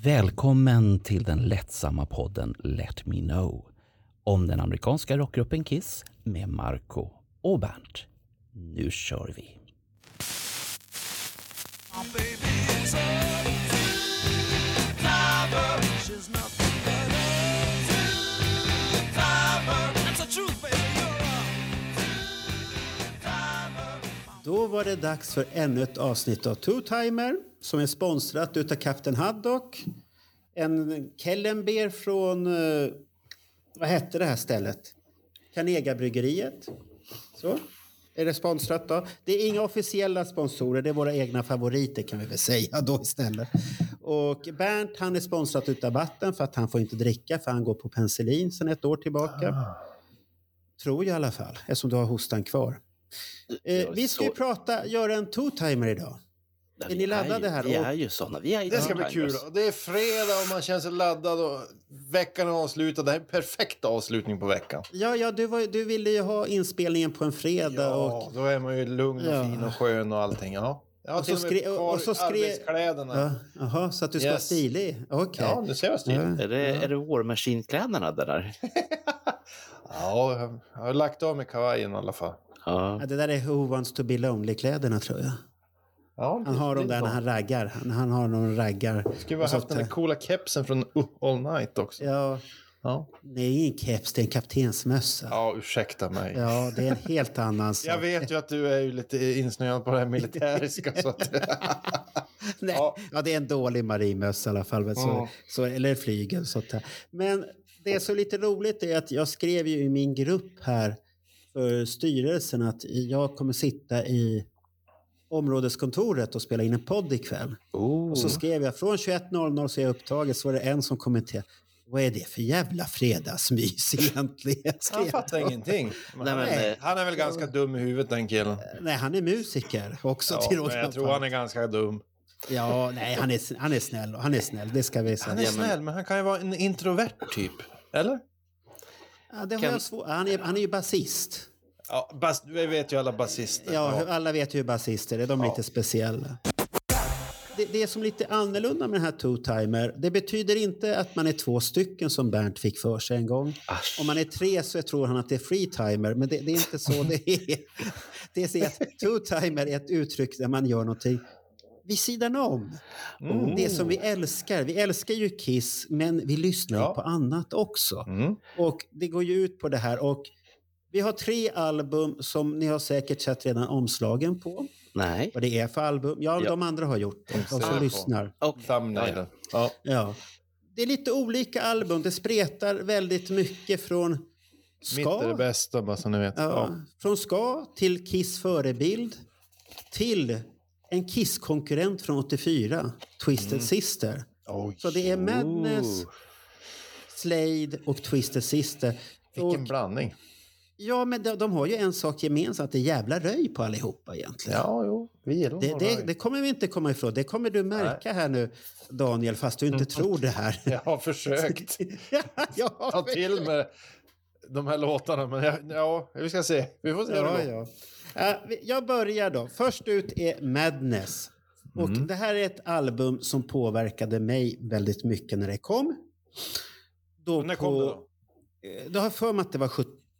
Välkommen till den lättsamma podden Let Me Know om den amerikanska rockgruppen Kiss med Marco och Bernt. Nu kör vi! Då var det dags för ännu ett avsnitt av Two Timer som är sponsrat utav Captain Haddock. En Kellenbeer från, vad hette det här stället? Carnegie-bryggeriet. Så, är det sponsrat då? Det är inga officiella sponsorer, det är våra egna favoriter kan vi väl säga då istället. Och Bernt, han är sponsrat utav vatten för att han får inte dricka för han går på penicillin sedan ett år tillbaka. Tror jag i alla fall, eftersom du har hostan kvar. Vi ska ju göra en two-timer idag. Är ni laddade här? Vi är ju sådana. Det ska bli kul. Det är fredag och man känner sig laddad och veckan är avslutad. Det här är en perfekt avslutning på veckan. Ja, du ville ju ha inspelningen på en fredag. Ja, då är man ju lugn och fin och skön och allting. Ja. Jag har till och med kvar arbetskläderna. Jaha, så att du ska vara stilig. Okay. Ja, nu ser jag stilig. Är det War Machine-kläderna där? Ja, jag har lagt av med kavajen i alla fall. Ja, det där är Who Wants to be Lonely-kläderna tror jag. Ja, han har dem där när han raggar. Han har någon raggar. Skulle vi ha haft den där coola kepsen från All Night också. Ja. Det är ingen keps, det är en kaptensmössa. Ja, ursäkta mig. Ja, det är en helt annan sak. Jag vet ju att du är ju lite insnöad på det här militäriska. Så att... Nej, ja, det är en dålig marinmössa i alla fall. Men så, eller flygel. Så att, men det är så lite roligt är att jag skrev ju i min grupp här för styrelsen att jag kommer sitta i områdeskontoret och spela in en podd ikväll. Och så skrev jag från 21.00 så är jag upptaget så var det en som kommenterade vad är det för jävla fredagsmys egentligen? Han fattar ingenting. Nej. Han är väl ganska dum i huvudet den killen. Nej, han är musiker också. Till men jag tror han är ganska dum. Ja, nej, han är snäll. Han är snäll, det ska vi säga. Han är snäll, men han kan ju vara en introvert typ. Eller? Ja, det har jag svårt. Han är ju basist. Ja, vi vet ju alla basister. Ja, alla vet ju hur basister är. De är lite speciella. Det är som lite annorlunda med den här two-timer. Det betyder inte att man är 2 stycken som Bernt fick för sig en gång. Om man är 3 så tror han att det är free-timer. Men det är inte så det är. Det är så att two-timer är ett uttryck där man gör någonting vid sidan om. Det som vi älskar. Vi älskar ju Kiss, men vi lyssnar ju på annat också. Och det går ju ut på det här. Och vi har 3 album som ni har säkert sett redan omslagen på. Nej. Vad det är för album. Ja, de andra har gjort det. De som lyssnar. Och thumbnailen. Ja. Det är lite olika album. Det spretar väldigt mycket från ska. Mitt är det bästa, bara så ni vet. Från ska till Kiss förebild till en Kiss-konkurrent från 84. Twisted Sister. Så det är Madness, Slade och Twisted Sister. Vilken blandning. Ja, men de har ju en sak gemensamt. Det är jävla röj på allihopa egentligen. Ja, jo. Vi gillar det kommer vi inte komma ifrån. Det kommer du märka här nu, Daniel, fast du inte tror det här. Jag har försökt. Ta till med de här låtarna. Men vi ska se. Vi får se. Jag börjar då. Först ut är Madness. Och det här är ett album som påverkade mig väldigt mycket när det kom. När kom det då? Då har jag för mig att det var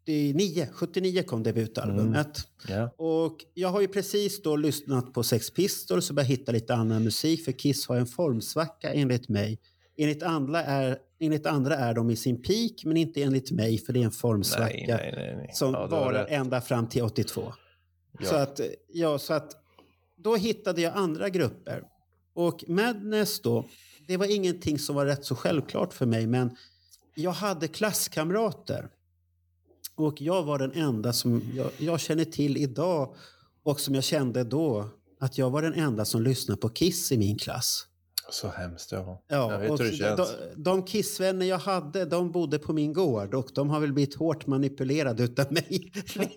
79 kom debutalbumet. Och jag har ju precis då lyssnat på Sex Pistols och börjat hitta lite annan musik. För Kiss har en formsvacka enligt mig. Enligt andra är de i sin peak, men inte enligt mig för det är en formsvacka som varar ända fram till 82. Så att då hittade jag andra grupper. Och Madness då, det var ingenting som var rätt så självklart för mig, men jag hade klasskamrater. Och jag var den enda som jag känner till idag och som jag kände då att jag var den enda som lyssnade på Kiss i min klass. Så hemskt det var. Ja, jag vet hur det känns. De Kiss-vänner jag hade, de bodde på min gård och de har väl blivit hårt manipulerade utav mig.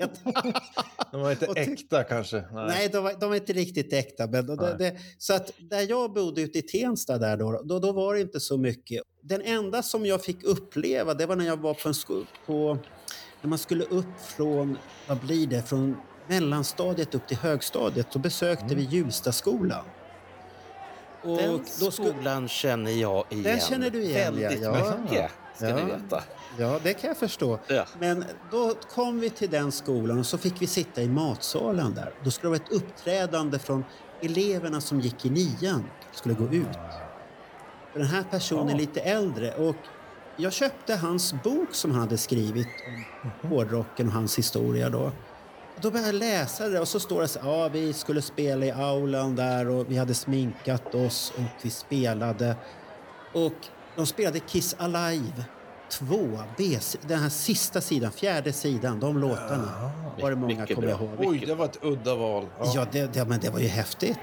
De var inte äkta kanske. Nej, de var inte riktigt äkta. Men så att där jag bodde ute i Tensta där då var det inte så mycket. Den enda som jag fick uppleva, det var när jag var på en skola när man skulle upp från, vad blir det, från mellanstadiet upp till högstadiet, så besökte vi Hjulstaskolan. Och den skolan känner jag igen. Den känner du igen, väldigt mycket, ska ni veta. Ja, det kan jag förstå. Ja. Men då kom vi till den skolan och så fick vi sitta i matsalen där. Då skulle det vara ett uppträdande från eleverna som gick i 9:an skulle gå ut. För den här personen är lite äldre och jag köpte hans bok som han hade skrivit om hårdrocken och hans historia då. Och då började jag läsa det och så står det så här, vi skulle spela i aulan där och vi hade sminkat oss och vi spelade. Och de spelade Kiss Alive 2, den här sista sidan, 4:e sidan, de låtarna var det många kommer jag ihåg. Oj, det var ett udda val. Ja, men det var ju häftigt.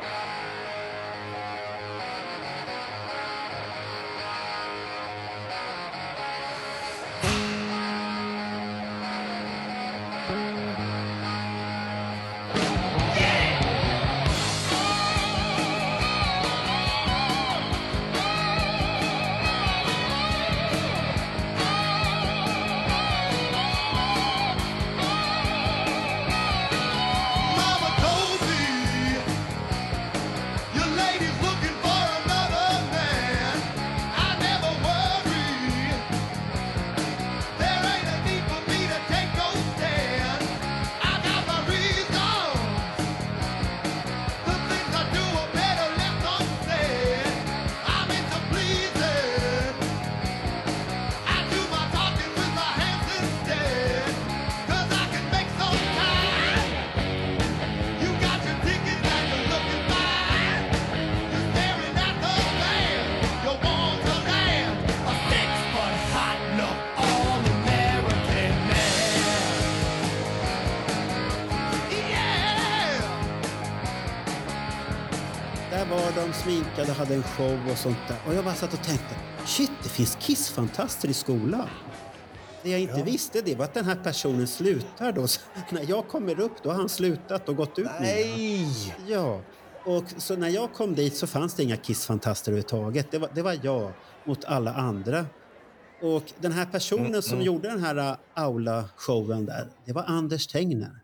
De sminkade, hade en show och sånt där. Och jag bara satt och tänkte, shit, det finns Kiss-fantaster i skolan. Det jag inte visste det var att den här personen slutar då. Så när jag kommer upp, då har han slutat och gått ut. Nej! Ja, och så när jag kom dit så fanns det inga Kiss-fantaster överhuvudtaget. Det var jag mot alla andra. Och den här personen som gjorde den här aula-showen där, det var Anders Tengner.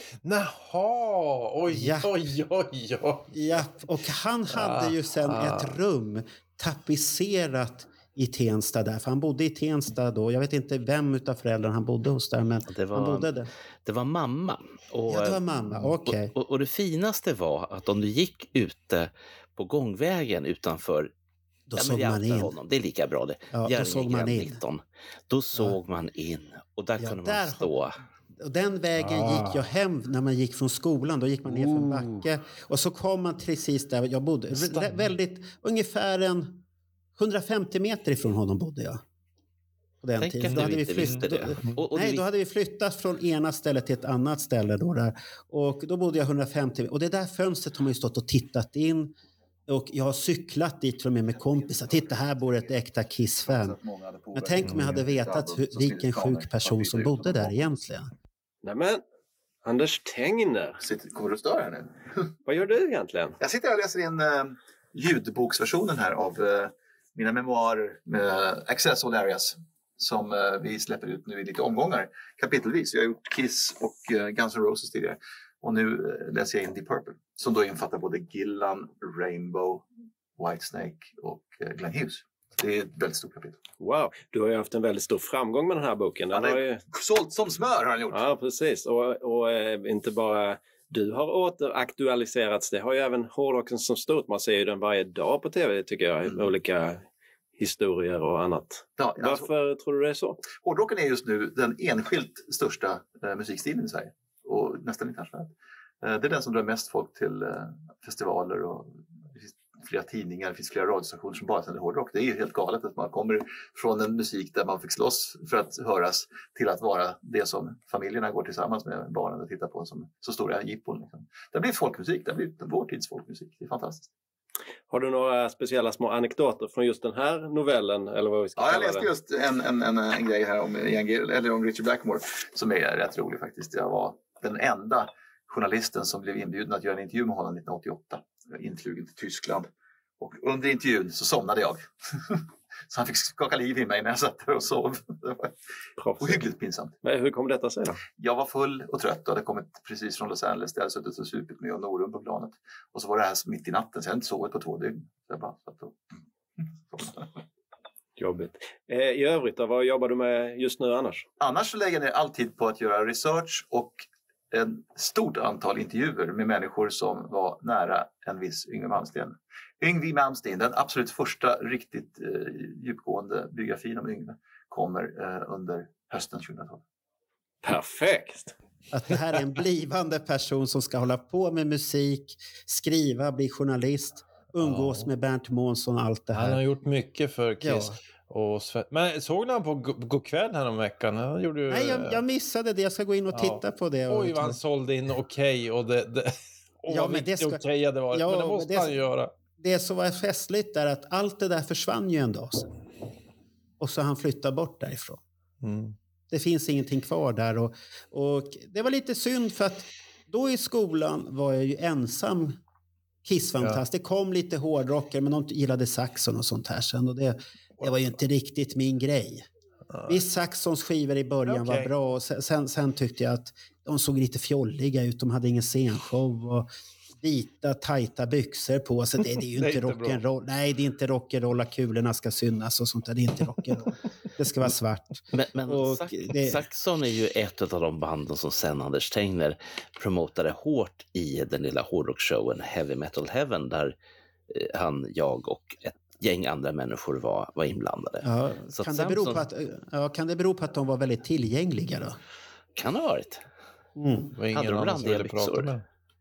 Naha, oj. Ja, och han hade ju sen ett rum tapetserat i Tensta där. För han bodde i Tensta då. Jag vet inte vem utav föräldrarna han bodde hos där, men han bodde där. Det var mamma. Det var mamma, okej. Och det finaste var att om du gick ute på gångvägen utanför, då såg man in. Honom. Det är lika bra det. Ja, då såg man in. 19. Då såg man in. Och där kunde man stå. Och den vägen gick jag hem när man gick från skolan. Då gick man ner för en backe. Och så kom man precis där jag bodde. Ungefär 150 meter ifrån honom bodde jag. På den tiden. Då hade vi flyttat från ena stället till ett annat ställe. Där. Och då bodde jag 150 meter. Och det där fönstret har man ju stått och tittat in. Och jag har cyklat dit till och med kompisar. Titta, här bor ett äkta Kiss-fan. Men tänk om jag hade vetat vilken sjuk person som bodde där egentligen. Nämen, Anders Tengner. Kommer du störa här nu? Vad gör du egentligen? Jag sitter och läser in ljudboksversionen här av mina memoarer med Access All Areas. Som vi släpper ut nu i lite omgångar, kapitelvis. Jag har gjort Kiss och Guns N' Roses tidigare. Och nu läser jag in Deep Purple. Som då infattar både Gillan, Rainbow, Whitesnake och Glenn Hughes. Det är ett väldigt stort kapitel. Wow, du har ju haft en väldigt stor framgång med den här boken. Den har ju sålt som smör har han gjort. Ja, precis. Och inte bara du har återaktualiserats. Det har ju även hårdrocken som stort. Man ser ju den varje dag på tv, tycker jag. Olika historier och annat. Ja, varför tror du det är så? Hårdrocken är just nu den enskilt största musikstilen i Sverige. Och nästan internationellt. Det är den som drar mest folk till festivaler och det finns flera tidningar, det finns flera radiostationer som bara sänder hårdrock. Det är ju helt galet att man kommer från en musik där man fick slåss för att höras till att vara det som familjerna går tillsammans med barnen och tittar på som så stora jippon. Liksom. Det blir folkmusik, det blir vår tids folkmusik. Det är fantastiskt. Har du några speciella små anekdoter från just den här novellen? Eller vad vi ska jag läste just en grej här om Richard Blackmore som är rätt rolig faktiskt. Jag var den enda journalisten som blev inbjuden att göra en intervju med honom 1988. Influgen till Tyskland. Och under intervjun så somnade jag. Så han fick skaka liv i mig när jag satt där och sov. Det var ohyggligt pinsamt. Men hur kom detta sig då? Jag var full och trött och hade kommit precis från Los Angeles. Där jag hade suttit och supit med och Norum på planet. Och så var det här mitt i natten, så jag hade inte sovit på 2 dygn. Så jag bara satt och... Jobbigt. I övrigt då, vad jobbar du med just nu annars? Annars så lägger jag ner alltid på att göra research och ett stort antal intervjuer med människor som var nära en viss Yngwie Malmsteen. Yngwie Malmsteen, den absolut första riktigt djupgående biografin om Yngwie, kommer under hösten 2012. Perfekt! Att det här är en blivande person som ska hålla på med musik, skriva, bli journalist, umgås med Bernt Månsson och allt det här. Han har gjort mycket för Kiss. Ja. Men såg ni han på Godkväll här om veckan? Han gjorde ju... Nej, jag missade det. Jag ska gå in och titta på det. Oj, vad han sålde in okej. Och men det ska... okej det var. Ja, men det måste han göra. Det som var festligt är att allt det där försvann ju en dag sedan. Och så han flyttat bort därifrån. Mm. Det finns ingenting kvar där. Och det var lite synd för att då i skolan var jag ju ensam Kiss-fantast. Det kom lite hårdrockare, men de gillade Saxon och sånt här sen. Och det var ju inte riktigt min grej. Visst, Saxons skivor i början var bra. Och sen tyckte jag att de såg lite fjolliga ut. De hade ingen scenshow och vita, tajta byxor på. Så det är ju inte rock'n'roll. Nej, det är inte rock'n'roll att kulorna ska synas och sånt där. Det är inte rock'n'roll. Det ska vara svart. Men Saxon är ju ett av de banden som sen Anders Tegner promotade hårt i den lilla hårdrockshowen Heavy Metal Heaven, där jag och ett gäng andra människor var inblandade. Ja, så kan det bero på att de var väldigt tillgängliga då? Kan det ha varit. Hade de randiga byxor?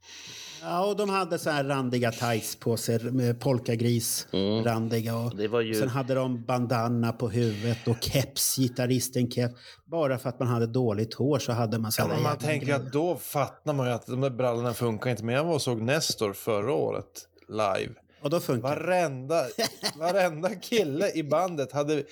Ja, och de hade så här randiga tights på sig, med polkagris randiga. Och det var ju... sen hade de bandana på huvudet och keps, gitarristen keps. Bara för att man hade dåligt hår så hade man sådana man tänker grejer. Att då fattar man ju att de där brallorna funkar inte. Men jag var och såg Nestor förra året live. Och då funkar varenda kille i bandet hade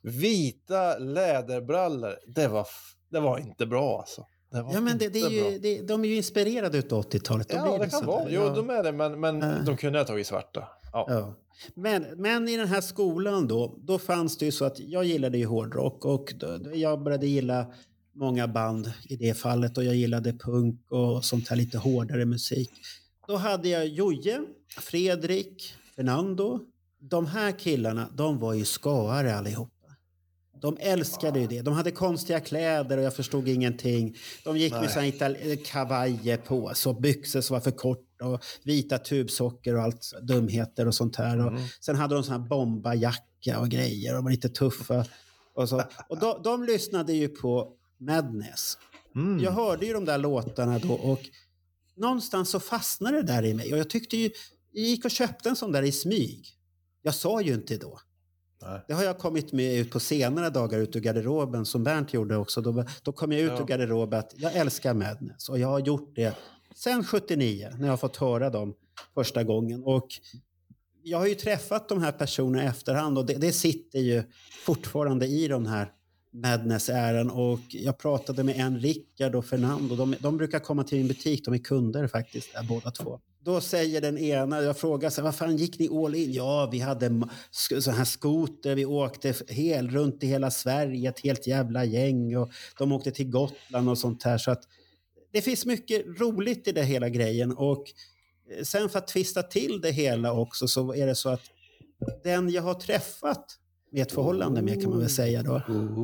vita läderbrallor. Det var inte bra alltså. Ja, men de är ju inspirerade utav 80-talet. Ja, det kan vara. Jo, de är det, men de kunde ha tagit svarta. Ja. Men i den här skolan då fanns det ju så att jag gillade ju hårdrock och jag började gilla många band i det fallet och jag gillade punk och sånt här lite hårdare musik. Då hade jag Joje, Fredrik, Fernando. De här killarna, de var ju skare allihop. De älskade ju det. De hade konstiga kläder och jag förstod ingenting. De gick med såna kavajer på, så byxor som var för kort och vita tubsocker och allt dumheter och sånt här. Och sen hade de såna här bombajacka och grejer och var lite tuffa. Och de lyssnade ju på Madness. Jag hörde ju de där låtarna då och någonstans så fastnade det där i mig. Och jag tyckte ju, jag gick och köpte en sån där i smyg. Jag sa ju inte då. Nej. Det har jag kommit med ut på senare dagar ut ur garderoben som Bernt gjorde också. Då kom jag ut ur garderoben att jag älskar Madness. Och jag har gjort det sen 79 när jag har fått höra dem första gången. Och jag har ju träffat de här personerna i efterhand och det sitter ju fortfarande i de här Madness-ären. Och jag pratade med Rickard och Fernando. De brukar komma till min butik, de är kunder faktiskt där båda två. Då säger den ena, jag frågar så här, vad fan gick ni all in? Ja, vi hade så här skoter, vi åkte runt i hela Sverige, ett helt jävla gäng och de åkte till Gotland och sånt här. Så att det finns mycket roligt i det hela grejen och sen för att twista till det hela också så är det så att den jag har träffat med ett förhållande med kan man väl säga då.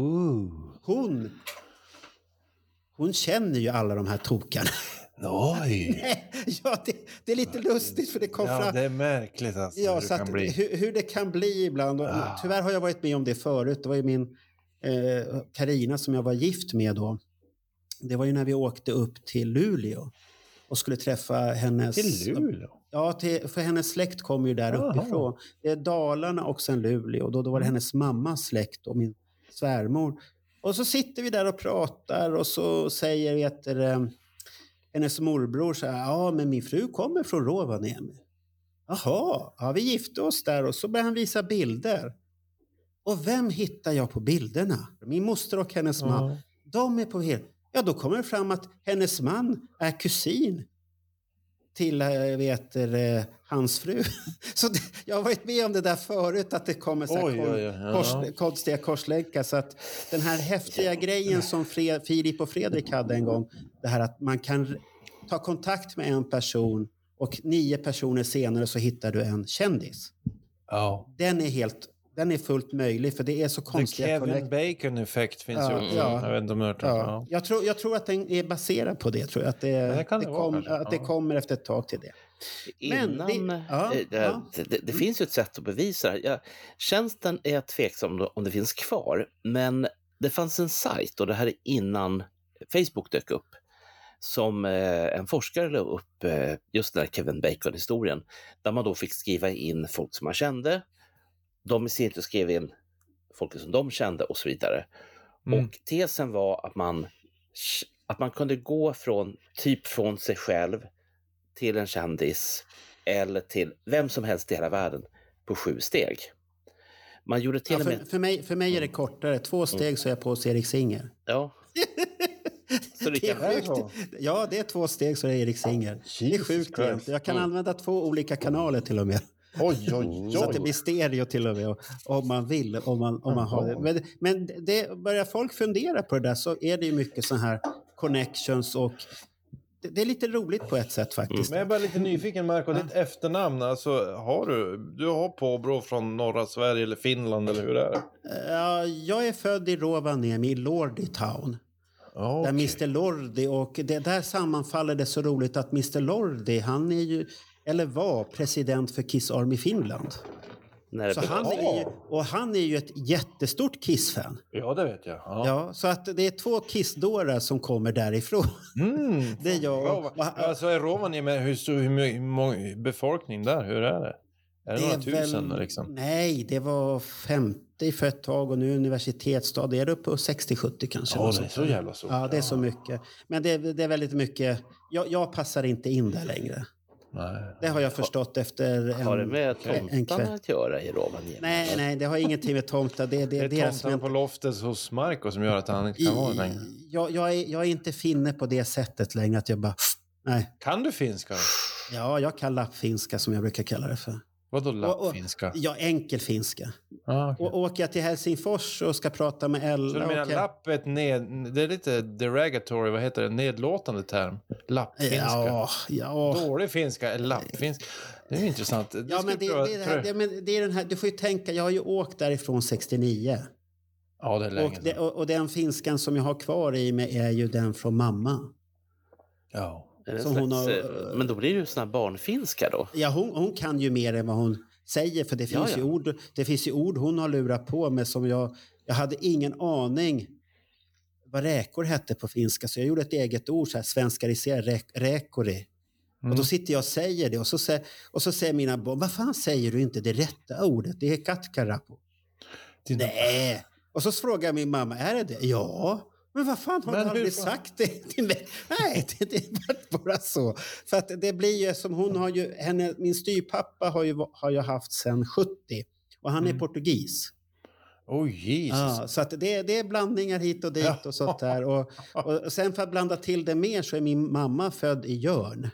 Hon känner ju alla de här tokarna. Nej. Ja, det är lite lustigt för det kom fram. Det är märkligt alltså, hur det kan bli ibland. Och, tyvärr har jag varit med om det förut. Det var ju min Carina som jag var gift med då. Det var ju när vi åkte upp till Luleå och skulle träffa hennes... Till Luleå? Ja, för hennes släkt kom ju där uppifrån. Det är Dalarna och sen Luleå. Då var det hennes mammas släkt och min svärmor. Och så sitter vi där och pratar och så säger hennes morbror så här, ja men min fru kommer från Rovaniemi. Jaha, ja vi gifte oss där och så börjar han visa bilder. Och vem hittar jag på bilderna? Min moster och hennes man. De är på helt... Ja, då kommer det fram att hennes man är kusin till hans fru. Så jag har varit med om det där förut, att det kommer så konstiga korslänkar. Så att den här häftiga grejen som Filip och Fredrik hade en gång, det här att man kan ta kontakt med en person och 9 personer senare så hittar du en kändis. Den är fullt möjlig, för det är så konstiga Kevin Bacon-effekt finns ju också. Jag vet inte om jag har hört. Jag tror att den är baserad på det. Tror jag. Att det kommer efter ett tag till det. Det finns ju ett sätt att bevisa det. Tjänsten är tveksam om det finns kvar, men det fanns en sajt, och det här är innan Facebook dök upp, som en forskare la upp just den här Kevin Bacon-historien, där man då fick skriva in folk som man kände. De i sin tur skrev in folk som de kände och så vidare. Och tesen var att man kunde gå från sig själv till en kändis eller till vem som helst i hela världen på 7 steg. Man gjorde till och med... För mig är det kortare. 2 steg så är jag på hos Erik Singer. Ja. Så det är sjukt. Ja, det är 2 steg så är Erik Singer. Det är sjukt egentligen. Jag kan använda 2 olika kanaler till och med. Oj. Så att det blir stereo till och med, om man vill, om man har det. Men det börjar folk fundera på det där, så är det ju mycket så här connections, och det är lite roligt på ett sätt faktiskt. Men jag är bara lite nyfiken, Marco, ditt efternamn, alltså du har påbrå från norra Sverige eller Finland, eller hur är det? Jag är född i Rovaniemi, i Lordi Town. Där Mr. Lordi, och det där sammanfaller det så roligt att Mr. Lordi, han är ju, eller var, president för Kiss Army Finland. Så han är ju ett jättestort Kiss-fan. Ja, det vet jag. Ja, så att det är 2 Kiss-dårar som kommer därifrån. Det är jag. Alltså är Rovaniemi med hur många befolkning där? Hur är det? Är det några tusen liksom? Nej, det var 50 för ett tag, och nu universitetsstad. Det är uppe på 60-70 kanske. Ja, det är så jävla så. Ja, det är så mycket. Men det är väldigt mycket. Jag passar inte in där längre. Nej. Det har jag förstått efter en kväll. Har det med tomtarna att göra i Rovaniemi? Nej, det har ingenting med tomtar. Det är deras tomtarna på loftet hos Marco som gör att han inte kan vara längre. Jag är inte finne på det sättet längre, att jag bara... Nej. Kan du finska? Ja, jag kan lappfinska, som jag brukar kalla det för. Vadå lappfinska? Ja, enkel finska. Okay. Och åker jag till Helsingfors och ska prata med Ella... Så du menar lappet det är lite derogatory, vad heter det? Nedlåtande term. Lappfinska. Ja. Dålig finska är lappfinska. Det är intressant. Men det är den här... Du får ju tänka, jag har ju åkt därifrån 69. Ja, det är länge. Och den finskan som jag har kvar i mig är ju den från mamma. Ja. Men då blir det ju sån här barnfinska då. Ja, hon kan ju mer än vad hon säger, för det finns ju ord. Det finns ju ord hon har lurat på med som jag hade ingen aning vad räkor hette på finska, så jag gjorde ett eget ord, så här svenskariserad räkori. Och då sitter jag och säger det, och så säger mina barn, vad fan säger du inte det rätta ordet? Det är katkarapo. Nej. Och så frågar min mamma, är det? Ja. Men vad fan har du aldrig sagt det till mig? Nej, det är bara så. För att det blir ju som hon har ju... Min styrpappa har ju haft sedan 70. Och han är portugis. Jesus. Ja, så att det är blandningar hit och dit och sånt där. Och sen för att blanda till det mer så är min mamma född i Jörn.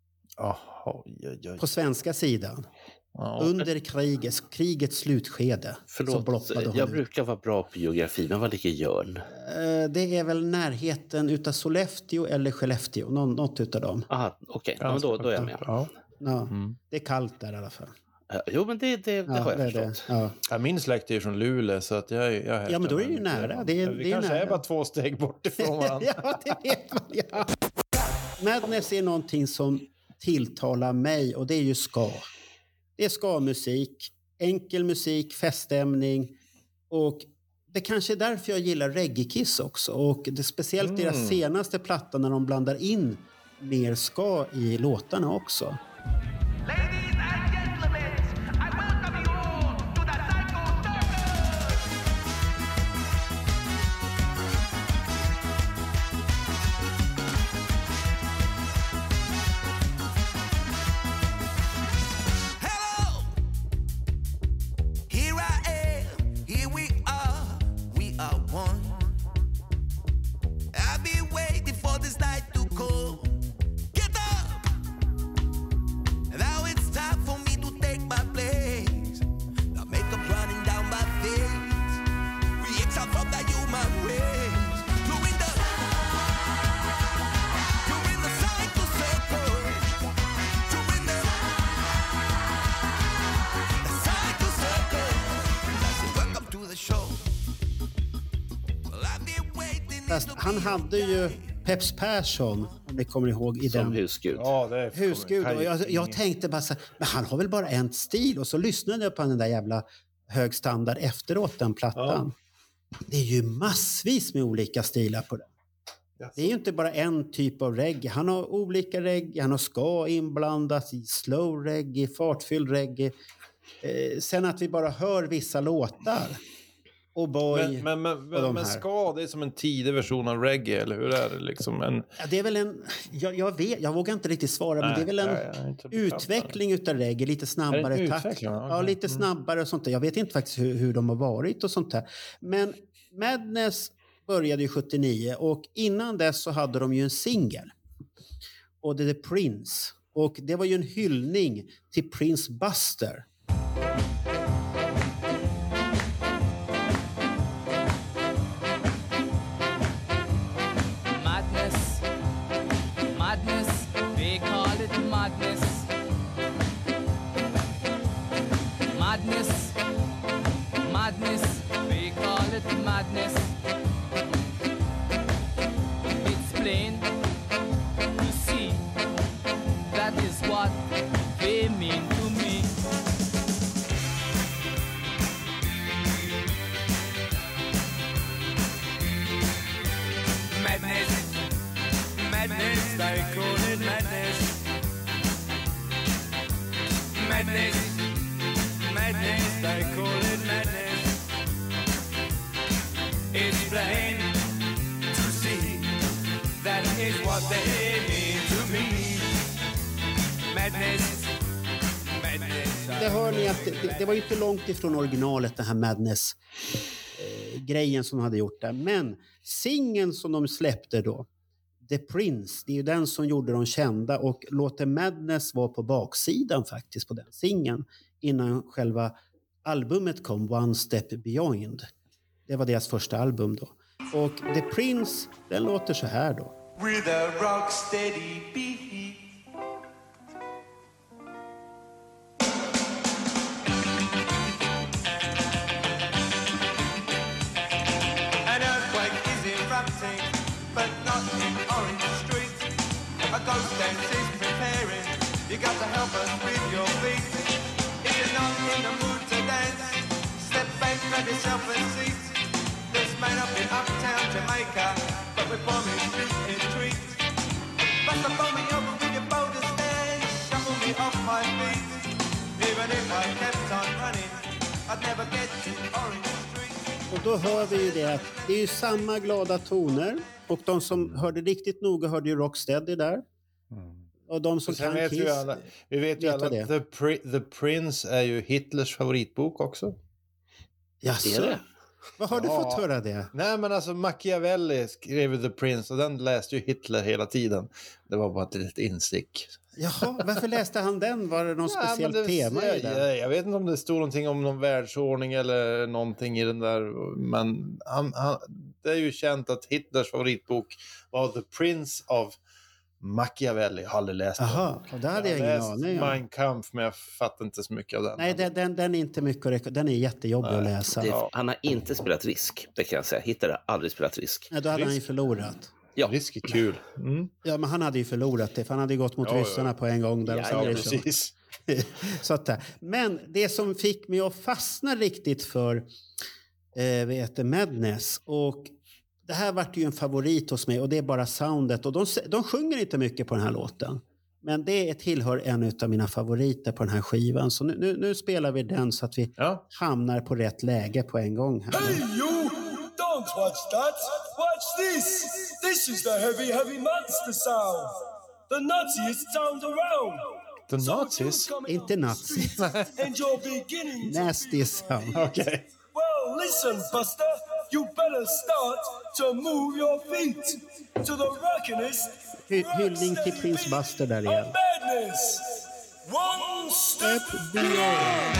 På svenska sidan. Under krigets slutskede. Förlåt, jag brukar vara bra på geografi, men vad ligger Jörn? Det är väl närheten utav Sollefteå eller Skellefteå, något utav dem. Aha, okej. Ja, men då är jag med. Ja. Det är kallt där i alla fall. Jo, men det har jag förstått. Ja. Min släkt är från Luleå, så att jag ja, men då är det ju nära. Vi kanske är bara 2 steg bort ifrån varandra. Ja, det vet man. Ja. Madness är någonting som tilltalar mig, och det är ju ska. Det är ska-musik, enkel musik, feststämning, och det kanske är därför jag gillar reggae-Kiss också, och det är speciellt deras senaste platta när de blandar in mer ska i låtarna också. Fast han hade ju Peps Persson, om ni kommer ihåg, i som den husgud. Ja, det är husgud. Och jag tänkte bara så här, men han har väl bara en stil. Och så lyssnade jag på den där jävla hög standard efteråt, den plattan. Ja. Det är ju massvis med olika stilar på den. Det är ju inte bara en typ av reggae. Han har olika reggae. Han har ska inblandat i slow reggae, fartfylld reggae. Sen att vi bara hör vissa låtar. Och boy. Men ska det är som en tidig version av reggae, eller hur är det liksom? Ja, det är väl en... Jag vågar inte riktigt svara, men det är väl en utveckling utav reggae. Lite snabbare takt. Ja, lite snabbare och sånt där. Jag vet inte faktiskt hur de har varit och sånt där. Men Madness började ju 79 och innan dess så hade de ju en singel. Och det är The Prince. Och det var ju en hyllning till Prince Buster. Madness, they call it madness. Madness, madness, they call it madness. It's plain to see, that is what they mean to me. Madness, madness, they call it madness. Madness, madness, they call it madness. It's plain to see, that is what they mean to me. Madness, madness. Det hör ni att det var ju inte långt ifrån originalet, den här Madness grejen som de hade gjort där. Men singeln som de släppte då, The Prince, det är ju den som gjorde dem kända, och låten Madness var på baksidan faktiskt på den singeln innan själva albumet kom, One Step Beyond. Det var deras första album då. Och The Prince, den låter så här då. With a rock steady beat. An earthquake is erupting, but not in Orange Street. A ghost dance is preparing. You got to help us with your feet. If you're not in the mood to dance, step back, grab yourself a seat. This man up in uptown Jamaica, but we promise you a treat. Bust up on me over with your boulder stand, shuffle me off my feet. Even if I kept on running, I'd never get to Orange Street. Och då hör vi ju det att det är ju samma glada toner, och de som hörde riktigt noga hörde ju Rocksteady där. Och de som kan vet Kiss, vi vet ju alla att The Prince är ju Hitlers favoritbok också. Jaså? Det? Vad har du fått höra det? Nej, men alltså Machiavelli skrev The Prince, och den läste ju Hitler hela tiden. Det var bara ett litet instick. Jaha, varför läste han den? Var det någon speciell tema i den? Jag vet inte om det stod någonting om någon världsordning eller någonting i den där. Men det är ju känt att Hitlers favoritbok var The Prince av Machiavelli. Jag har aldrig läst den. Jaha, och det hade jag ingen aning om. Mein Kampf, men jag fattar inte så mycket av den. Nej, den är inte mycket, den är jättejobbig att läsa. Han har inte spelat Risk, det kan jag säga. Hitler har aldrig spelat Risk. Nej, då hade han ju förlorat. Ja. Risk är kul. Ja, men han hade ju förlorat det, för han hade ju gått mot ryssarna på en gång. Där precis. Så att, men det som fick mig att fastna riktigt för Madness, och det här vart ju en favorit hos mig, och det är bara soundet. Och de sjunger inte mycket på den här låten, men det tillhör en av mina favoriter på den här skivan. Så nu spelar vi den så att vi hamnar på rätt läge på en gång här. Hey you! Don't watch that! Watch this! This is the heavy monster sound! The naziest sound around! The Nazis? Inte Nazis. And you're beginning Nasty sound. Okay. Well, listen, Buster. You better start to move your feet to the rockinest. Hyllning till Prince Buster där igen. Madness. One step beyond.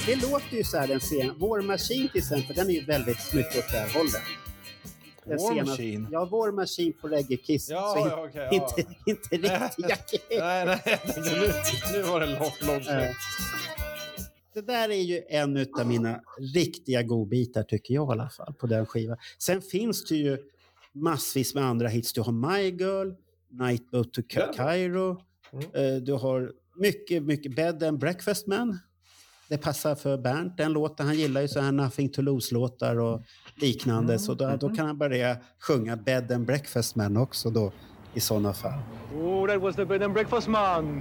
det låter ju så här den scenen. War Machine till exempel, den är ju väldigt mycket åt det här hållet. War Machine? Ja, War Machine på Reggae Kiss. Ja, okej. Inte riktiga Kiss. Nej, nu var det långt. Det där är ju en av mina riktiga godbitar tycker jag i alla fall på den skivan. Sen finns det ju massvis med andra hits. Du har My Girl, Nightboat to Cairo. Du har mycket Bed and Breakfast Man. Det passar för Bernt, den låten. Han gillar ju så här Nothing to Lose-låtar och liknande. Så då kan han börja sjunga Bed and Breakfast Man också då i sådana fall. Oh, that was the Bed and Breakfast Man!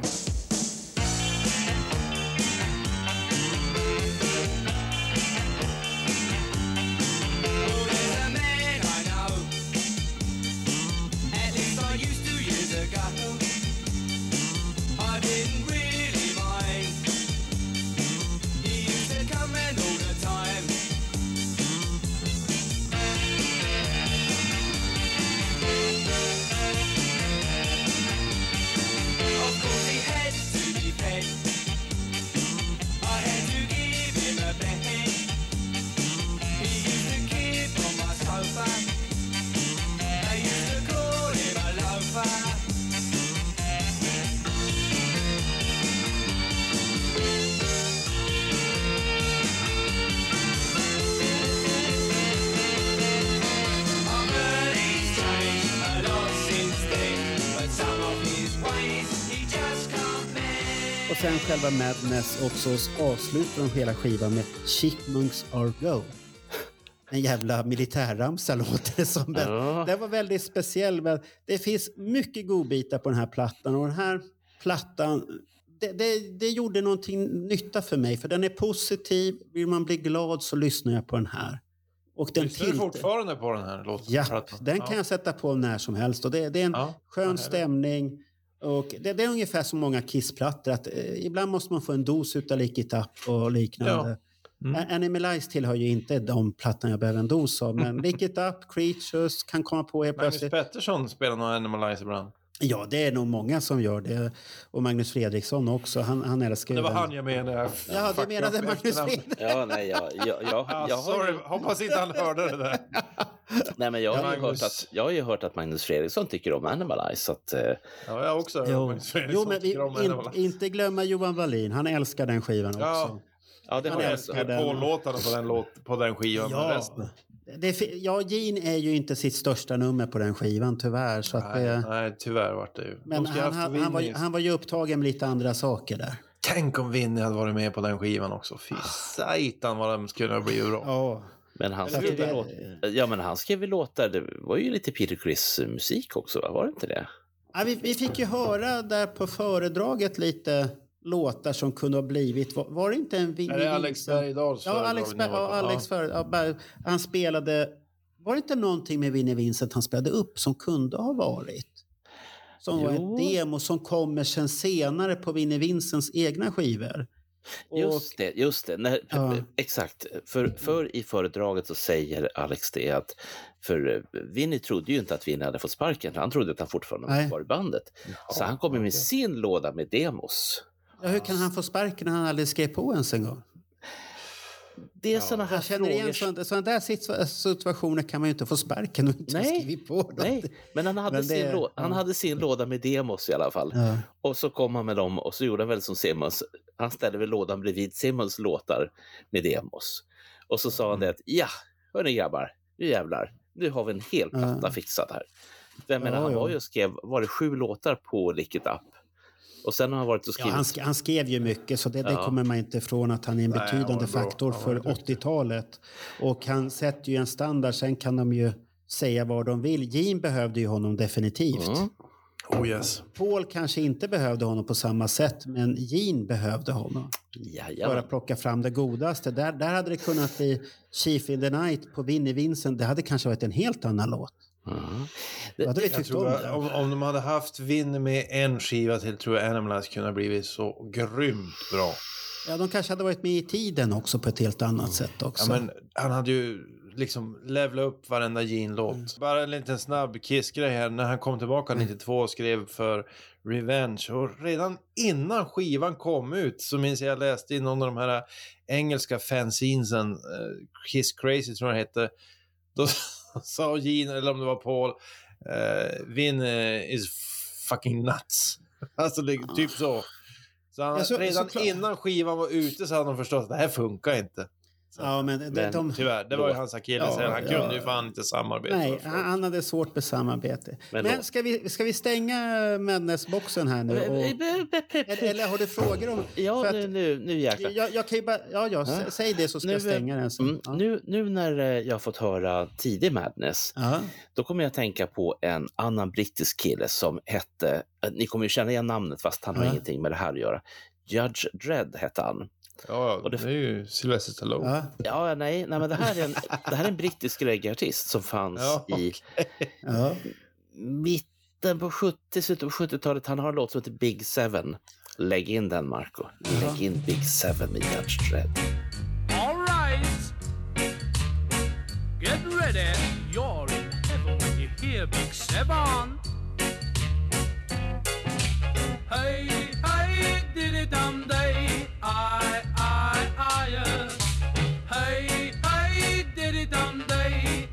Och sen själva Madness också avslutar de hela skivan med Chipmunks Are Go. En jävla militärramsa låter det som. Det var väldigt speciell. Men det finns mycket godbitar på den här plattan. Och den här plattan, det gjorde någonting nytta för mig. För den är positiv. Vill man bli glad så lyssnar jag på den här. Och den lyssnar du fortfarande på den här låten? Ja, den kan jag sätta på när som helst. Och det är en skön stämning. Och det är ungefär som många Kiss-plattor att ibland måste man få en dos utav Lick It Up och liknande. Animalize tillhör ju inte de plattan jag behöver en dos av, men Lick It Up, Creatures kan komma på helt plötsligt. Magnus Pettersson spelar nog Animalize ibland. Ja, det är nog många som gör det. Och Magnus Fredriksson också. Han älskar ju det. Var han jag menade. Ja, du menade Magnus Fredriksson. Ja, nej, jag sorry, hoppas inte han hörde det där. Nej, men jag har ju hört att Magnus Fredriksson tycker om Animalize. Så att, ja, jag också hört Magnus Fredriksson tycker om Animalize. Inte glömma Johan Wallin. Han älskar den skivan också. Ja, det har jag älskar på låtarna på den skivan. Ja. Gene är ju inte sitt största nummer på den skivan tyvärr. Så att nej, tyvärr var det ju. Men han var ju upptagen med lite andra saker där. Tänk om Vinny hade varit med på den skivan också. Fy sajtan vad de skulle bli bra. Ja. Men han skrev ju låtar. Det var ju lite Peter Criss musik också, var det inte det? Ja, vi fick ju höra där på föredraget lite låtar som kunde ha blivit. Var det inte en Vinny? Är det Alex Bergdahls? Ja, Alex han spelade. Var det inte någonting med Vinnie Vincent han spelade upp som kunde ha varit? Som var ett demo som kommer sen senare på Vinnie Vincents egna skivor. Just det. Exakt. För i föredraget så säger Alex det att för Vinnie trodde ju inte att Vinnie hade fått sparken. Han trodde att han fortfarande var i bandet. Så han kommer med sin låda med demos. Ja, hur kan han få sparken när han aldrig skrev på ens en gång? Det är sådana här frågor. Sådana där situationer kan man ju inte få sparken och inte skriva på. Nej, men han hade sin låda med demos i alla fall. Ja. Och så kom han med dem och så gjorde han väl som Simmons. Han ställde väl lådan bredvid Simmons låtar med demos. Och så sa han det att hörni grabbar, nu jävlar. Nu har vi en hel platta fixad här. Jag menar, han var ju och skrev, var det 7 låtar på Lick It Up? Och sen har han varit och skrivit... han skrev ju mycket, så det kommer man inte ifrån att han är en betydande faktor för 80-talet. Och han sätter ju en standard, sen kan de ju säga vad de vill. Gene behövde ju honom definitivt. Oh yes. Paul kanske inte behövde honom på samma sätt, men Gene behövde honom. För att plocka fram det godaste. Där hade det kunnat bli Chief in the Night på Vinnie Vincent. Det hade kanske varit en helt annan låt. Om de hade haft Vinnie med en skiva till, tror jag Animalize kunde ha blivit så grymt bra. Ja, de kanske hade varit med i tiden också på ett helt annat sätt också. Ja, men han hade ju liksom levla upp varenda Gene-låt. Bara en liten snabb Kiss-grej här. När han kom tillbaka 92 och skrev för Revenge. Och redan innan skivan kom ut så minns jag läste i någon av de här engelska fanzinesen, Kiss Crazy tror jag det hette. Då sa Gene, eller om det var Paul, Vin is fucking nuts. Alltså typ så. Så han, redan innan skivan var ute så hade de förstått att det här funkar inte. Så. Ja, men tyvärr, det var ju hans akilles. Han kunde ju fan inte samarbeta. Nej, han hade svårt med samarbete. Men ska vi stänga Madness-boxen här nu? Eller har du frågor om... Ja, nu jäklar. Jag kan ju bara... säg det så ska jag stänga den. Nu när jag har fått höra tidig Madness, då kommer jag att tänka på en annan brittisk kille som hette... Ni kommer ju känna igen namnet fast han har ingenting med det här att göra. Judge Dredd hette han. Ja, och det är ju Sylvester Stallone. Ja, nej, men det här är en brittisk reggaeartist som fanns i mitten på 70-talet, på 70-talet. Han har en låt som heter Big Seven. Lägg in den, Marco. Lägg in Big Seven med Judge Dredd. All right. Get ready. You're in heaven when you hear Big Seven. Hey, hey, did it day. Hey, hey, did it day.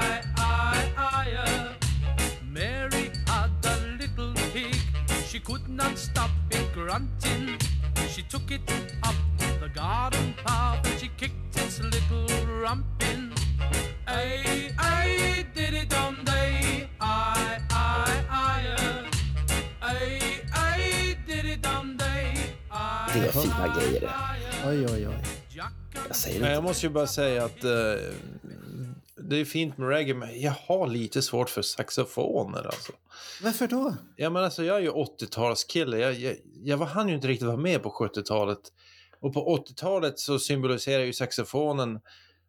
Mary had a little pig. She could not stop it grunting. She took it up the garden path and she kicked its little rump in. Hey, hey, did it day. Hey, hey, did it day. Det är fina grejer det. Oj. Jag måste ju bara säga att det är fint med reggae, men jag har lite svårt för saxofoner alltså. Varför då? Ja, men alltså jag är ju 80-talskille. Jag hann ju inte riktigt vara med på 70-talet. Och på 80-talet så symboliserar ju saxofonen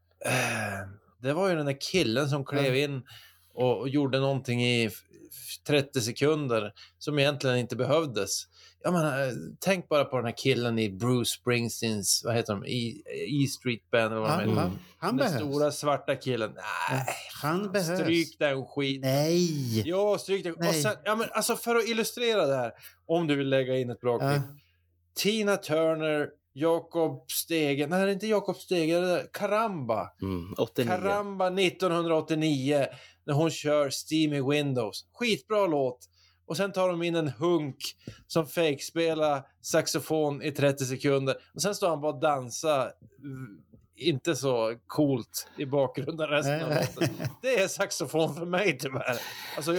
det var ju den där killen som klev in och gjorde någonting i 30 sekunder som egentligen inte behövdes. Jag menar, tänk bara på den här killen i Bruce Springsteens, vad heter de? E Street Band eller vad de heter. Han den behövs. Stora svarta killen. Nej, han behövs. Stryk den skit. Nej. Ja, stryk den. Och sen, ja, men alltså för att illustrera det här, om du vill lägga in ett bra klipp. Tina Turner, Jakob Stegen. Nej, det är inte Jakob Stegen, det är Karamba. 89. Karamba 1989 när hon kör Steamy Windows. Skitbra låt. Och sen tar de in en hunk som fake-spelar saxofon i 30 sekunder. Och sen står han bara och dansar inte så coolt i bakgrunden resten av låten. Det är saxofon för mig tyvärr. Alltså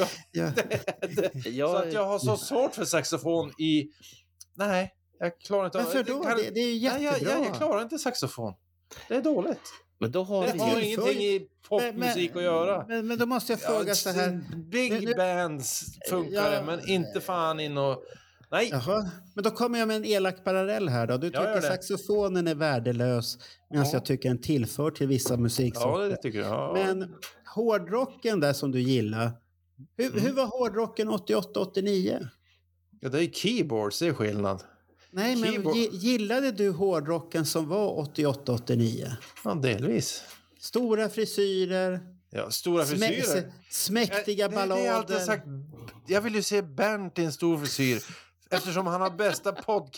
så att jag har så svårt för saxofon i... Nej, jag klarar inte... Varför då? Det är ju jättebra. Jag klarar inte saxofon. Det är dåligt. Men då har det har ingenting i popmusik att göra. Men då måste jag fråga så här. Big bands funkar det, men inte fan in och... Nej. Jaha. Men då kommer jag med en elak parallell här då. Du tycker saxofonen är värdelös medan jag tycker en tillför till vissa musiksorter. Ja, det tycker jag. Ja. Men hårdrocken där som du gillar. Hur var hårdrocken 88-89? Ja, det är keyboards, det är skillnad. Nej, men gillade du hårdrocken som var 88-89? Ja, delvis. Stora frisyrer. Ja, stora frisyrer. Smäktiga ballader. Det är alltid sagt, jag vill ju se Bernt i en stor frisyr. Eftersom han har bästa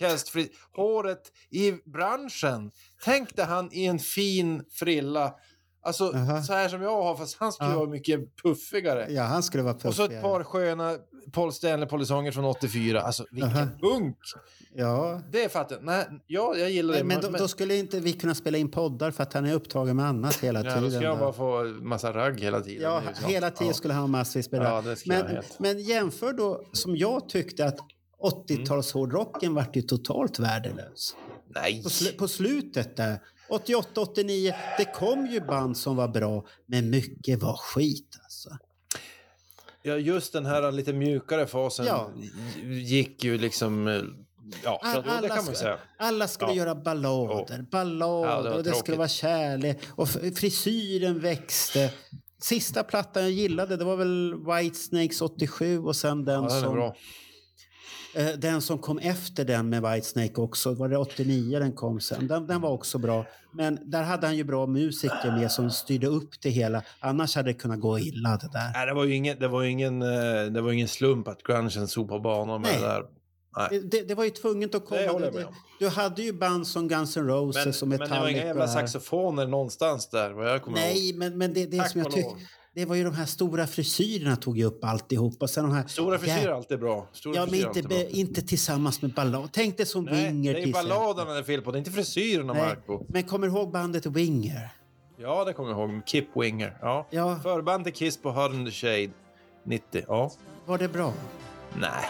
håret i branschen. Tänk dig han i en fin frilla. Alltså så här som jag har, fast han skulle vara mycket puffigare. Ja, han skulle vara puffigare. Och så ett par sköna Paul Stanley-polisonger från 84. Alltså vilken punk. Ja. Det är fattigt. Nej, jag gillar det. Men då skulle inte vi kunna spela in poddar för att han är upptagen med annat hela tiden. Ja, då ska jag bara få massa ragg hela tiden. Ja, hela tiden skulle han ha massvis spela. Ja, men jämför då, som jag tyckte att 80-talshårdrocken vart ju totalt värdelös. Nej. På slutet där. 88-89, det kom ju band som var bra, men mycket var skit alltså. Ja, just den här lite mjukare fasen gick ju liksom... Ja, det kan man säga. Alla skulle göra ballader och det skulle vara kärlek och frisyren växte. Sista plattan jag gillade, det var väl Whitesnakes 87 och sen den som... Bra. Den som kom efter den med Whitesnake också, var det 89 den kom sen. Den var också bra. Men där hade han ju bra musiker med som styrde upp det hela. Annars hade det kunnat gå illa det där. Nej, det var ingen slump att grungen sopade banan med det där. Nej. Det var ju tvunget att komma. Du hade ju band som Guns N' Roses och Metallica. Men det var inga jävla saxofoner någonstans där, vad jag kommer ihåg. Nej, men det som jag tycker... Det var ju de här stora frisyrerna tog ju upp alltihop. Och sen de här, stora frisyrer är alltid bra. Men inte tillsammans med ballad. Tänk dig som Winger. Det är balladerna det är fel på, det är inte frisyrerna, Marco. Men kommer du ihåg bandet Winger? Ja, det kommer jag ihåg. Kip Winger. Ja. Förband till Kiss på Hard in the Shade 90. Ja. Var det bra? Nej.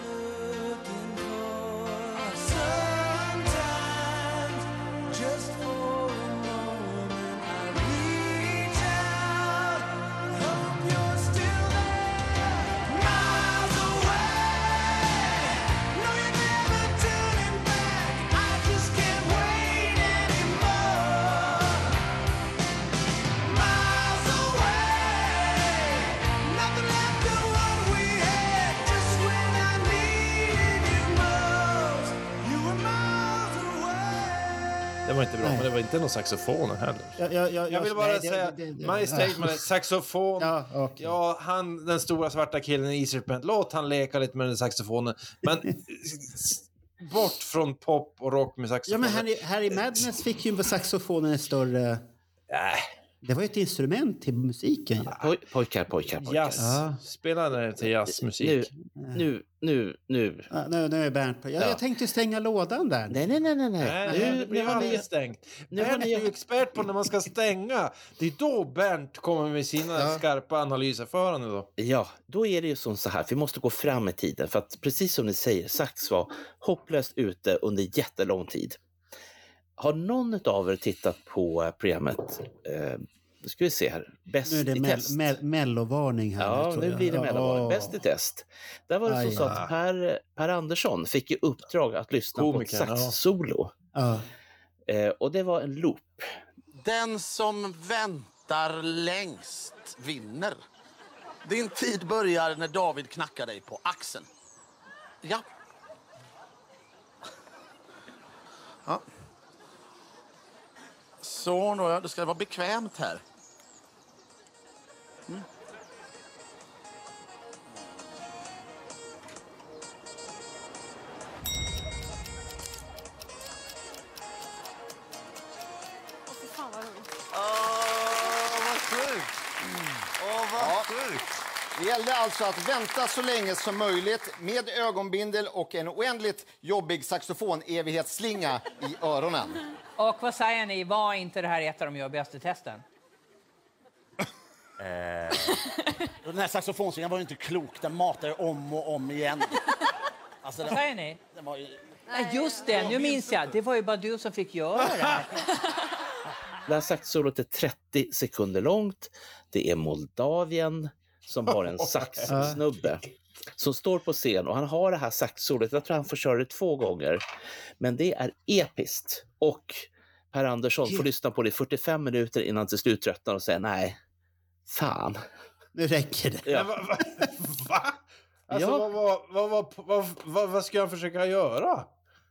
Det var inte bra, men det var inte någon saxofon heller. Jag vill bara säga, My Statement, saxofon. Han, den stora svarta killen i Easter Band, låt han leka lite med den saxofonen. Men bort från pop och rock med saxofonen. Ja, men här i Madness fick ju saxofonen en större... Det var ju ett instrument till musiken. Pojkar. Jazz. Spela det till jazzmusik. Nu. Nu är Bernt. Jag tänkte stänga lådan där. Nej. Nu blir aldrig stängt. Bernt är ju expert på när man ska stänga. Det är då Bernt kommer med sina skarpa analyserförande då. Ja, då är det ju så här. Vi måste gå fram i tiden. För att precis som ni säger, sax var hopplöst ute under jättelång tid. Har någon av er tittat på programmet? Nu ska vi se här. Bäst nu är det i test. Mellovarning här. Ja, nu blir det mellovarning. Bäst i test. Där var det så att Per Andersson fick i uppdrag att lyssna på ett sax-solo. Och det var en loop. Den som väntar längst vinner. Din tid börjar när David knackar dig på axeln. Ja. Så då, det ska vara bekvämt här. Vad sjukt! Det gällde alltså att vänta så länge som möjligt med ögonbindel och en oändligt jobbig saxofon-evighetsslinga i öronen. Och vad säger ni? Var inte det här ett av de jobbigaste testen? Den här saxofonslingan var ju inte klok. Den matade om och om igen. Alltså, vad säger ni? Den var ju... Just det, nu minns jag. Det var ju bara du som fick göra det här. Det här saxsolot är 30 sekunder långt. Det är Moldavien som har en saxsnubbe som står på scen och han har det här saxsolot. Jag tror han får köra det 2 gånger. Men det är episkt. Och Per Andersson får lyssna på det i 45 minuter innan till slut tröttnar och säger nej, fan. Nu räcker det. Ja. Va? Alltså, vad ska han försöka göra?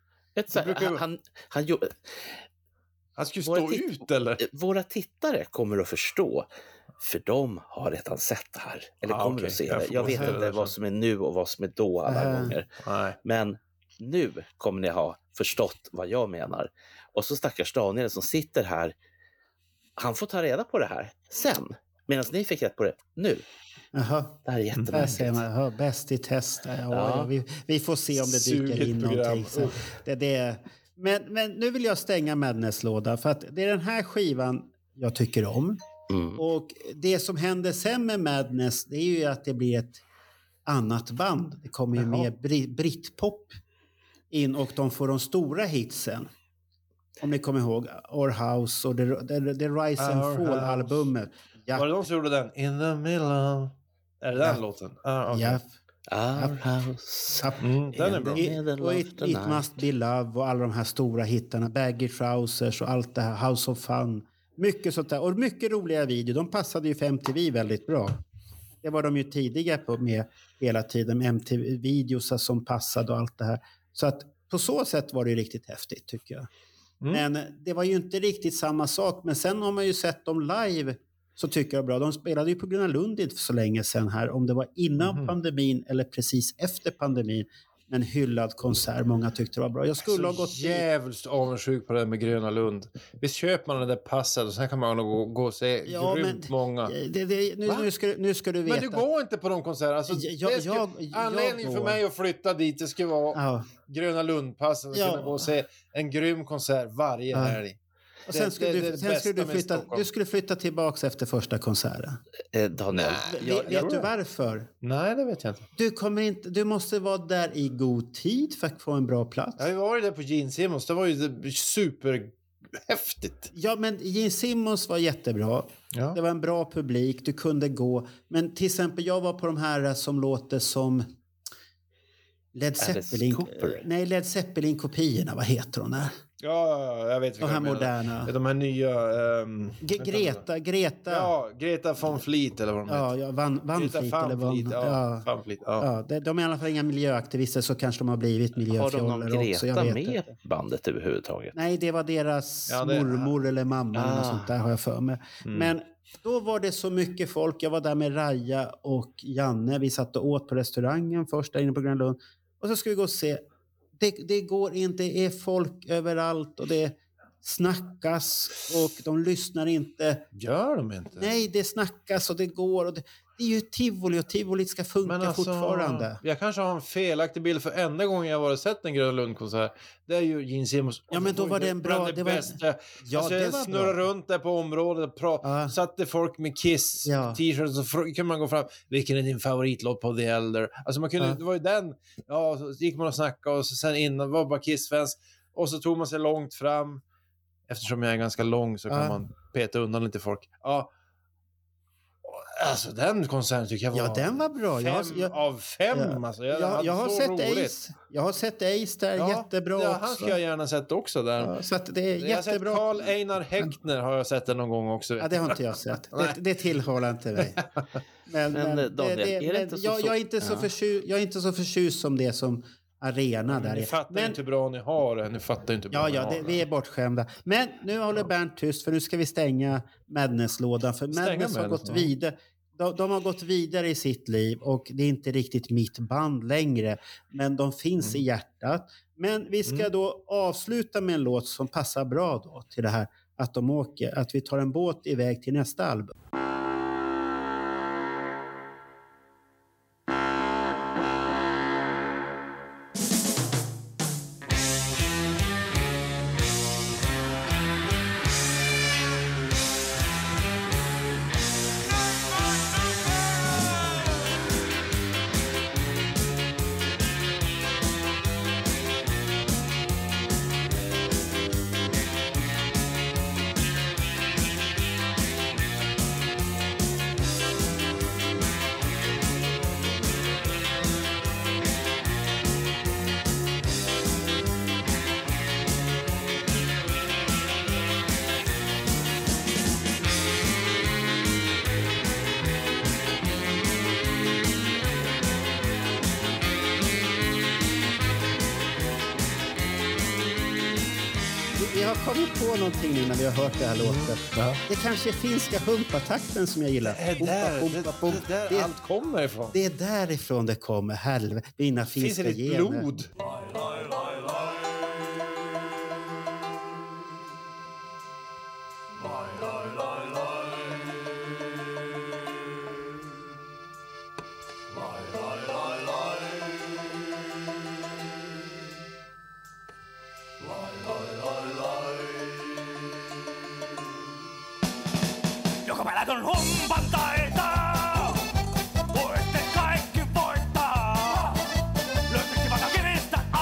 Han skulle stå ut, eller? Våra tittare kommer att förstå. För de har redan sett det här. Eller kommer att se det. Jag vet inte vad som är nu och vad som är då alla gånger. Nej. Men nu kommer ni ha förstått vad jag menar. Och så stackars Daniel som sitter här. Han får ta reda på det här sen. Medan ni fick rätt på det nu. Jaha. Det här är jättemärkligt. Bäst i test. Vi får se om det dyker in någonting. Så men nu vill jag stänga Madness-lådan. För att det är den här skivan jag tycker om. Och det som händer sen med Madness, det är ju att det blir ett annat band. Det kommer ju med Britpop in och de får de stora hitsen. Om ni kommer ihåg Our House och The Rise and Fall-albumet. Ja. Var det de som gjorde den? In the middle. Är det den låten? Okay. Ja. Our House. Den är bra. Och It Must Be Love och alla de här stora hittarna. Baggy Trousers och allt det här. House of Fun. Mycket sånt där. Och mycket roliga videor. De passade ju 5TV väldigt bra. det var de ju tidiga på med hela tiden. Med MTV-videos som passade och allt det här. Så att på så sätt var det ju riktigt häftigt tycker jag. Men det var ju inte riktigt samma sak. Men sen har man ju sett dem live så tycker jag bra. De spelade ju på Gröna Lund inte för så länge sedan här. Om det var innan pandemin eller precis efter pandemin. En hyllad konsert. Många tyckte det var bra. Jag skulle ha gått jävligt avundsjuk på det med Gröna Lund. Visst köper man den där passet och sen kan man gå och se grymt många. Nu ska du veta. Men du går inte på de konserterna. Alltså, anledningen för mig att flytta dit det ska vara Gröna Lund-passen. Ja. Kunna gå och se en grym konsert varje helg. Och sen skulle du flytta tillbaka efter första konserten. Daniel. Vet du varför? Nej, det vet jag inte. Du måste vara där i god tid för att få en bra plats. Jag var ju där på Gene Simmons. Det var ju superhäftigt. Ja, men Gene Simmons var jättebra. Ja. Det var en bra publik. Du kunde gå. Men till exempel, jag var på de här som låter som Led Zeppelin-kopiorna. Vad heter de där? Ja, jag vet de här moderna. De här nya... Greta. Ja, Greta von Fleet eller vad de heter. Ja, Van Fleet eller Van Fleet. Ja. De är i alla fall inga miljöaktivister så kanske de har blivit miljöfjoller också. Har de Greta med bandet överhuvudtaget? Nej, det var deras mormor eller mamma eller något sånt där har jag för mig. Men då var det så mycket folk. Jag var där med Raja och Janne. Vi satt och åt på restaurangen först där inne på Gröna Lund. Och så ska vi gå och se. Det går inte, det är folk överallt och det snackas och de lyssnar inte. Gör de inte? Nej, det snackas och det går och det är ju tivoli och tivoli ska funka fortfarande. Jag kanske har en felaktig bild för enda gången jag var och sett en Gröna Lund-konsert. Det är ju Gene Simmons. Ja, men då var det en bra... Det bästa. Alltså, jag snurrade runt där på området och satte folk med Kiss t-shirts och så kunde man gå fram. Vilken är din favoritlåt på The Elder? Alltså man kunde, det var ju den. Ja, så gick man och snackade och så sen innan var bara Kiss-fans. Och så tog man sig långt fram. Eftersom jag är ganska lång så kan man peta undan lite folk. Ja. Alltså den konserten tycker jag var... Ja, den var bra. 5 av 5. Alltså, jag har sett roligt. Ace. Jag har sett Ace där, jättebra också. Han ska jag gärna sett också där. Ja, så att det är jättebra. Jag har sett Carl Einar Häckner har jag sett den någon gång också. Ja, det har inte jag sett. det tillhåller inte mig. Men Daniel, är det inte så... Jag är inte så förtjust som det som arena där. Ni fattar inte hur bra ni har det. Ni fattar inte hur bra vi är bortskämda. Men nu håller Bernt tyst för nu ska vi stänga Madness-lådan. För Madness har gått vidare. De har gått vidare i sitt liv och det är inte riktigt mitt band längre. Men de finns i hjärtat. Men vi ska då avsluta med en låt som passar bra då till det här att de åker. Att vi tar en båt iväg till nästa album. Vi har kommit på någonting nu när vi har hört det här låtet. Ja. Det kanske är finska humpatakten som jag gillar. Det är där allt kommer ifrån. Det är därifrån det kommer. Helvete, mina finska gener. Finns det ditt blod? Kun humpan taitaa, voitte kaikki voittaa. Löytyy kivata kivistä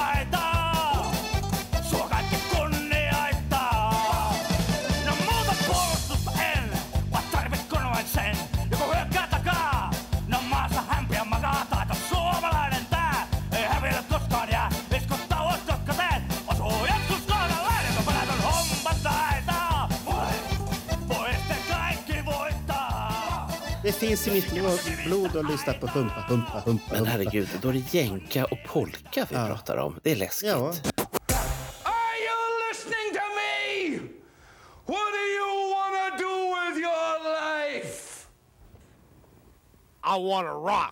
Det finns i mitt blod att lyssna på humpa. Men herregud, då är det jänka och polka vi pratar om. Det är läskigt. Ja. Are you listening to me? What do you want to do with your life? I want to rock.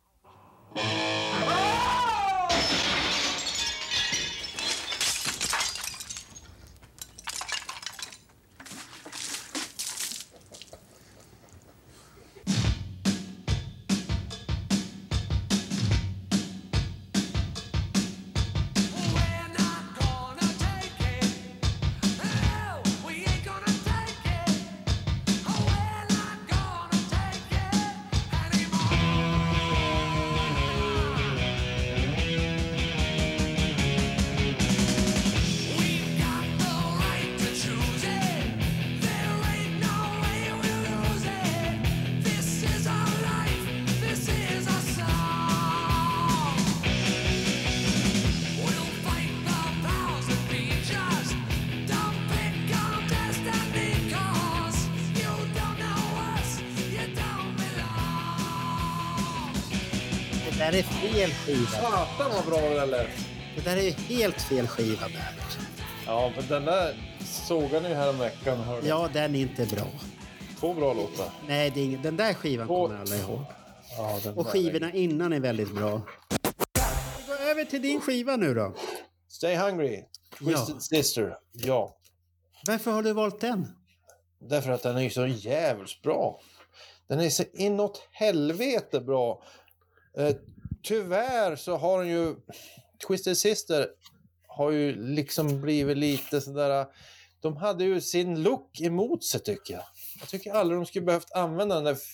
Det där är fel skiva. Satan vad bra det lät. Det där är helt fel skiva där. Ja, men den där såg ni ju här om veckan. Hörde. Ja, den är inte bra. 2 bra låtar. Nej, det är ingen. Den där skivan kommer alla ihåg. Ja, och skivorna innan är väldigt bra. Vi går över till din skiva nu då. Stay Hungry, Twisted Sister. Ja. Varför har du valt den? Därför att den är ju så jävligt bra. Den är så inåt helvete bra. Tyvärr så har den ju... Twisted Sister har ju liksom blivit lite sådär... De hade ju sin look emot sig tycker jag. Jag tycker aldrig de skulle behövt använda den där...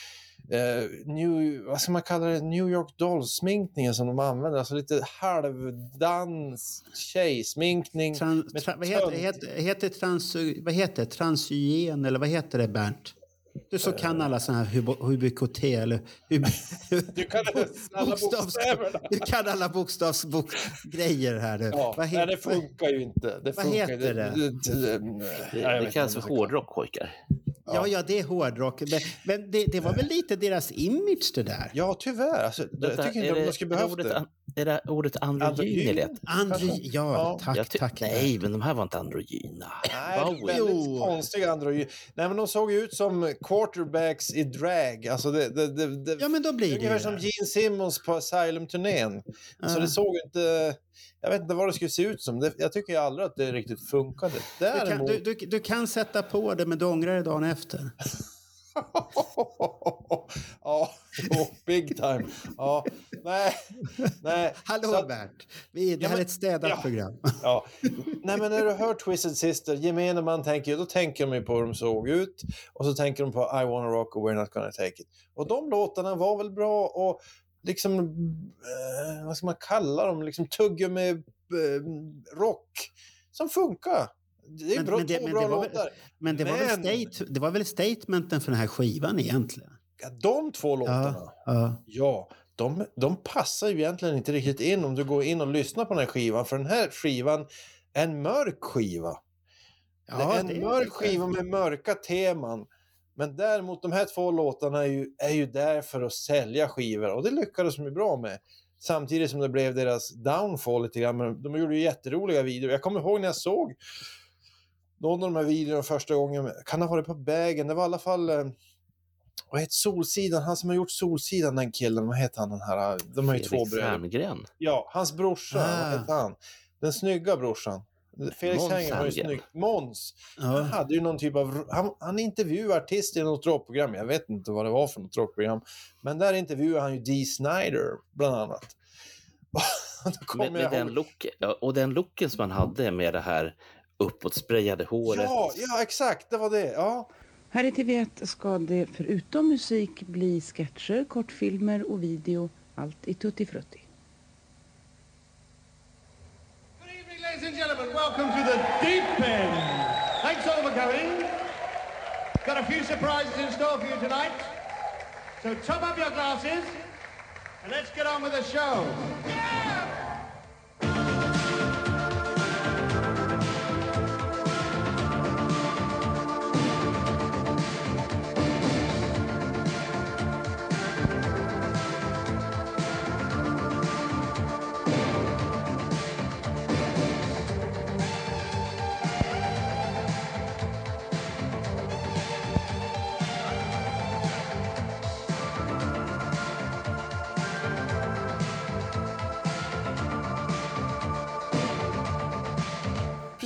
vad ska man kalla det? New York Dolls-sminkningen som de använder. Alltså lite halvdans tjejsminkning. Vad heter transhygen eller vad heter det, Bernt? Du så kan alla såna här HBKT eller du kan alla bokstäverna. Du kan alla bokstavsgrejer här nu. Ja, nej, det funkar ju inte. Vad heter det? Det kallas för hårdrock, pojkar. Ja, det är hårdrock. Men det var väl lite deras image det där? Ja, tyvärr. Alltså, jag tycker inte de skulle behövt det. Är det ordet androgyn i det? Ja, tack. Nej, men de här var inte androgyna. Nej, väldigt konstiga androgyn. Nej, men de såg ut som quarterbacks i drag. Alltså ja, men då blir det ungefär som Gene Simmons på Asylum-turnén. Så det såg inte... Jag vet inte vad det skulle se ut som. Jag tycker aldrig att det riktigt funkade. Du kan sätta på det, men du ångrar det dagen efter. Ja, big time. Ja, nej. Hallå Bert, det här är ett städat program. Ja. Nej, men när du hör Twisted Sister, gemene man då tänker de ju på hur de såg ut. Och så tänker de på I Wanna Rock och We're Not Gonna Take It. Och de låtarna var väl bra och liksom, vad ska man kalla dem? Liksom tugga med rock som funkar. Det är bra låtar. Men det var väl statementen för den här skivan egentligen? Ja, de 2 låtarna. Ja, de passar ju egentligen inte riktigt in om du går in och lyssnar på den här skivan. För den här skivan är en mörk skiva. Ja, en mörk skiva med mörka teman. Men däremot de här 2 låtarna är ju där för att sälja skivor. Och det lyckades de ju bra med. Samtidigt som det blev deras downfall lite grann. Men de gjorde ju jätteroliga videor. Jag kommer ihåg när jag såg någon av de här videorna första gången. Kan ha varit på vägen. Det var i alla fall... vad heter Solsidan? Han som har gjort Solsidan, den killen. Vad heter han den här? De har ju 2 bröder. Ja, hans brorsa. Vad heter han? Den snygga brorsan. Felix Hanger var ju snygg. Måns. Han hade ju någon typ av... Han intervjuade artister i något rockprogram. Jag vet inte vad det var för något rockprogram. Men där intervjuade han ju Dee Snider bland annat. med den looken som han hade med det här uppåtsprayade håret. Ja, exakt. Det var det. Ja. Här i TV1 ska det förutom musik bli sketcher, kortfilmer och video. Allt i tutti frutti. Ladies and gentlemen, welcome to the Deep End. Thanks all for coming. Got a few surprises in store for you tonight. So top up your glasses and let's get on with the show. Yeah!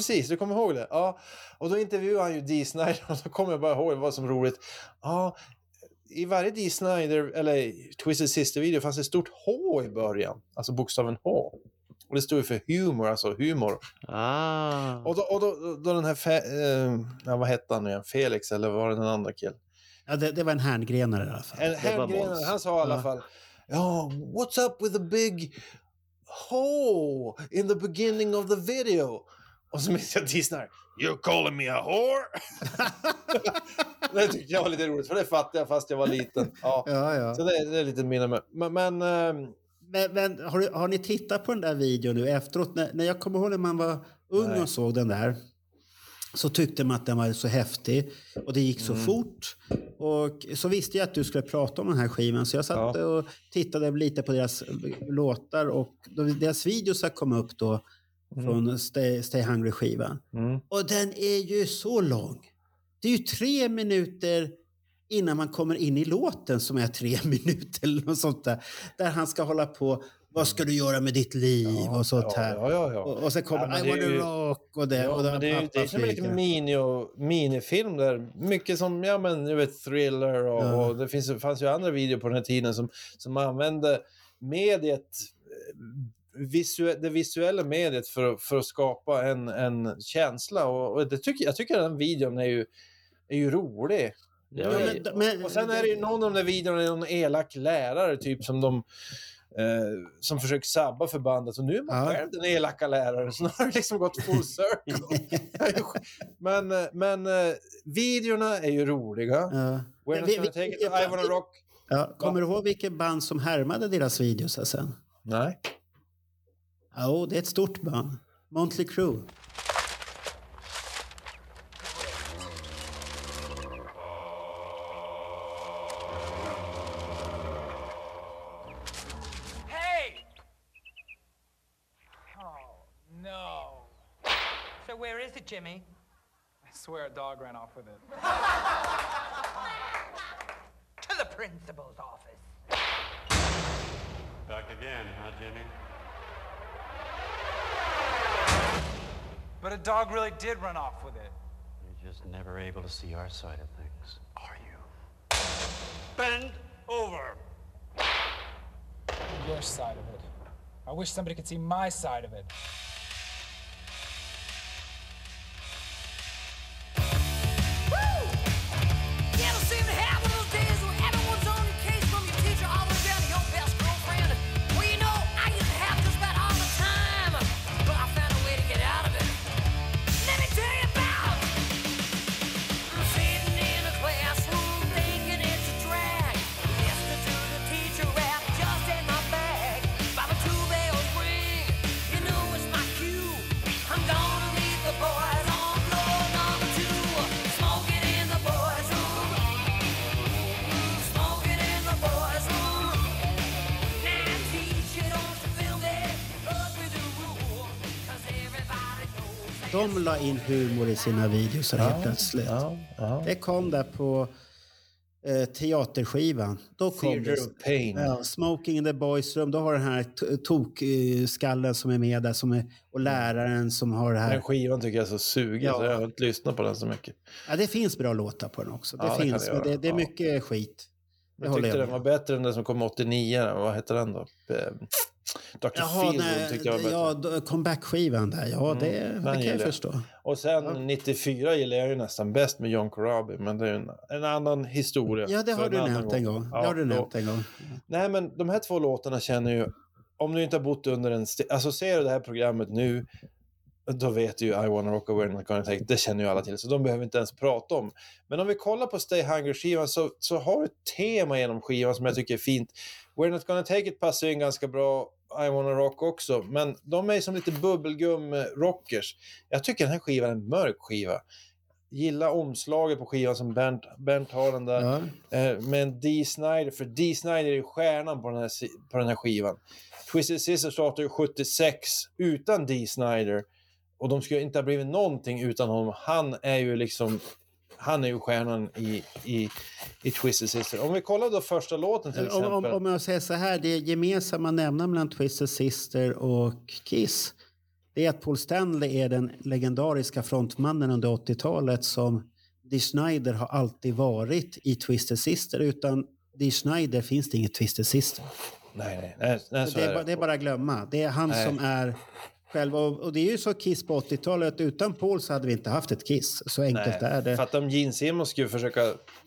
precis. Du kommer ihåg det? Ja. Och då intervjuade han ju Dee Snider och så kommer jag bara ihåg vad som roligt. Ja, i varje Dee Snider eller Twisted Sister-video fanns ett stort H i början. Alltså bokstaven H. Och det stod för humor, alltså humor. Och då den här vad hette han nu igen? Felix eller var det den andra killen? Ja, det var en handgrenare i alla fall. En handgrenare, han sa i alla fall what's up with the big hole in the beginning of the video? Och så minns jag Disney, you're calling me a whore? Det tyckte jag var lite roligt, för det fattade jag fast jag var liten. Ja. Så det är lite minne med. Men har ni tittat på den där videon nu efteråt? När jag kommer ihåg när man var ung och såg den där, så tyckte man att den var så häftig och det gick så fort. Och så visste jag att du skulle prata om den här skivan, så jag satt och tittade lite på deras låtar, och deras videos kom upp då från Stay Hungry-skivan. Och den är ju så lång. Det är ju 3 minuter innan man kommer in i låten som är 3 minuter eller något sånt där han ska hålla på, vad ska du göra med ditt liv och sånt här. Och sen kommer I wanna rock och det. Och men det är som en liten minifilm där. Mycket som, thriller och det fanns ju andra videor på den här tiden som använde mediet, det visuella mediet för att skapa en känsla. Och jag tycker den videon är ju rolig. Och sen är det ju någon av de där videorna, någon elak lärare typ som försöker sabba förbandet, och nu är man själv den elaka läraren, så nu har det liksom gått full circle. men videorna är ju roliga. I wanna rock. Kommer du ihåg vilken band som härmade deras videos sen? Nej. Ja, det är ett stort band. Motley Crue. Where is it, Jimmy? I swear a dog ran off with it. To the principal's office. Back again, huh, Jimmy? But a dog really did run off with it. You're just never able to see our side of things, are you? Bend over! Your side of it. I wish somebody could see my side of it. De la in humor i sina videos helt plötsligt. Det kom där på teaterskivan. Då kom det Smoking in the Boys Room. Då har den här tokskallen som är med där, och läraren som har det här. Den skivan tycker jag är så sugen, så jag har inte lyssnat på den så mycket. Ja, det finns bra låtar på den också. Det finns, men det är mycket skit. Jag tyckte den var bättre än den som kom 89. Vad heter den då? Dr. Feelgood tyckte jag var bättre. Ja, comeback-skivan där. Det kan jag förstå. Och sen 94 gillar jag ju nästan bäst med John Corabi, men det är en annan historia. Ja, det har du nämnt en gång. Nej, men de här 2 låtarna känner ju, om du inte har bott under alltså ser du det här programmet nu, då vet du ju I wanna rock away, det känner ju alla till, så de behöver inte ens prata om. Men om vi kollar på Stay Hungry-skivan så har ett tema genom skivan som jag tycker är fint. We're Not Gonna Take It passar in ganska bra, I wanna rock också, men de är som lite bubbelgum-rockers. Jag tycker den här skivan är en mörk skiva. Gillar omslaget på skivan som Bernt har den där med en Dee Snider, för Dee Snider är ju stjärnan på den här skivan. Twisted Sister startade ju 76 utan Dee Snider, och de skulle inte ha blivit någonting utan honom. Han är ju stjärnan i Twisted Sister. Om vi kollar då första låten till exempel. Om jag säger så här, det gemensamma nämnaren mellan Twisted Sister och Kiss, det är att Paul Stanley är den legendariska frontmannen under 80-talet som Dee Snider har alltid varit i Twisted Sister. Utan Dee Snider finns det inget Twisted Sister. Nej, det är bara att glömma. Det är han som är själv. Och det är ju så Kiss på 80-talet. Utan Paul så hade vi inte haft ett Kiss. Så enkelt är det. För att om Gene Simmons skulle försöka...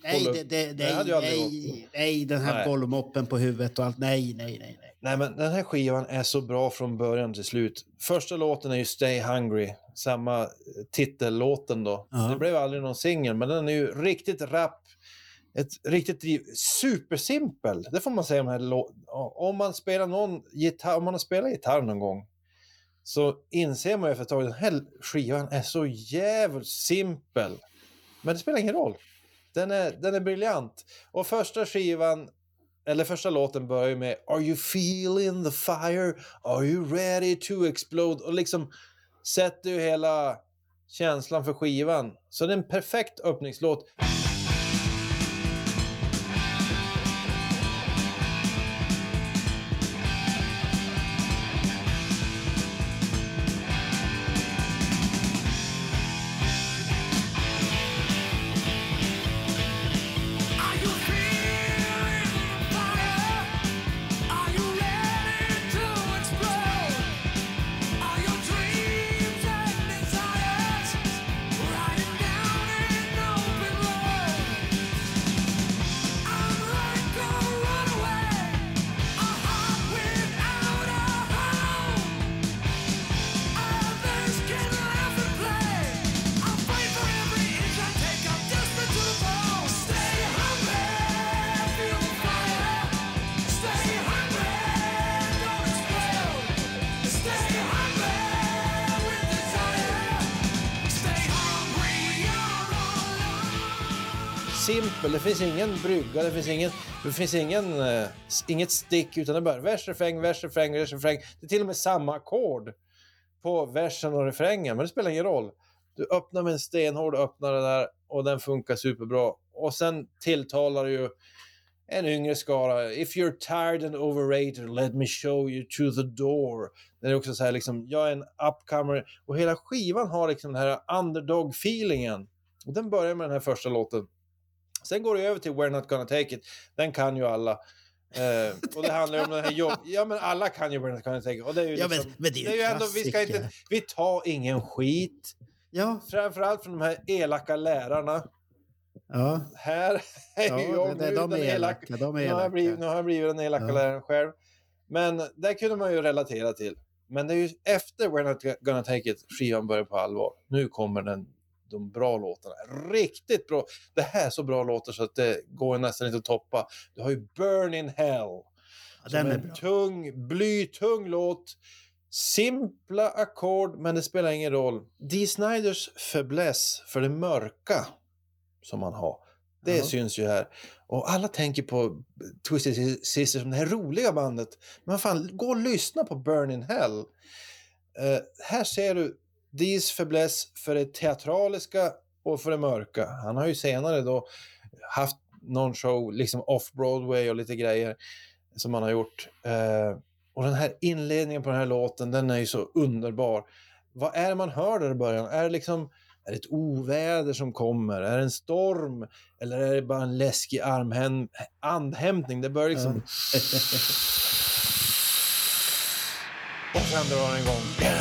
Nej, den här bollmoppen på huvudet och allt. Nej. Nej, men den här skivan är så bra från början till slut. Första låten är ju Stay Hungry. Samma titellåten då. Det blev aldrig någon singel, men den är ju riktigt rapp. Ett riktigt driv. Supersimpel. Det får man säga om den här om man spelar någon gitarr, om man har spelat gitarr någon gång, så inser man ju efter ett tag att den här skivan är så jävligt simpel. Men det spelar ingen roll. Den är briljant. Och första låten börjar ju med Are you feeling the fire? Are you ready to explode? Och liksom sätter ju hela känslan för skivan. Så det är en perfekt öppningslåt. Simpel, det finns ingen brygga, det finns inget stick, utan det är bara vers, refräng. Det är till och med samma ackord på versen och refrängen, men det spelar ingen roll. Du öppnar med en stenhård öppnare där och den funkar superbra. Och sen tilltalar ju en yngre skara. If you're tired and overrated, let me show you to the door. Det är också så här liksom, jag är en upcomer, och hela skivan har liksom den här underdog-feelingen. Och den börjar med den här första låten. Sen går det över till We're Not Gonna Take It. Den kan ju alla. Och det handlar ju om den här ja, men alla kan ju We're Not Gonna Take It. Och det är ju liksom, men det är ju ändå, vi tar ingen skit. Ja. Framförallt från de här elaka lärarna. Ja. Här är ju jag nu de är elaka. Nu har jag blivit den elaka läraren själv. Men där kunde man ju relatera till. Men det är ju efter We're Not Gonna Take It skivan börjar på allvar. Nu kommer de bra låtarna. Riktigt bra. Det här är så bra låtar så att det går nästan inte att toppa. Du har ju Burn in Hell. Den är en blytung låt. Simpla ackord, men det spelar ingen roll. Dee Sniders fäbless för det mörka som man har. Det syns ju här. Och alla tänker på Twisted Sister som det här roliga bandet. Men fan, gå och lyssna på Burn in Hell. Här ser du Dees fäbless för det teatraliska och för det mörka. Han har ju senare då haft någon show liksom off-Broadway och lite grejer som han har gjort. Och den här inledningen på den här låten, den är ju så underbar. Vad är det man hör där i början? Är det ett oväder som kommer? Är det en storm? Eller är det bara en läskig andhämtning? Det börjar liksom... Och sen drar han igång.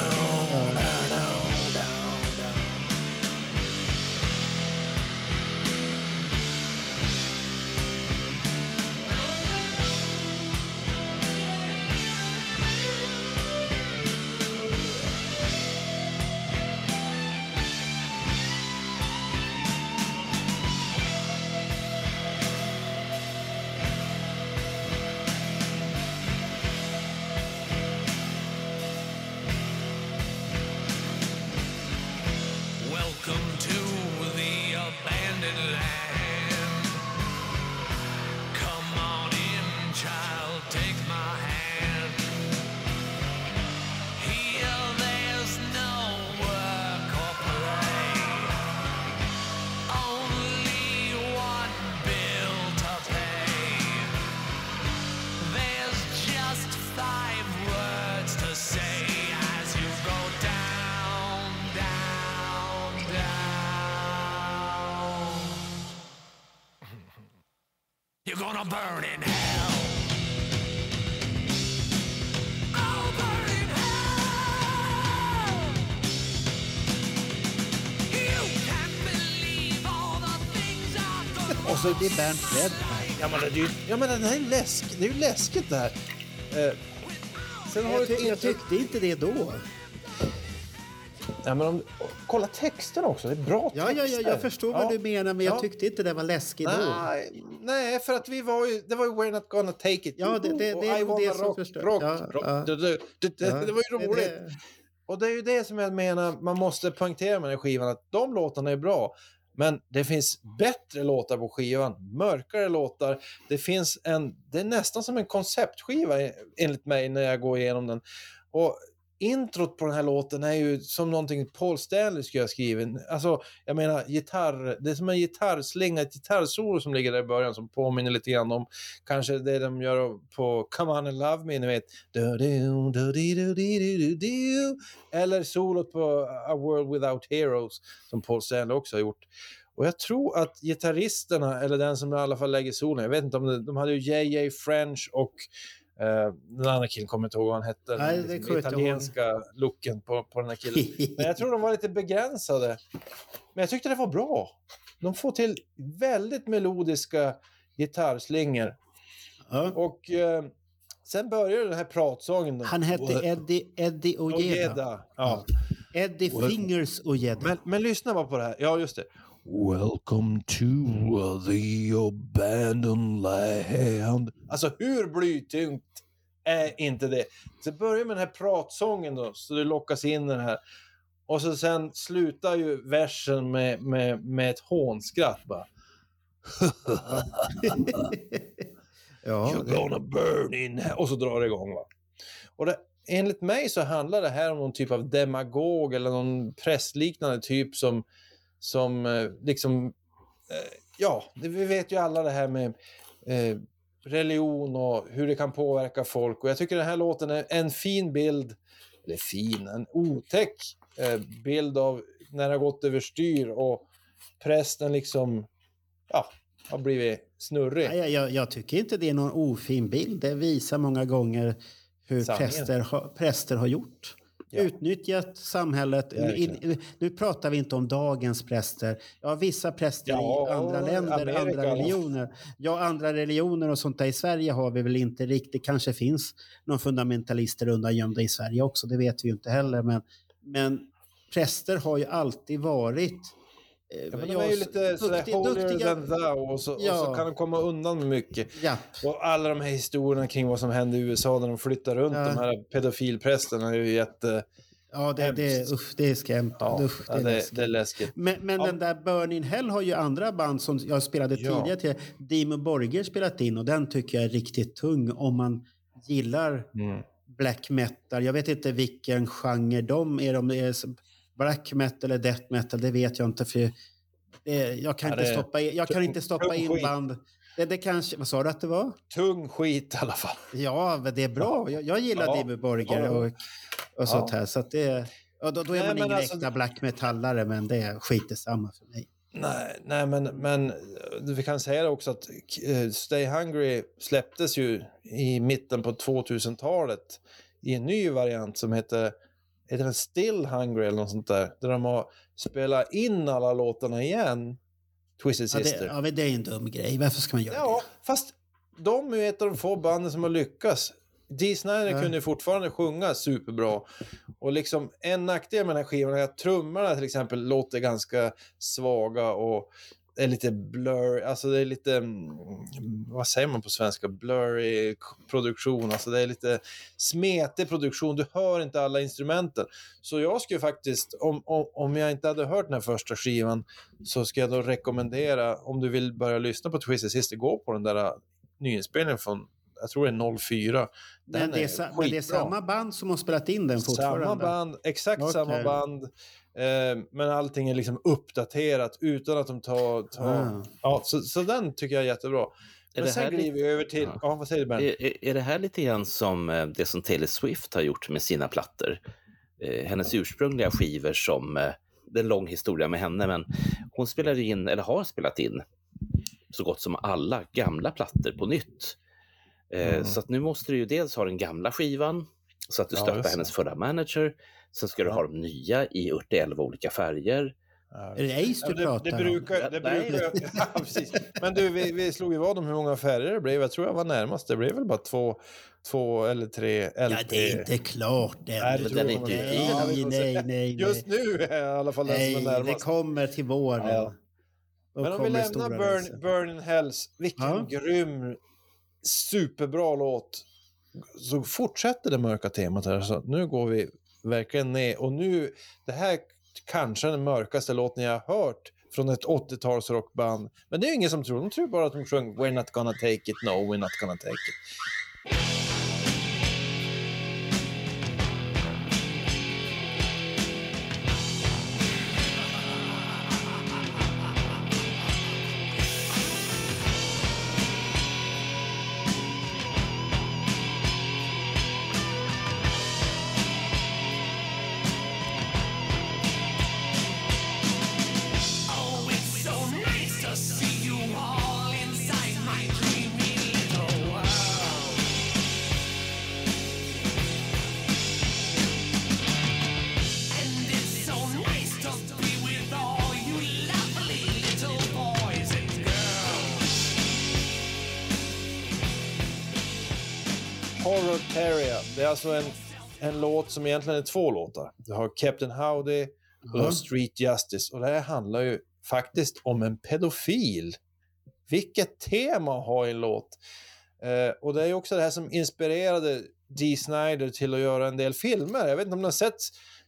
burning hell. Oh, burning hell. You can't believe all the things I've done. Och så det är Bernt Red. Ja, men den här är det är ju läskigt det här. Sen har jag tyckte inte det då. Ja, men kolla texten också, det är bra texter. Ja, jag förstår vad du menar, men jag tyckte inte det var läskigt då. Nej, för att det var ju We're Not Gonna Take It. Ja, det är det som förstår. Det var ju roligt. Och det är ju det som jag menar, man måste poängtera med den skivan, att de låtarna är bra. Men det finns bättre låtar på skivan, mörkare låtar. Det är nästan som en konceptskiva enligt mig när jag går igenom den. Och introt på den här låten är ju som någonting Paul Stanley skulle ha skrivit. Alltså, jag menar, det är som en gitarrslinga, ett gitarrsolo som ligger där i början som påminner lite grann om kanske det de gör på Come On and Love Me, ni vet. Eller solot på A World Without Heroes som Paul Stanley också har gjort. Och jag tror att gitarristerna, eller den som i alla fall lägger solen, jag vet inte om de hade ju J.J. French och den andra killen kommer inte ihåg vad han hette. Nej, den italienska looken på den här killen. Men jag tror de var lite begränsade. Men jag tyckte det var bra. De får till väldigt melodiska gitarrslingor. Ja. Och sen börjar den här pratsången. Han hette Eddie Ojeda. Ja. Eddie Fingers Ojeda. Men lyssna bara på det här. Ja, just det. Welcome to the abandoned land. Alltså hur blytungt är inte det? Så börjar med den här pratsången då, så det lockas in den här. Och så sen slutar ju versen med ett hånskratt bara. You're gonna burn in. Och så drar det igång, va. Och enligt mig så handlar det här om någon typ av demagog eller någon pressliknande typ som liksom vi vet ju alla det här med religion och hur det kan påverka folk, och jag tycker den här låten är en fin bild, en otäck bild av när det har gått överstyr och prästen liksom har blivit snurrig. Jag tycker inte det är någon ofin bild. Det visar många gånger hur präster har gjort. Ja. Utnyttjat samhället. Nu pratar vi inte om dagens präster. Ja, vissa präster i andra länder, Amerika, andra religioner. Ja, andra religioner och sånt där i Sverige har vi väl inte riktigt. Kanske finns någon fundamentalister undangömda i Sverige också. Det vet vi ju inte heller. Men präster har ju alltid varit... men de är ju lite sådär holier than thou och så kan de komma undan med mycket. Ja. Och alla de här historierna kring vad som hände i USA när de flyttar runt de här pedofilprästerna är ju jätte... Ja, det är skrämt. Ja, det är läskigt. Men den där Burning Hell har ju andra band som jag spelade tidigare till. Dimmu Borgir spelat in, och den tycker jag är riktigt tung om man gillar black metal. Jag vet inte vilken genre de är. Black metal eller death metal, det vet jag inte, för jag kan inte stoppa in band. Det kanske, vad sa du att det var? Tung skit i alla fall. Ja, men det är bra. Jag gillar Dimmu Borgir och sånt här, så att det, då är man ingen äkta black metallare, men det är skitsamma för mig. Nej, men vi kan säga det också att Stay Hungry släpptes ju i mitten på 2000-talet i en ny variant som heter den Still Hungry eller något sånt där de har spelat in alla låtarna igen, Twisted Sister. Men det är en dum grej. Varför ska man göra det? Ja, fast de är ett av de få banden som har lyckats. Dee Snider kunde fortfarande sjunga superbra. Och liksom en nackdel med den här skivan är att trummorna till exempel låter ganska svaga och är lite blurry, alltså det är lite, vad säger man på svenska, blurry produktion, alltså det är lite smetig produktion, du hör inte alla instrumenten. Så jag skulle faktiskt, om jag inte hade hört den här första skivan, så ska jag då rekommendera, om du vill börja lyssna på Twisted Sister, gå på den där nyinspelningen från, jag tror det är 04. Men det är samma band som har spelat in den fortfarande? Samma band, exakt samma band. Men allting är liksom uppdaterat utan att de tar... Ja, så den tycker jag är jättebra. Men sen glider vi över till... Ja, vad säger du, Ben? Är det här lite grann som det som Taylor Swift har gjort med sina plattor? Hennes ursprungliga skivor som... Det är en lång historia med henne, men hon spelade in, eller har spelat in så gott som alla gamla plattor på nytt. Så att nu måste du ju dels ha den gamla skivan så att du stöttar hennes förra manager. Sen ska du ha de nya i 11 olika färger. Är det Ace du pratar det brukar ja, precis. Men du, vi slog ju vad om hur många färger det blev. Jag tror jag var närmast. Det blev väl bara två eller tre LP. Ja, det är inte klart än. Nej. Just nu är i alla fall den som är närmast. Det kommer till våren. Ja. Men om vi lämnar Burn in Hells, vilken grym, superbra låt. Så fortsätter det mörka temat här. Så nu går vi verkligen ner. Och nu, det här kanske den mörkaste låten jag har hört från ett 80-tals rockband. Men det är ju ingen som tror. De tror bara att de sjöng We're not gonna take it, no, we're not gonna take it. Det är alltså en låt som egentligen är 2 låtar. Du har Captain Howdy och du har Street Justice. Och det här handlar ju faktiskt om en pedofil. Vilket tema har en låt. Och det är ju också det här som inspirerade Dee Snider till att göra en del filmer. Jag vet inte om ni har sett,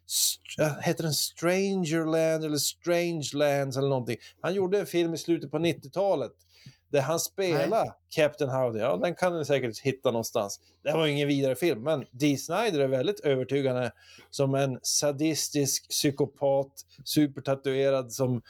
heter den Strangerland eller Strangelands eller någonting. Han gjorde en film i slutet på 90-talet. Där han spelar Captain Howdy. Ja, den kan ni säkert hitta någonstans. Det var ingen vidare film, men Dee Snider är väldigt övertygande som en sadistisk psykopat, supertatuerad som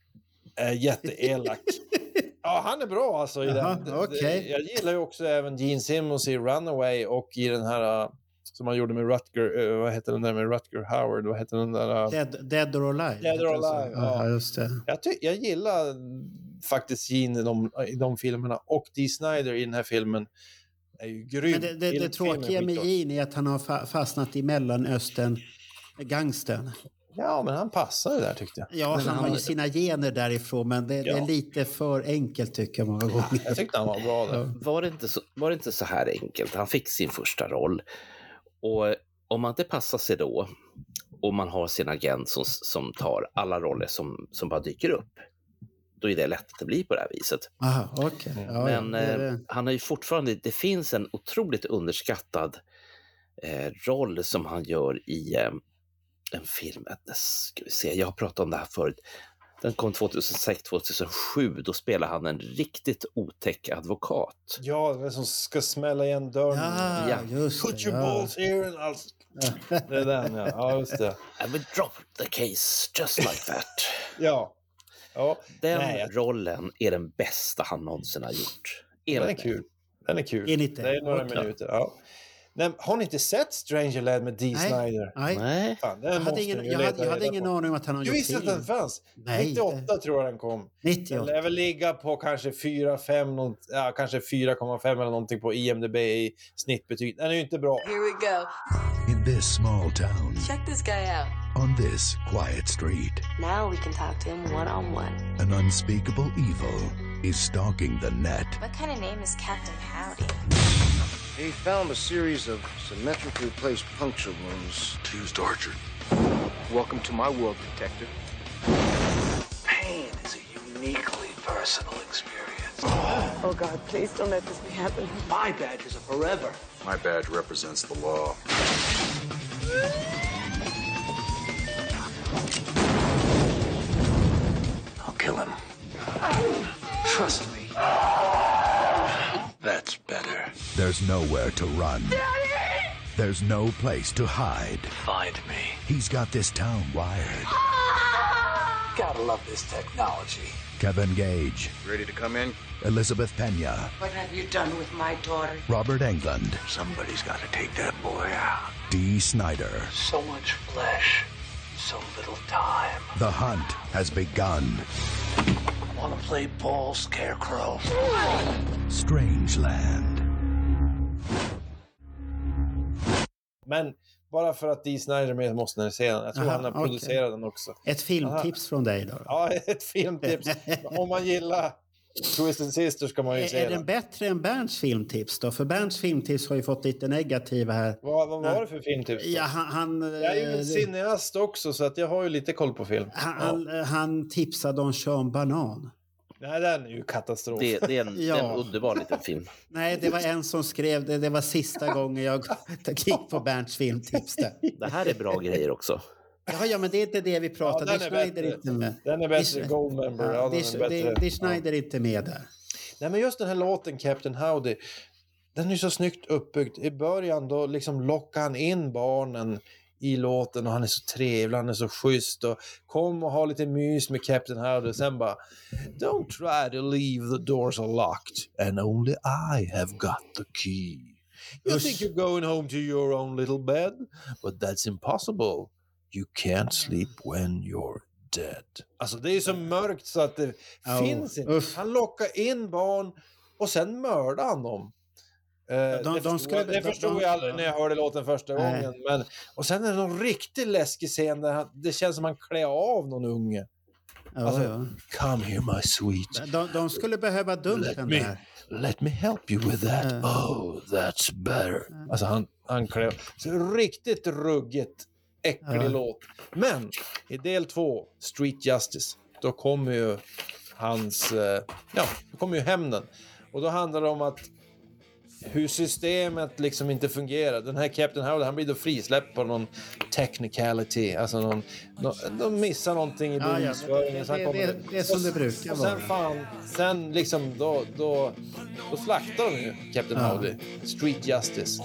är jätteelak. Ja, han är bra alltså i den. Okay. Jag gillar ju också även Gene Simmons i Runaway och i den här som han gjorde med Rutger, vad heter den där med Rutger Howard, vad heter den där? Dead or Alive. Dead or Alive, ja. Just det. Jag gillar faktiskt Gene i de filmerna, och Dee Snider i den här filmen är ju grym. Men det tråkiga med Gene är att han har fastnat i Mellanöstern gangstern. Ja, men han passar ju där tyckte jag. Ja, men han har ju sina gener därifrån, men det är lite för enkelt tycker jag många gånger. Jag tyckte han var bra där. Var det inte så här enkelt? Han fick sin första roll. Och om man inte passar sig då, och man har sin agent som tar alla roller som bara dyker upp, då är det lätt att det blir på det här viset. Aha, okay. Men han har ju fortfarande, det finns en otroligt underskattad roll som han gör i en film. Ska vi se, jag har pratat om det här förut. Den kom 2006-2007. Då spelar han en riktigt otäck advokat. Ja, den som ska smälla igen dörren. Ja, just Put your balls here and I'll... Det är den, ja. Ja, just det. I will drop the case just like that. Ja. Rollen är den bästa han någonsin har gjort. Den är kul. Det är några minuter, ja. Nej, har ni inte sett Strangerland med Dee Snider? Nej. Fan, jag hade ingen aning om att han har gjort film. Du visste att den fanns? Nej. 98 tror jag den kom. 98. Den lär väl ligga på kanske 4,5, kanske 4,5 eller någonting på IMDb i snittbetyg. Den är ju inte bra. Here we go. In this small town. Check this guy out. On this quiet street. Now we can talk to him one-on-one. An unspeakable evil is stalking the net. What kind of name is Captain Howdy? He found a series of symmetrically placed puncture wounds. To use torture. Welcome to my world, detective. Pain is a uniquely personal experience. Oh, God, please don't let this be happening. My badge is a forever. My badge represents the law. I'll kill him. Trust me. That's better. There's nowhere to run. Daddy! There's no place to hide. Find me. He's got this town wired. Gotta love this technology. Kevin Gage. Ready to come in? Elizabeth Pena. What have you done with my daughter? Robert Englund. Somebody's gotta take that boy out. Dee Snider. So much flesh, so little time. The hunt has begun. Wanna play ball, Scarecrow? Strangeland. Men bara för att Dee Snider med måste ni se den. Jag tror han har producerat den också. Ett filmtips från dig då? Ja, ett filmtips. Om man gillar Twisted Sister ska man ju se den. Är den bättre än Bernts filmtips då? För Bernts filmtips har ju fått lite negativa här. Vad var det för filmtips då? Ja, jag är ju en cineast också så att jag har ju lite koll på film. Han tipsade om Sean Banan. Nej, den är ju katastrof. Det är en underbar liten film. Nej, det var en som skrev det. Det var sista gången jag gick på Bernts filmtips där. Det här är bra grejer också. Ja, men det är inte det vi pratar. Ja, Dee Snider är inte med. Den är bättre. Goldmember. Ja, Dee Snider är inte med där. Nej, men just den här låten Captain Howdy, den är så snyggt uppbyggd. I början då liksom lockar han in barnen i låten och han är så trevlig, han är så schysst och kom och ha lite mys med Captain Howdy. Sen bara, don't try to leave the doors are locked and only I have got the key. You think you're going home to your own little bed, but that's impossible. You can't sleep when you're dead. Alltså det är så mörkt så att det finns inte. Han lockar in barn och sen mördar han dem. Det förstod jag aldrig när jag hörde låten första gången. Men, och sen är det någon riktigt läskig scen där det känns som att man klär av någon unge. Come here my sweet. De skulle behöva dumpen där. Let me help you with that. Oh, that's better. Alltså han klär så riktigt ruggigt äcklig låt. Men i del 2, Street Justice, då kommer ju då kommer ju hämnden. Och då handlar det om att hur systemet liksom inte fungerar. Den här Captain Howdy, han blir då frisläppt på någon technicality. Alltså de missar någonting i bevisföringen. Det är som det brukar vara. Sen liksom då slaktar de ju Captain Howdy. Street Justice.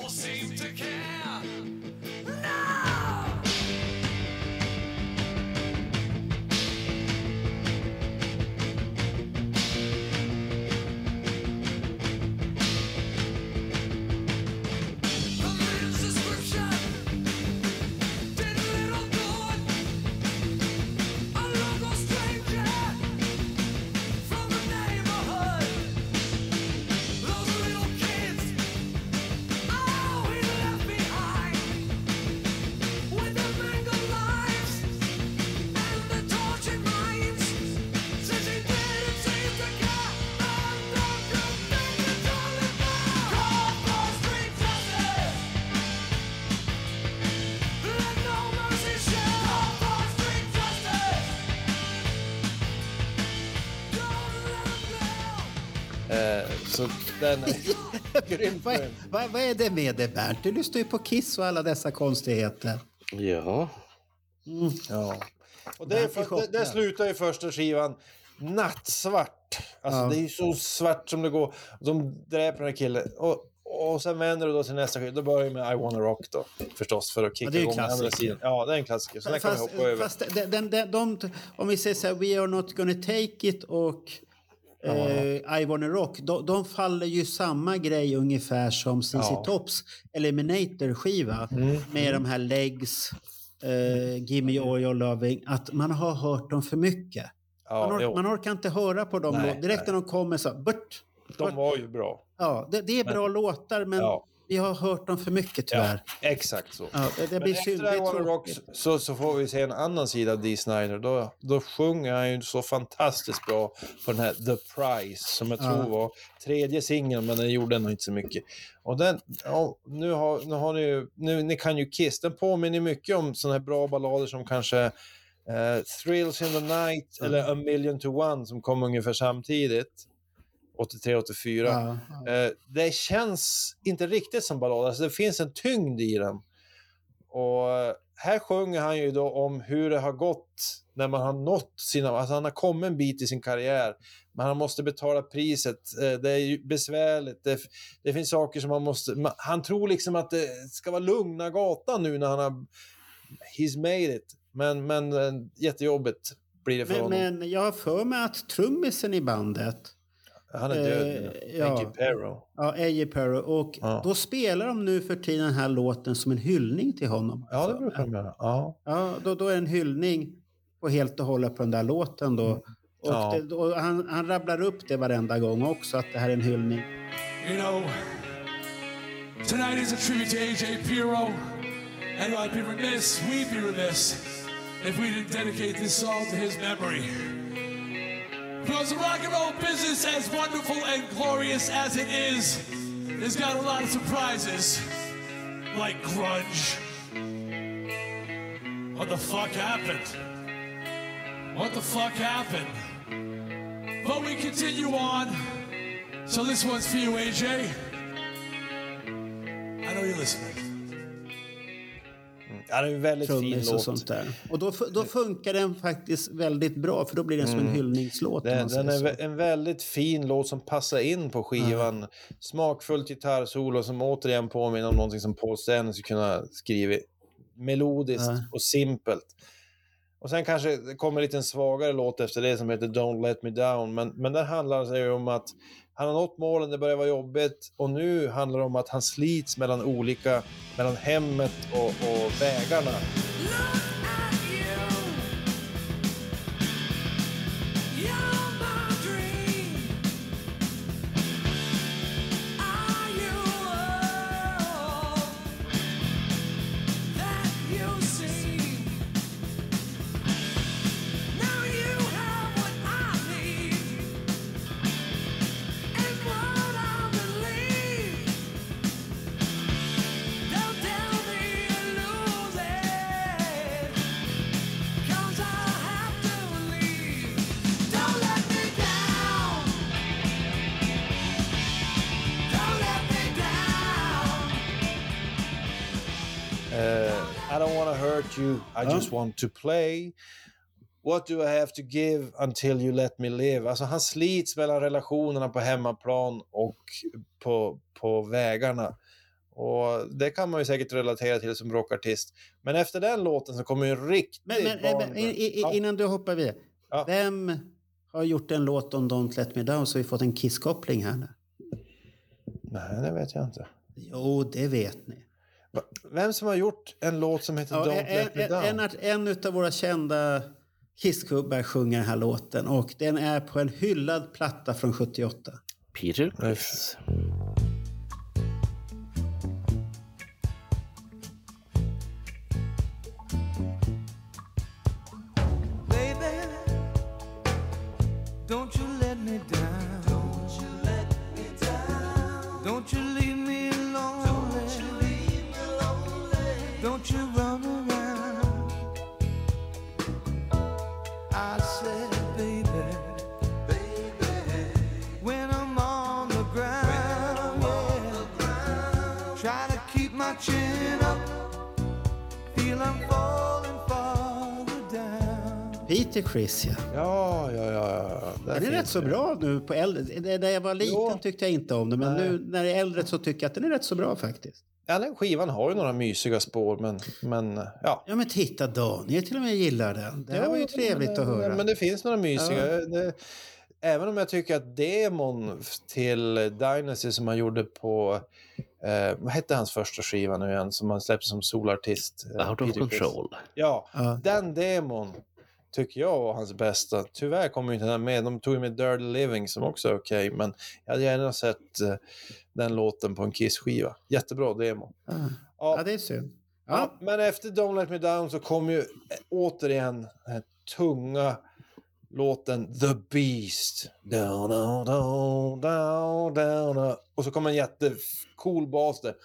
Så den är grymt. Vad är det med det, Bernt? Du lyssnar ju på Kiss och alla dessa konstigheter. Ja. Ja. Och det slutar ju första skivan nattsvart. Alltså det är ju så svart som det går. De dräper den här killen. Och sen vänder du då till nästa skiva. Då börjar vi med I Wanna Rock då. Förstås, för att kicka igång andra sidan. Ja, det är en klassiker. Så den kan vi hoppa över. Fast om vi säger så här, We Are Not Gonna Take It och I Wanna Rock, de faller ju samma grej ungefär som CC Tops Eliminator-skiva med de här legs, Gimme All Your Loving, att man har hört dem för mycket. Man orkar inte höra på dem direkt när de kommer så de var ju bra. Ja, det är bra låtar, men vi har hört dem för mycket tyvärr. Ja, exakt så. Ja, det blir synd. Efter I Wanna Rock så får vi se en annan sida av Dee Snider. Då sjunger han ju så fantastiskt bra på den här The Price, som jag tror var tredje singeln, men den gjorde nog inte så mycket. Och den, nu har ni ju, ni kan ju Kiss. Den påminner mycket om såna här bra ballader som kanske Thrills in the Night eller A Million to One, som kom ungefär samtidigt. 83-84. Det känns inte riktigt som ballad. Alltså det finns en tyngd i den. Och här sjunger han ju då om hur det har gått när man har nått alltså han har kommit en bit i sin karriär, men han måste betala priset. Det är ju besvärligt. Det finns saker som man måste... Han tror liksom att det ska vara lugna gatan nu när han har... He's made it. Men jättejobbigt blir det för honom. Men jag har för mig att trummisen i bandet, han är död. Eddie Perro. Ja, Eddie Perro. Och då spelar de nu för tiden den här låten som en hyllning till honom. Ja, det brukar de göra. Ja, då är det en hyllning på helt och hållet på den där låten då. Och han rabblar upp det varenda gång också, att det här är en hyllning. You know, tonight is a tribute to A.J. Pirro, and I'd be remiss, we'd be remiss, if we didn't dedicate this song to his memory. Because the rock and roll business, as wonderful and glorious as it is, has got a lot of surprises, like grunge. What the fuck happened? What the fuck happened? But we continue on. So this one's for you, AJ. I know you're listening. Ja, det är en väldigt fin låt. Och sånt där. Och då funkar den faktiskt väldigt bra, för då blir den som en hyllningslåt. Den är en väldigt fin låt som passar in på skivan. Smakfullt gitarrsolo som återigen påminner om någonting som Paul Stanley skulle kunna skriva. Melodiskt och simpelt. Och sen kanske det kommer lite en svagare låt efter det som heter Don't Let Me Down. Men där handlar det om att han har nått målen, det börjar vara jobbigt. Och nu handlar det om att han slits mellan hemmet och vägarna. I don't want to hurt you, I just want to play. What do I have to give until you let me live? Alltså han slits mellan relationerna på hemmaplan och på vägarna. Och det kan man ju säkert relatera till som rockartist. Men efter den låten så kommer ju riktigt... Innan du hoppar vidare. Ja. Vem har gjort en låt om Don't Let Me Down så vi fått en Kiss-koppling här nu? Nej, det vet jag inte. Jo, det vet ni. Vem som har gjort en låt som heter Don't Let Me Down? En utav våra kända Kiss-gubbar sjunger den här låten. Och den är på en hyllad platta från 78. Peter Criss. Baby, don't you let me down. Don't you let me down. Don't you leave me alone. Don't you leave me lonely. Don't you run around. I said, baby, when I'm on the ground, try to keep my chin up, feel I'm falling farther down. Peter Criss, ja. Den är rätt så bra nu på äldre. När jag var liten tyckte jag inte om det, men nu när jag är äldre så tycker jag att den är rätt så bra faktiskt. Ja, den skivan har ju några mysiga spår, men ja. Ja, men titta, Daniel till och med gillar den. Det här var ju trevligt att höra. Men det finns några mysiga. Ja. Även om jag tycker att demon till Dynasty som han gjorde på... vad hette hans första skiva nu igen som han släppte som solartist? Out of Control. Ja, den demon tycker jag var hans bästa. Tyvärr kommer inte den med. De tog ju med Dirty Living som också är okej. Men jag hade gärna sett den låten på en Kiss-skiva. Jättebra demo. Ja, det är synd. Ja, men efter Don't Let Me Down så kom ju återigen den tunga låten The Beast. Down, down, down, down, down. Och så kom en jättecool bas där.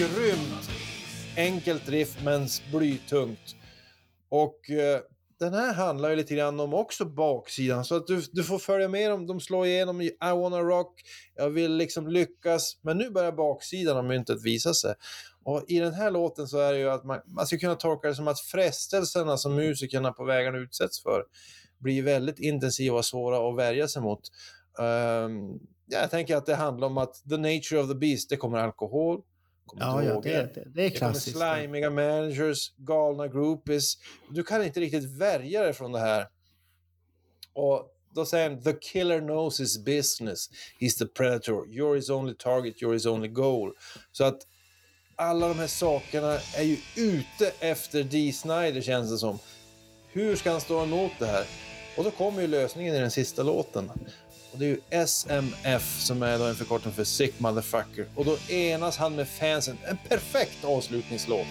grymt enkelt riff men blytungt. Och den här handlar ju lite grann om också baksidan, så att du får följa med dem. De slår igenom i I wanna rock, jag vill liksom lyckas, men nu börjar baksidan av myntet visa sig. Och i den här låten så är det ju att man ska kunna tolka det som att frestelserna som musikerna på vägarna utsätts för blir väldigt intensiva och svåra att värja sig mot. Jag tänker att det handlar om att the nature of the beast, det kommer alkohol, det är klassiskt. Det kommer slimiga managers, galna groupies. Du kan inte riktigt värja dig från det här. Och då säger han, the killer knows his business. He's the predator. You're his only target. You're his only goal. Så att alla de här sakerna är ju ute efter Dee Snider, känns det som. Hur ska han stå emot det här? Och då kommer ju lösningen i den sista låten. Och det är ju SMF som är då en förkortning för Sick Motherfucker. Och då enas han med fansen. En perfekt avslutningslåt.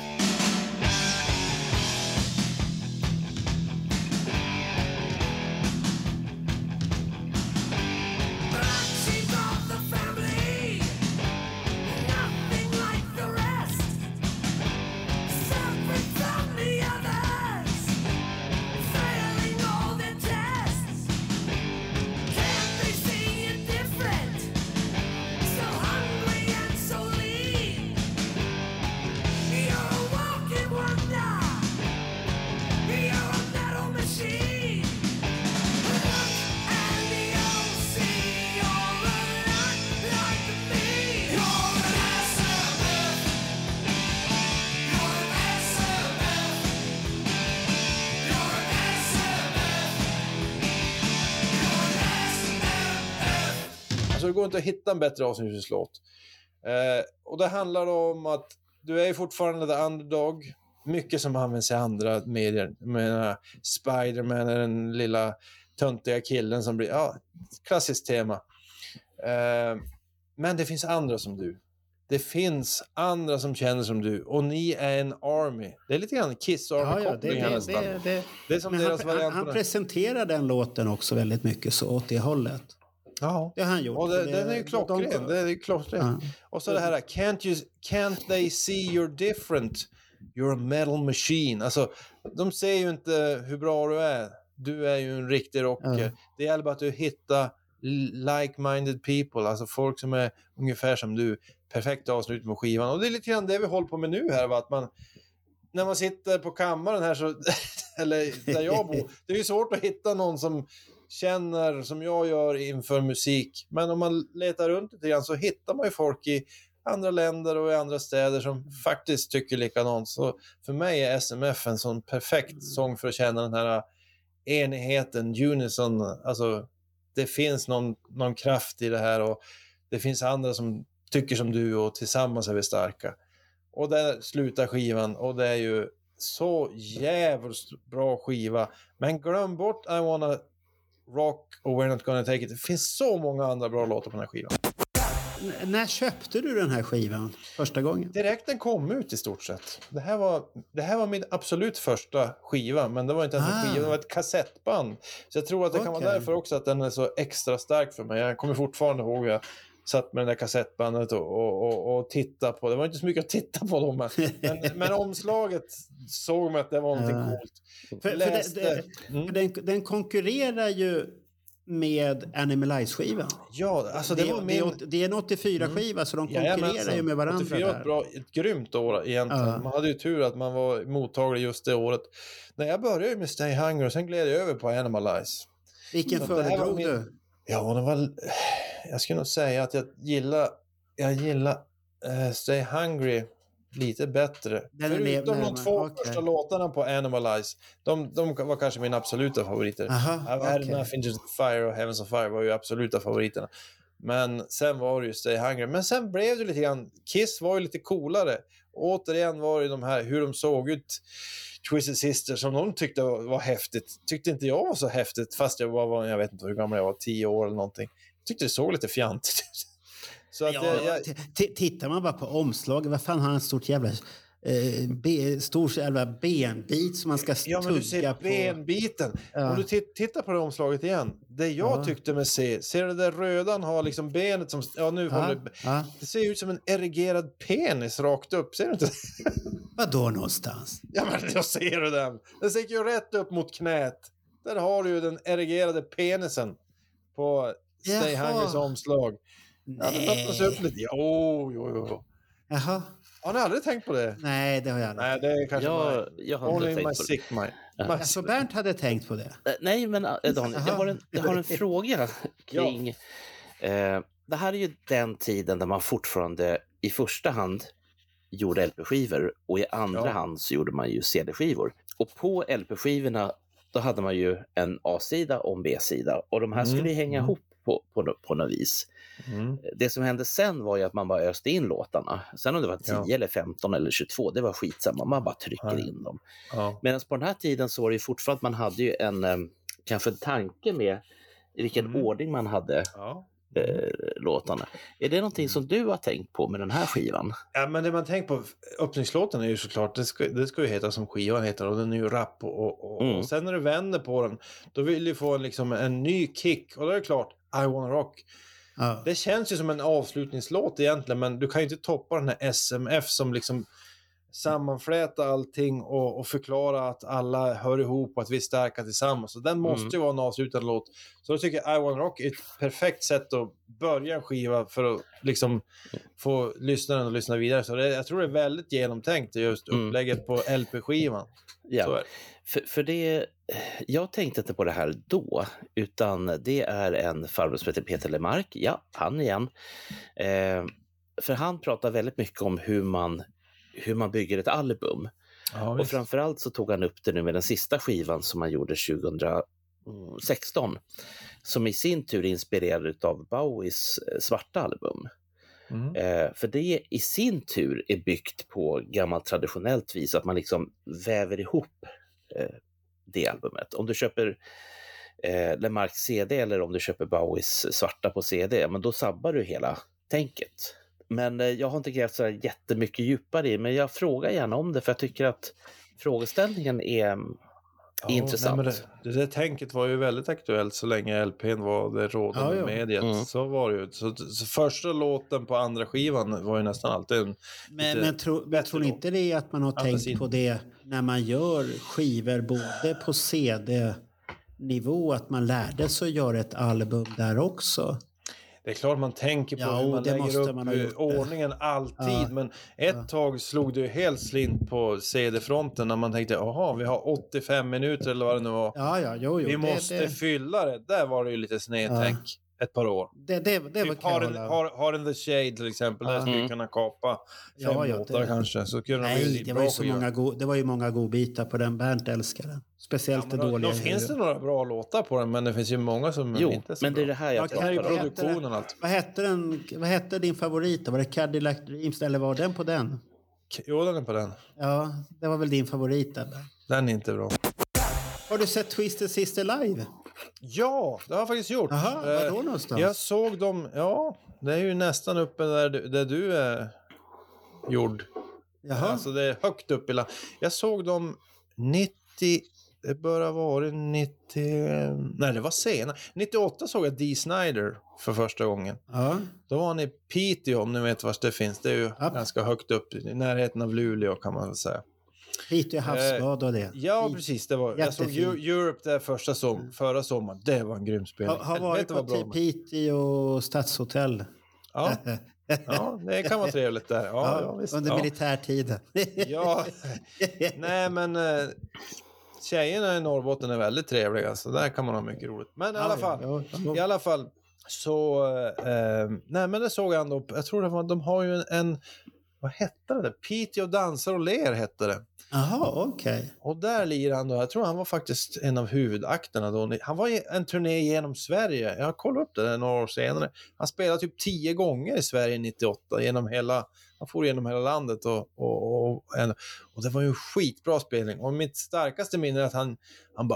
Så det går inte att hitta en bättre avsnittslåt. Och det handlar om att du är fortfarande the underdog. Mycket som används i andra medier. Med Spider-Man är den lilla töntiga killen som blir... klassiskt tema. Men det finns andra som du. Det finns andra som känner som du. Och ni är en army. Det är lite grann Kiss Army-kopplingar nästan. Det är som deras variant. Han presenterar den låten också väldigt mycket så åt det hållet. Ja, det har han gjort. Och den är ju klockren. Det är ju klockren. Och så det här, can't they see you're different? You're a metal machine. Alltså, de ser ju inte hur bra du är. Du är ju en riktig rocker. Det gäller bara att du hittar like-minded people. Alltså folk som är ungefär som du. Perfekt avslut med skivan. Och det är lite grann det vi håller på med nu här. Va? Att man, när man sitter på kammaren här så, eller där jag bor. Det är ju svårt att hitta någon som känner som jag gör inför musik. Men om man letar runt lite grann så hittar man ju folk i andra länder och i andra städer som faktiskt tycker likadant. Så för mig är SMF en sån perfekt sång för att känna den här enigheten, unison. Alltså det finns någon kraft i det här och det finns andra som tycker som du och tillsammans är vi starka. Och där slutar skivan och det är ju så jävligt bra skiva. Men glöm bort I wanna rock och We're not gonna take it. Det finns så många andra bra låtar på den här skivan. När köpte du den här skivan första gången? Direkt den kom ut i stort sett. Det här var min absolut första skiva, men det var inte en skiva, det var ett kassettband. Så jag tror att det kan vara därför också att den är så extra stark för mig. Jag kommer fortfarande ihåg hur jag satt med den där kassettbandet och tittade på. Det var inte så mycket att titta på dem, men omslaget såg mig att det var någonting coolt. Den konkurrerar ju med Animalize-skivan. Ja, alltså det är en 84-skiva så de konkurrerar ju med varandra. 84 var ett grymt år egentligen. Man hade ju tur att man var mottaglig just det året. När jag började med Stay Hungry och sen gled jag över på Animalize. Vilken föredrog du? Ja, det var... Jag skulle nog säga att jag gillar Stay Hungry lite bättre. Förutom de två första låtarna på Animalize. De var kanske mina absoluta favoriter. I've had enough into Fire och Heavens of Fire var ju absoluta favoriterna. Men sen var det ju Stay Hungry. Men sen blev det lite grann... Kiss var ju lite coolare. Återigen var det de här, hur de såg ut... Twisted Sister som de tyckte var häftigt. Tyckte inte jag var så häftigt. Fast jag vet inte hur gammal jag var. 10 år eller någonting. Tyckte det såg lite fjantigt ut. Så att tittar man bara på omslaget, vad fan har han ett stort jävla stor jävla benbit som man ska tugga på. Ja, men du ser benbiten. Om du tittar på det omslaget igen. Det jag tyckte med ser du där rödan har liksom benet som... Ja, nu det ser ut som en erigerad penis rakt upp. Ser du inte? Vadå någonstans? Ja, men jag ser den. Den ser ju rätt upp mot knät. Där har du ju den erigerade penisen på Stay Hungers omslag. Ja, den öppnas upp lite. Jo. Jaha. Har ni aldrig tänkt på det? Nej, det har jag aldrig. Nej, det är kanske jag har inte tänkt på det. Sick mind. Alltså Bernt hade tänkt på det. Nej, men Daniel, jag har en fråga kring... det här är ju den tiden där man fortfarande i första hand gjorde LP-skivor och i andra hand så gjorde man ju CD-skivor. Och på LP-skivorna då hade man ju en A-sida och en B-sida och de här skulle ju hänga ihop på något vis. Det som hände sen var ju att man bara öste in låtarna. Sen om det var 10 eller 15 eller 22, det var skitsamma. Man bara trycker in dem. Medan på den här tiden så var det ju fortfarande att man hade ju kanske en tanke med i vilken ordning man hade låtarna. Är det någonting som du har tänkt på med den här skivan? Ja, men det man tänkt på, öppningslåten är ju såklart, det ska ju heta som skivan heter och den är ju rap och sen när du vänder på den, då vill du få en ny kick och då är det klart, I Wanna Rock. Det känns ju som en avslutningslåt egentligen, men du kan ju inte toppa den här SMF som liksom sammanfläta allting och förklara att alla hör ihop och att vi är starka tillsammans. Så den måste ju vara en avslutande låt. Så jag tycker I Wanna Rock är ett perfekt sätt att börja en skiva för att liksom få lyssnaren att lyssna vidare. Så jag tror det är väldigt genomtänkt just upplägget på LP-skivan. Ja, för det... Jag tänkte inte på det här då, utan det är en farbror som heter Peter Lemark. Ja, han igen. För han pratar väldigt mycket om hur man bygger ett album. Och framförallt så tog han upp det nu med den sista skivan som han gjorde 2016. Som i sin tur är inspirerad av Bowies svarta album. För det i sin tur är byggt på gammalt traditionellt vis. Att man liksom väver ihop det albumet. Om du köper Lemarks CD eller om du köper Bowies svarta på CD, men då sabbar du hela tänket. Men jag har inte grävt så jättemycket djupare i, men jag frågar gärna om det för jag tycker att frågeställningen är intressant. Nej, men det tänket var ju väldigt aktuellt så länge LPn var det rådande mediet. Så var det ju. Så första låten på andra skivan var ju nästan alltid en... Men tror ni inte det att man har tänkt på det när man gör skivor både på CD-nivå, att man lärde sig att göra ett album där också? Det är klart man tänker på hur man lägger upp ordningen alltid. Men ett tag slog det ju helt slint på CD-fronten när man tänkte, jaha, vi har 85 minuter eller vad det nu var. Vi måste fylla det. Där var det ju lite snedtänk ett par år. Det var Har in the Shade till exempel, där skulle kunna kapa 5 låtar kanske. Så det var ju många godbitar på den. Bernt älskar den. Speciellt det dåliga. Då finns det några bra låtar på den, men det finns ju många som inte är så men det är det här jag pratar om. Produktionen allt. Vad hette din favorit? Var det Cadillac Dreams eller var den på den? Jo, den är på den. Ja, det var väl din favorit där. Den är inte bra. Har du sett Twisted Sister live? Ja, det har jag faktiskt gjort. Aha, var då någonstans? Jag såg dem, det är ju nästan uppe där du är gjord. Jaha. Alltså det är högt upp i landet. Jag såg dem 90, det bör ha varit 90, nej det var senare. 98 såg jag Dee Snider för första gången. Ja. Då var han i Piteå, om ni vet var det finns. Det är ju ganska högt upp, i närheten av Luleå kan man väl säga. Piteå havsbad och det. Ja, precis. Det var, jag såg Europe där förra sommaren. Det var en grym spelning. Har varit på Piteå stadshotell. Ja. Ja, det kan vara trevligt där. Ja, visst. Under militärtiden. Ja, nej men tjejerna i Norrbotten är väldigt trevliga, så där kan man ha mycket roligt. Men i alla fall så nej men det såg jag ändå. Jag tror det var, de har ju en vad hette det? Piteå dansar och ler hette det. Jaha, okej. Och där lirar han då. Jag tror han var faktiskt en av huvudakterna då. Han var i en turné genom Sverige. Jag har kollat upp det där några år senare. Han spelade typ 10 gånger i Sverige 98. Han får genom hela landet. Och det var ju en skitbra spelning. Och mitt starkaste minne är att han bara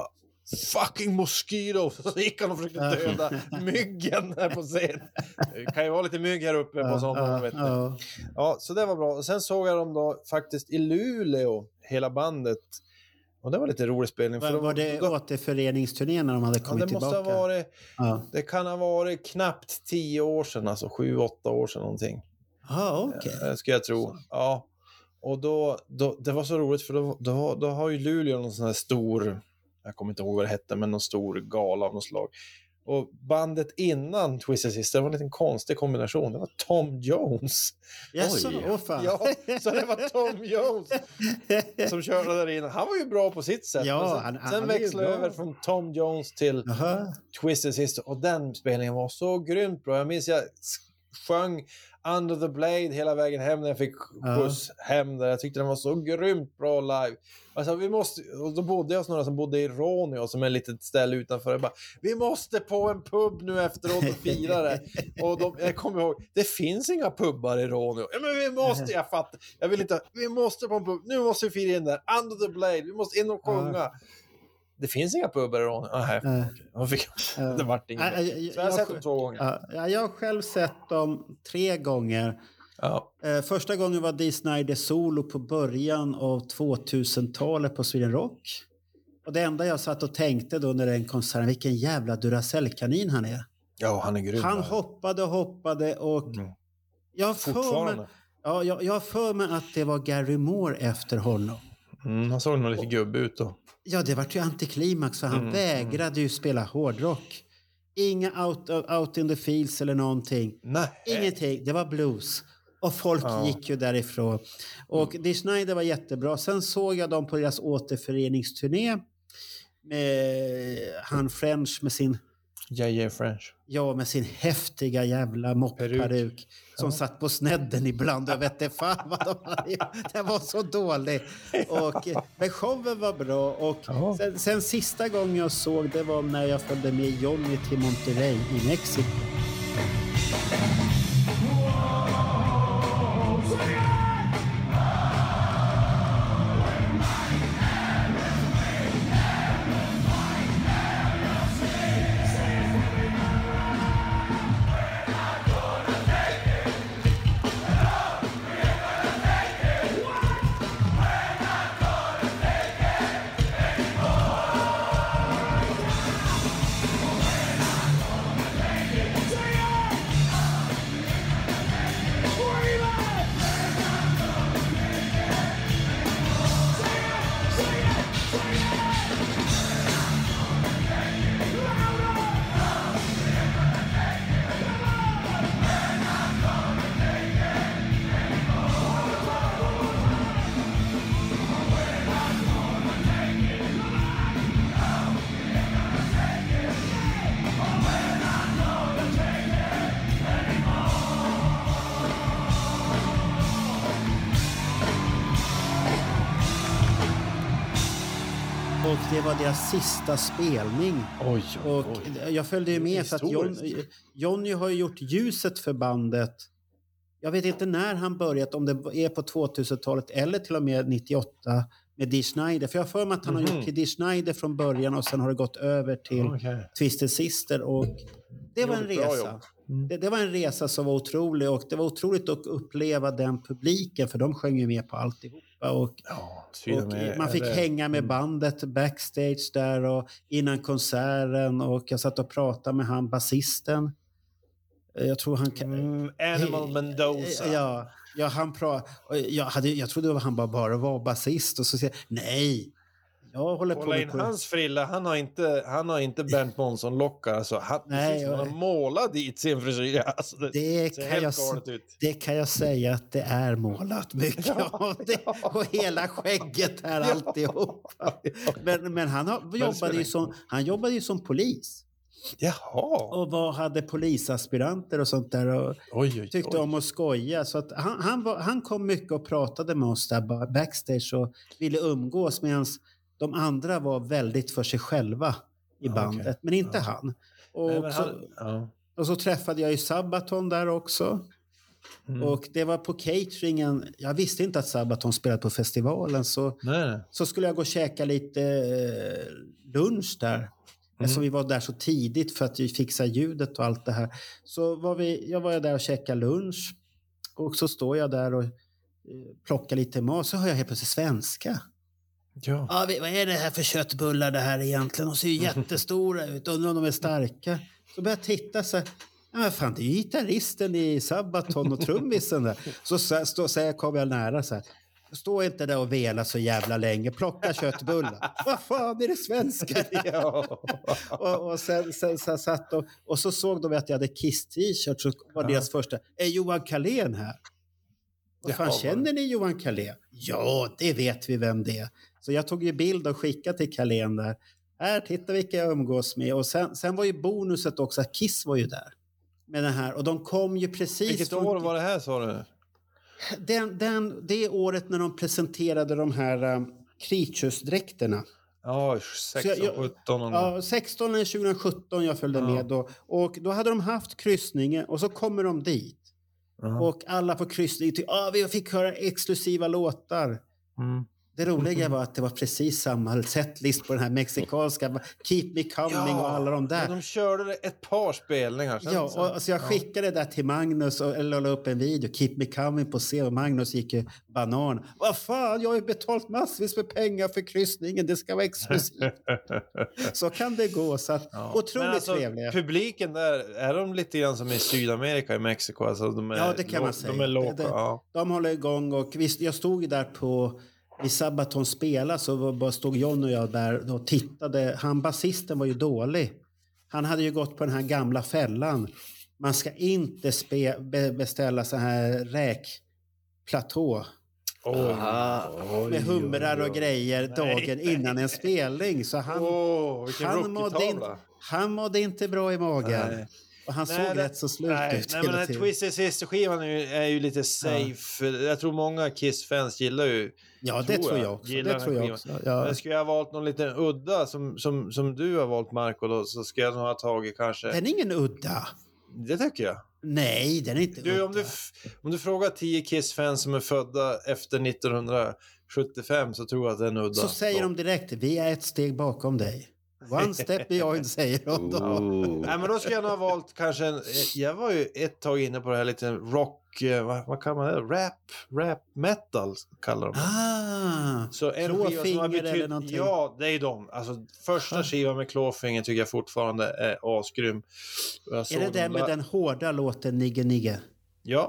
fucking mosquito. Så gick han och försökte döda myggen här på scen. Det kan ju vara lite mygg här uppe på sånt. Ja, så det var bra. Och sen såg jag dem då faktiskt i Luleå, hela bandet. Och det var lite rolig spelning. För var det återföreningsturnén när de hade kommit tillbaka? Det måste ha varit... Det kan ha varit knappt 10 år sedan, alltså 7-8 år sedan någonting. Okej. Ska jag tro. Ja. Och då, det var så roligt för då har ju Luleå någon sån här stor, jag kommer inte ihåg vad det hette, men någon stor gala av något slag. Och bandet innan Twisted Sister var en liten konstig kombination. Det var Tom Jones. Yes, fan. Ja, så det var Tom Jones som körde där inne. Han var ju bra på sitt sätt. Ja, sen växlade över från Tom Jones till Twisted Sister. Och den spelningen var så grymt bra. Jag minns jag sjöng Under the Blade hela vägen hem när jag fick skjuts hem där. Jag tyckte den var så grymt bra live. Alltså, och då bodde jag hos några som bodde i Råneå som är ett litet ställe utanför. Jag bara, vi måste på en pub nu efteråt och fira det. Och jag kommer ihåg, det finns inga pubbar i Råneå. Ja, men vi måste, jag fattar. Jag vill inte, vi måste på en pub. Nu måste vi fira in där. Under the Blade, vi måste in och sjunga. Det finns inga pubbar i Råneå. Det vart inget. Så jag har sett dem 2 gånger. Jag har själv sett dem 3 gånger. Ja. Första gången var Dee Snider solo på början av 2000-talet på Sweden Rock. Och det enda jag satt och tänkte då när den konserten, vilken jävla Duracell-kanin han är. Ja, han är grym. Han hoppade och jag har för mig att det var Gary Moore efter honom. Han såg nog lite gubb ut då. Ja, det var ju antiklimax för han vägrade ju spela hårdrock. Inga out in the fields eller någonting. Nej. Ingenting, det var blues. Och folk gick ju därifrån. Och Dee Snider var jättebra. Sen såg jag dem på deras återföreningsturné. Med han French med sin... French. Ja, med sin häftiga jävla moppperuk. Som satt på snedden ibland. Jag vet inte fan vad de hade gjort. Det var så dåligt. Men showen var bra. Och sen sista gången jag såg det var när jag följde med Johnny till Monterrey i Mexiko. Och det var deras sista spelning. Och jag följde ju med för att Johnny har ju gjort ljuset för bandet. Jag vet inte när han börjat, om det är på 2000-talet eller till och med 98 med Dee Snider. För jag har för mig att han har gjort till Dee Snider från början och sen har det gått över till Twisted Sister. Och det var en resa. Det var en resa som var otrolig och det var otroligt att uppleva den publiken för de sjöng ju med på alltihopa och man fick hänga med bandet backstage där och innan konserten och jag satt och pratade med han basisten. Jag tror han Animal Mendoza. Ja, han jag trodde att han bara var basist och så säger nej. Jag håller på med hans frilla, han har inte Bernt Månsson-lockar. Alltså, han har målat dit sin frisyr. Alltså, det kan jag säga att det är målat mycket av det. Och hela skägget här alltihop. Men han jobbade ju som polis. Jaha. Och hade polisaspiranter och sånt där. Och tyckte om att skoja. Så att han kom mycket och pratade med oss där backstage och ville umgås medan de andra var väldigt för sig själva i bandet, men inte han. Och så träffade jag ju Sabaton där också. Och det var på cateringen. Jag visste inte att Sabaton spelade på festivalen. Så skulle jag gå och käka lite lunch där. Eftersom vi var där så tidigt för att vi fixade ljudet och allt det här. Så jag var där och käkade lunch. Och så står jag där och plockar lite mat. Så hör jag helt plötsligt svenska. Ja. Vad är det här för köttbullar det här egentligen? De ser ju jättestora ut. Undrar om de är starka. Så börjar jag titta så här. Ja, fan, det är ju gitarristen i Sabaton och trummisen där. Så kommer jag nära så här. Stå inte där och vela så jävla länge. Plocka köttbullar. Vad fan är det svenskar? och sen satt och så såg de att jag hade Kiss-t-shirt. Så var deras första. Är Johan Carlén här? Vad fan, känner ni Johan Carlén? Ja, det vet vi vem det är. Så jag tog ju bild och skickade till Carlén där. Här, titta vilka jag umgås med. Och sen var ju bonuset också att Kiss var ju där. Med den här. Och de kom ju precis... Vilket år var det här, sa du? Det året när de presenterade de här Creatures-dräkterna. Ja, 16-17. Ja, 16 eller 2017 jag följde med då. Och då hade de haft kryssningen och så kommer de dit. Och alla på kryssningen tyckte vi fick höra exklusiva låtar. Det roliga var att det var precis samma setlist på den här mexikanska Keep Me Coming och alla de där. De körde ett par spelningar sen. Ja, och alltså jag skickade det där till Magnus och la upp en video. Keep Me Coming på scen och Magnus gick ju banan. Vad fan, jag har ju betalt massvis med pengar för kryssningen. Det ska vara exklusivt. Så kan det gå. Så att, otroligt trevliga. Publiken där, är de lite grann som i Sydamerika, i Mexiko? Alltså, det kan man säga. De är låga. De håller igång och visst, jag stod ju där på... I Sabaton spela så stod John och jag där och tittade. Basisten var ju dålig. Han hade ju gått på den här gamla fällan. Man ska inte beställa så här räkplatå. Med humrar och grejer dagen innan en spelning. Så han mådde inte bra i magen. Nej. Och han såg rätt så slut ut. Nej, men den Twisted Sister-skivan är ju lite safe. Jag tror många Kiss-fans gillar ju... Ja, det tror jag också. Ja. Men skulle jag ha valt någon liten udda som du har valt, Marco, då, så ska jag nog ha tagit kanske... Den är ingen udda. Det tycker jag. Nej, den är inte udda. Om du frågar 10 Kiss-fans som är födda efter 1975 så tror jag att den är udda. Så säger de direkt, vi är ett steg bakom dig. One step behind, säger de då. Nej, men då skulle jag nog ha valt kanske jag var ju ett tag inne på det här lite rock, vad kan man det? Rap metal kallar de det. Så en skiva som har betytt, ja, det är de. Alltså första skivan med Clawfinger tycker jag fortfarande är asgrym. Är det den med den hårda låten Nigge Nigge? Ja.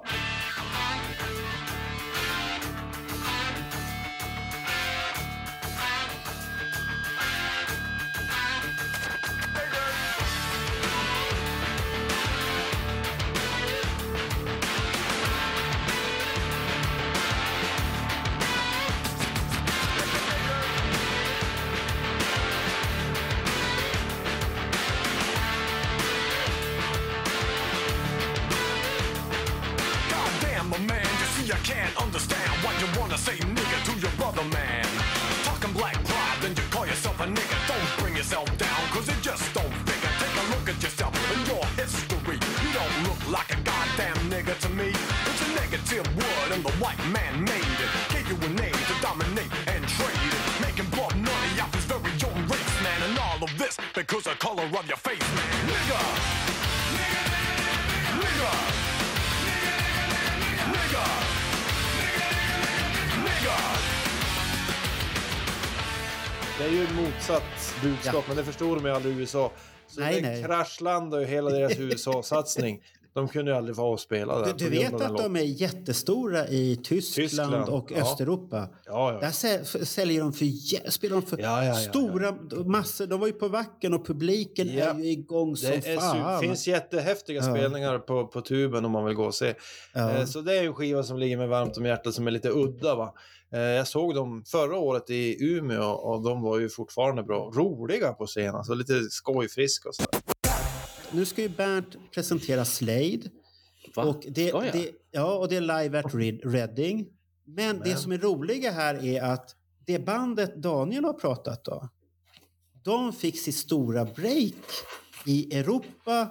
Det är ju motsatt budskap, men det förstod de ju aldrig i USA. Så det kraschlandade ju hela deras USA-satsning. De kunde ju aldrig få avspela den. Du vet att de är jättestora i Tyskland och Östeuropa. Ja. Där säljer de spelar de för stora massor. De var ju på Wacken och publiken är ju igång som fan. Det finns jättehäftiga spelningar på tuben om man vill gå och se. Så det är en skiva som ligger med varmt om hjärtat som är lite udda, va? Jag såg dem förra året i Umeå och de var ju fortfarande bra. Roliga på scenen, så lite skojfriska och så. Nu ska ju Bernt presentera Slade. Och det är live at Reading. Men det som är roliga här är att det bandet Daniel har pratat om, de fick sitt stora break i Europa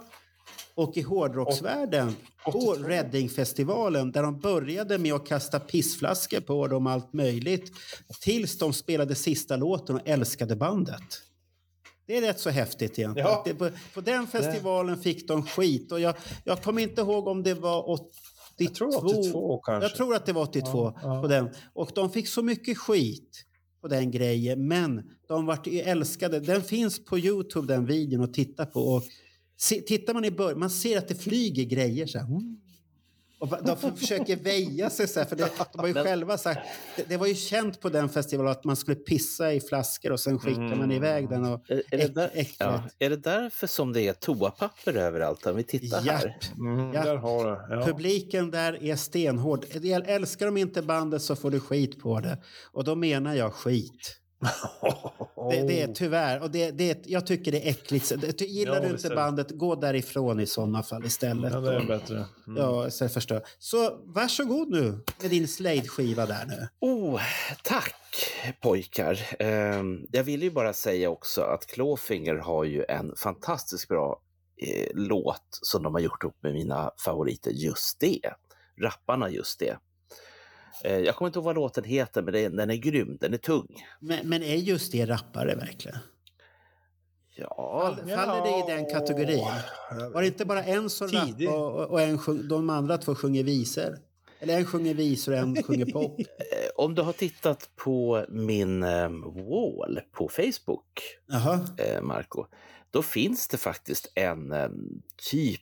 Och i hårdrocksvärlden på Reading-festivalen där de började med att kasta pissflaskor på dem allt möjligt tills de spelade sista låten och älskade bandet. Det är rätt så häftigt egentligen. Ja. På den festivalen fick de skit och jag kommer inte ihåg om det var 82. Jag tror 82 kanske. Jag tror att det var 82 på den. Och de fick så mycket skit på den grejen, men de vart ju älskade. Den finns på YouTube, den videon, att titta på. Och tittar man i början, man ser att det flyger grejer så här. Och de försöker väja sig så här, för de har ju själva sagt, det var ju känt på den festivalen att man skulle pissa i flaskor och sen skickar man iväg den. Och är det därför som det är toapapper överallt? Om vi tittar här. Där har det. Ja. Publiken där är stenhård. Älskar de inte bandet så får du skit på det. Och då menar jag skit. Det är tyvärr, och jag tycker det är äckligt. Gillar du inte bandet, gå därifrån i sådna fall istället. Ja, det är bättre. Ja, istället förstå. Så varsågod nu med din Slade-skiva där nu. Tack pojkar. Jag vill ju bara säga också att Clawfinger har ju en fantastiskt bra låt som de har gjort upp med mina favoriter, just det. Rapparna, just det. Jag kommer inte ihåg vad låten heter, men den är grym, den är tung. Men är just det rappare verkligen? Ja. Faller det i den kategorin? Var det inte bara en som rappar och de andra två sjunger visor? Eller en sjunger visor och en sjunger pop? Om du har tittat på min wall på Facebook, Marco, då finns det faktiskt en typ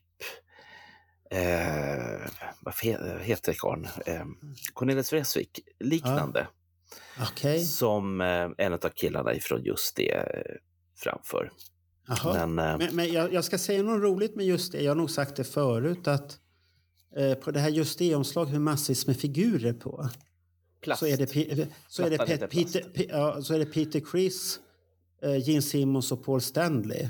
vad heter karln? Cornelis Vreeswijk liknande. Som en av killarna ifrån just det framför. Men jag ska säga något roligt med just det. Jag har nog sagt det förut att på det här just det omslag med massvis med figurer på. Plast. Så är det Peter Criss, Gene Simmons och Paul Stanley.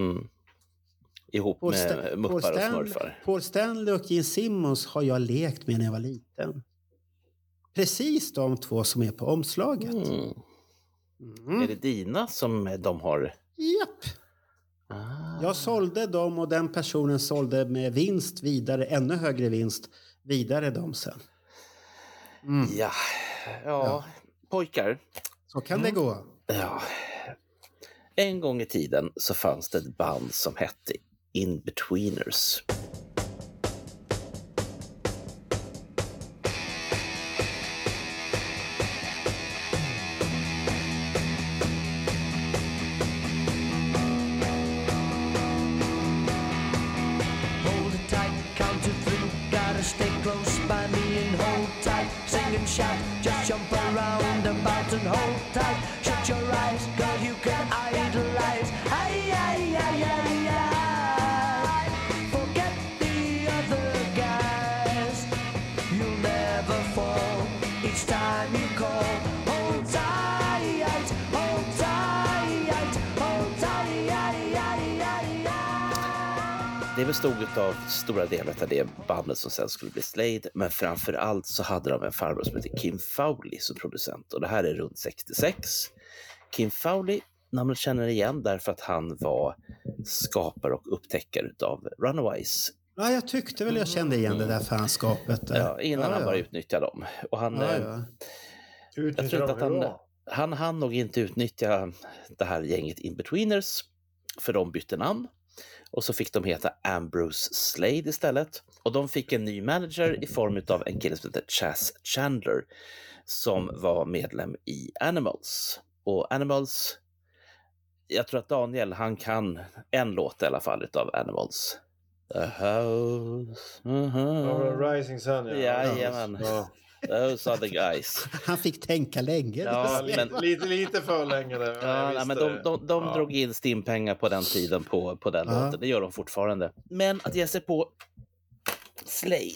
Ihop med muppar och smurfar. Paul Stanley och Gene Simmons har jag lekt med när jag var liten. Precis de två som är på omslaget. Är det dina som de har? Japp. Jag sålde dem och den personen sålde med vinst vidare, ännu högre vinst vidare dem sen. Ja, pojkar. Så kan det gå. Ja. En gång i tiden så fanns det ett band som hette In-Betweeners. Hold it tight, count to three. Gotta stay close by me and hold tight. Sing and shout, just jump around about and hold tight. Shut your eyes, girl, you can idolize. Ay, ay, ay, ay, ay. Forget the other guys. You'll never fall each time you call. Hold tight, hold tight, hold tight, ay, ay, ay, ay. Det bestod av stora delar av det bandet som sen skulle bli Slade, men framförallt så hade de en farbror som heter Kim Fowley som producent, och det här är runt 66. Kim Fowley, namnet känner igen därför att han var skapare och upptäckare av Runaways. Ja, jag tyckte väl jag kände igen det där fanskapet. Ja, innan han började utnyttja dem. Och han, jag tror att han hann nog inte utnyttja det här gänget In-Betweeners, för de bytte namn. Och så fick de heta Ambrose Slade istället. Och de fick en ny manager i form av en kille som heter Chas Chandler, som var medlem i Animals. Och Animals, jag tror att Daniel, han kan en låt i alla fall utav Animals. The House. Rising Sun, ja. Jajamän. Those are the guys. Han fick tänka länge. Ja, men lite för länge. Men de drog in stimpengar på den tiden på den låten. Det gör de fortfarande. Men att ge sig på Slade.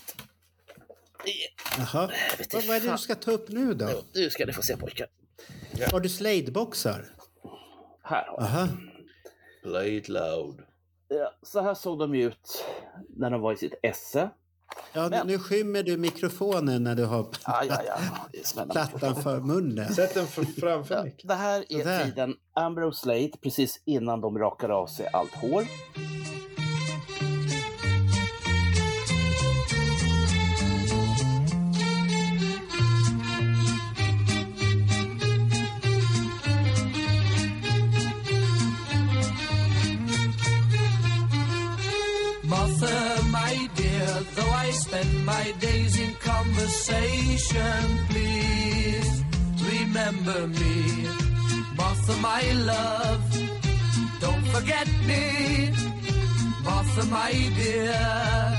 Jaha. Vad är det du ska ta upp nu då? Nu ska ni få se, pojkar. Har du Slade-boxar? Här har Play it loud. Ja, så här såg de ut när de var i sitt esse. Ja, nu skymmer du mikrofonen när du har plattan för munnen. Sätt den framför mig. Det här är tiden Ambrose Slade, precis innan de rakade av sig allt hår. conversation, please remember me, Martha, my love. Don't forget me, Martha, my dear.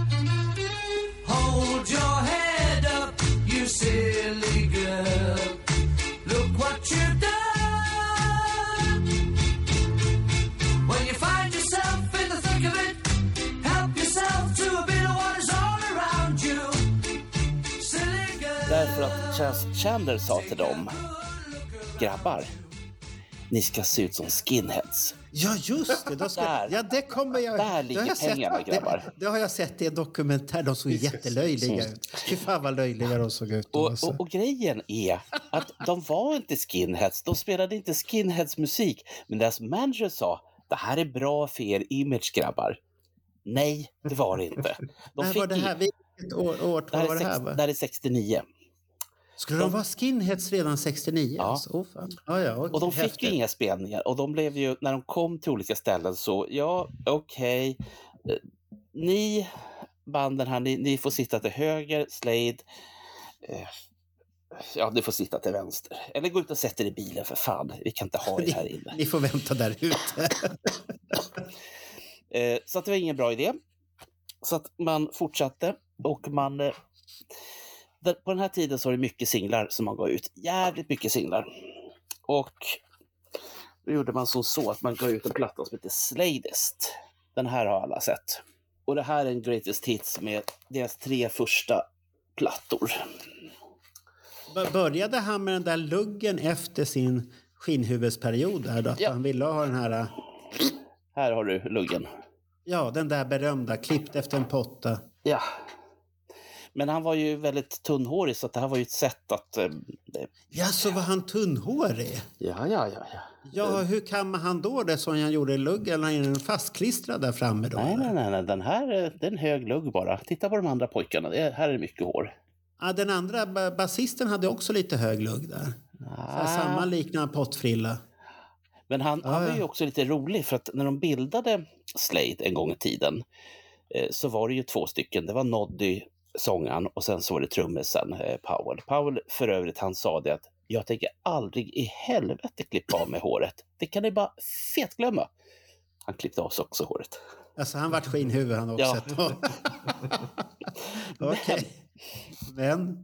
Hold your head up, you silly girl. Look what you've done. When you find yourself in the thick of it, help yourself to a bit of what is all around you. Silly girl. Därför att Chas Chandler sa till dem: grabbar, ni ska se ut som skinheads. Ja, just det. Det kommer jag... Där ligger pengarna, grabbar. Det har jag sett i en dokumentär. De såg jättelöjliga ut. Fy fan vad löjliga de såg ut. Och grejen är att de var inte skinheads. De spelade inte skinheads musik. Men deras manager sa: det här är bra för er image, grabbar. Nej, det var det inte. När var det här? Vilket år var det här? Det här är 69. Skulle de vara skinheads redan 69? Ja. Alltså? Och de fick ju inga spelningar. Och de blev ju, när de kom till olika ställen så, okej. Ni banden här, ni får sitta till höger, Slade. Ni får sitta till vänster. Eller gå ut och sätta er i bilen för fan. Vi kan inte ha er här inne. Ni får vänta där ute. Så att det var ingen bra idé. Så att man fortsatte och man... På den här tiden så var det mycket singlar som man gav ut. Jävligt mycket singlar. Och då gjorde man så att man gav ut en platta som heter Sladest. Den här har alla sett. Och det här är en greatest hits med deras 3 första plattor. Började han med den där luggen efter sin skinnhuvudsperiod där då? Att han ville ha den här... Här har du luggen. Ja, den där berömda, klippt efter en potta. Ja. Men han var ju väldigt tunnhårig så att det här var ju ett sätt att... Ja, så var han tunnhårig? Ja. Ja, hur kan han då det som han gjorde i luggen? Eller är den fastklistrad där framme då? Nej. Den här det är en hög lugg bara. Titta på de andra pojkarna. Här är det mycket hår. Ja, den andra basisten hade också lite hög lugg där. Samma liknande pottfrilla. Men han var ju också lite rolig för att när de bildade Slade en gång i tiden så var det ju 2 stycken. Det var Noddy, sångaren, och sen så var det trummisen Powell. Powell för övrigt, han sa det att jag tänker aldrig i helvete klippa av med håret. Det kan ni bara fetglömma. Han klippte av sig också håret. Alltså han vart skinnhuvud han också. Ja. Okej. Men,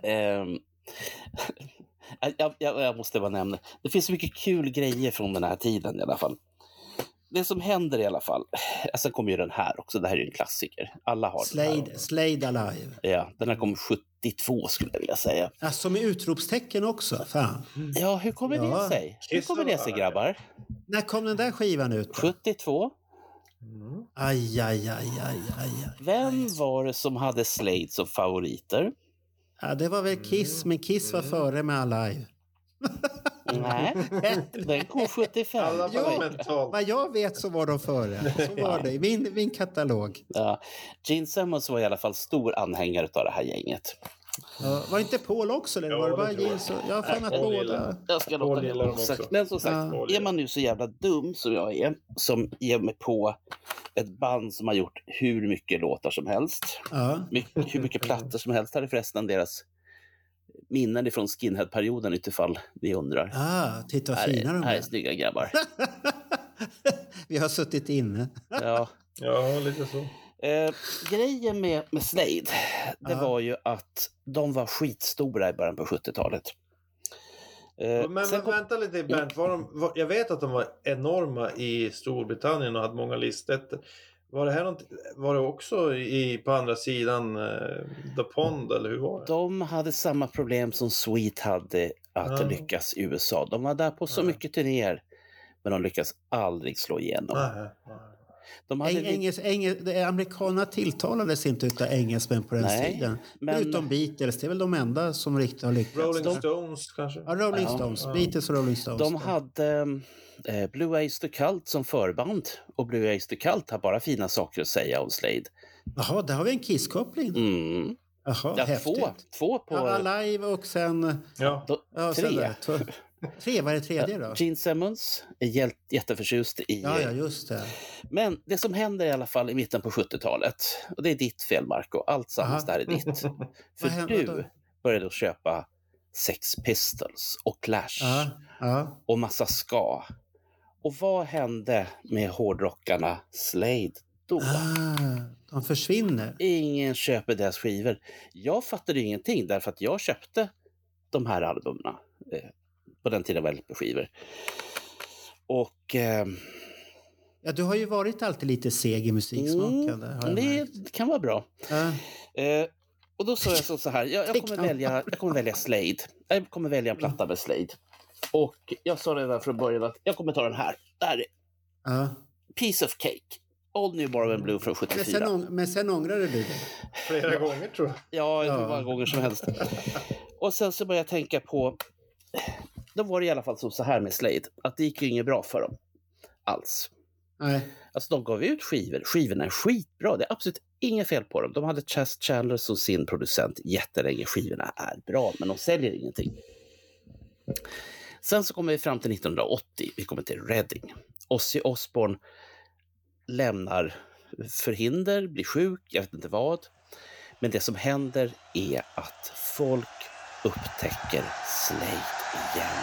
jag måste bara nämna. Det finns mycket kul grejer från den här tiden i alla fall. Det som händer i alla fall. Alltså kommer ju den här också. Det här är ju en klassiker. Alla har Slade Alive. Ja, den här kom 72 skulle jag vilja säga. Alltså med utropstecken också. Fan. Ja, hur kommer det sig? Hur kommer det sig, grabbar? När kom den där skivan ut? 72. Aj. Vem var det som hade Slade som favoriter? Ja, det var väl Kiss, men Kiss var före med Alive. Nej, den kom 75. Vad jag vet så var de före. Så var det i min katalog. Ja, Gene Simmons var i alla fall stor anhängare av det här gänget. Var inte Paul också? Eller var det bara Gene? Jag har fan att båda. Jag ska låta det. Men som sagt, är man nu så jävla dum som jag är, som ger mig på ett band som har gjort hur mycket låtar som helst. Hur mycket plattor som helst. Här är förresten deras minnen ifrån skinhead-perioden utifall ni undrar. Titta vad fina de är. Här är snygga grabbar. Vi har suttit inne. Ja, lite så. Grejen med Slade, det var ju att de var skitstora i början på 70-talet. Men vänta lite, Bernt. Jag vet att de var enorma i Storbritannien och hade många listor. Var det också på andra sidan The Pond, eller hur var det? De hade samma problem som Sweet hade att lyckas i USA. De var där på så mycket turnéer, men de lyckas aldrig slå igenom. De hade amerikanerna tilltalades inte utav engelsmän på den tiden. Utom Beatles, det är väl de enda som riktigt har lyckats. Rolling Stones kanske? Ja, Rolling Stones. Beatles och Rolling Stones. De hade Blue Oyster Cult som förband. Och Blue Oyster Cult har bara fina saker att säga om Slade. Jaha, där har vi en Kiss-koppling. Jaha, häftigt. Två på... Alive och sen... 3. Vad är det tredje då? Gene Simmons är jätteförtjust i... Ja, just det. Men det som händer i alla fall i mitten på 70-talet, och det är ditt fel, Marco, allt sammans där är ditt. För du började att köpa Sex Pistols och Clash och massa ska. Och vad hände med hårdrockarna Slade då? De försvinner. Ingen köper deras skivor. Jag fattade ingenting därför att jag köpte de här albumen. På den tiden var LP-skivor. Och... ja, du har ju varit alltid lite seg i musiksmaken. Det kan vara bra. Och då sa jag så här, jag kommer välja Slade. Jag kommer välja en platta med Slade. Och jag sa redan från början att jag kommer ta den här. Där är Piece of Cake. Old New Bourbon Blue från 74. Men sen ångrade du det? Flera gånger tror jag. Ja, hur många gånger som helst. Och sen så började jag tänka på... Då var det i alla fall så här med Slade. Att det gick ju inget bra för dem. Alls. Nej. Alltså de gav ut skivor. Skivorna är skitbra. Det är absolut inget fel på dem. De hade Chas Chandler som sin producent jättelänge. Skivorna är bra, men de säljer ingenting. Sen så kommer vi fram till 1980. Vi kommer till Reading. Ozzy Osbourne lämnar förhinder, blir sjuk, jag vet inte vad. Men det som händer är att folk upptäcker Slade igen.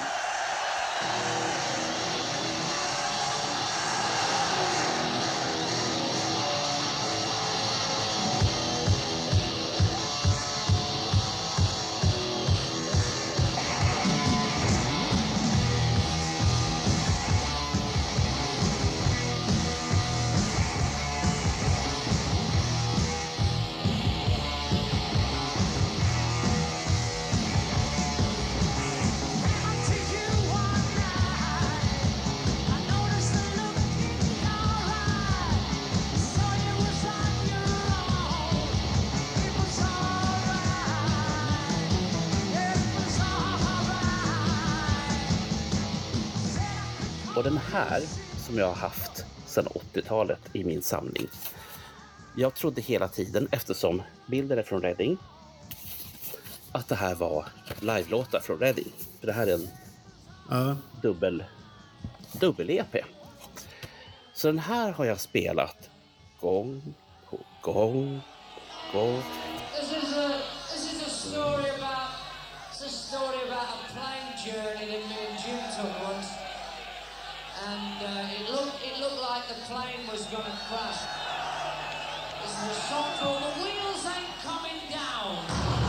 Och den här som jag har haft sedan 80-talet i min samling. Jag trodde hela tiden, eftersom bilden är från Reading, att det här var live-låtar från Reading. För det här är en dubbel-EP. Så den här har jag spelat gång på gång. This is a story about a plane journey that me and Jim took once. And it looked like the plane was going to crash. This is a song called The Wheels Ain't Coming Down.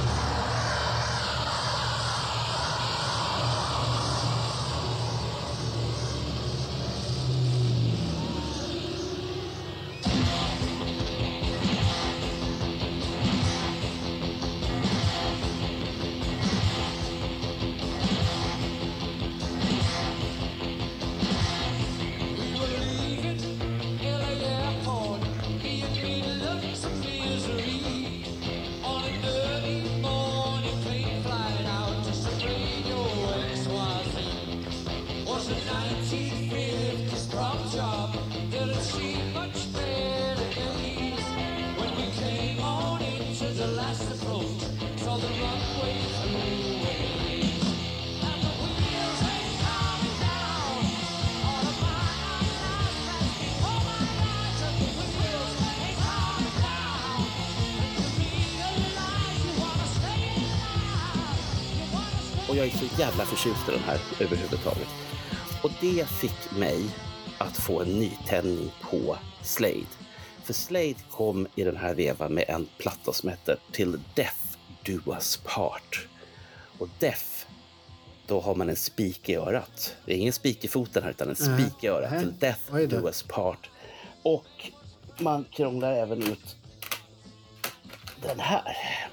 Och jag är så jävla förtjust i den här överhuvudtaget. Och det fick mig att få en nytändning på Slade. För Slade kom i den här vevan med en platta som heter Till Death Do Us Part. Och Death, då har man en spik i örat. Det är ingen spik i foten här utan en spik i örat. Till Death Do Us Part. Och man krånglar även ut den här.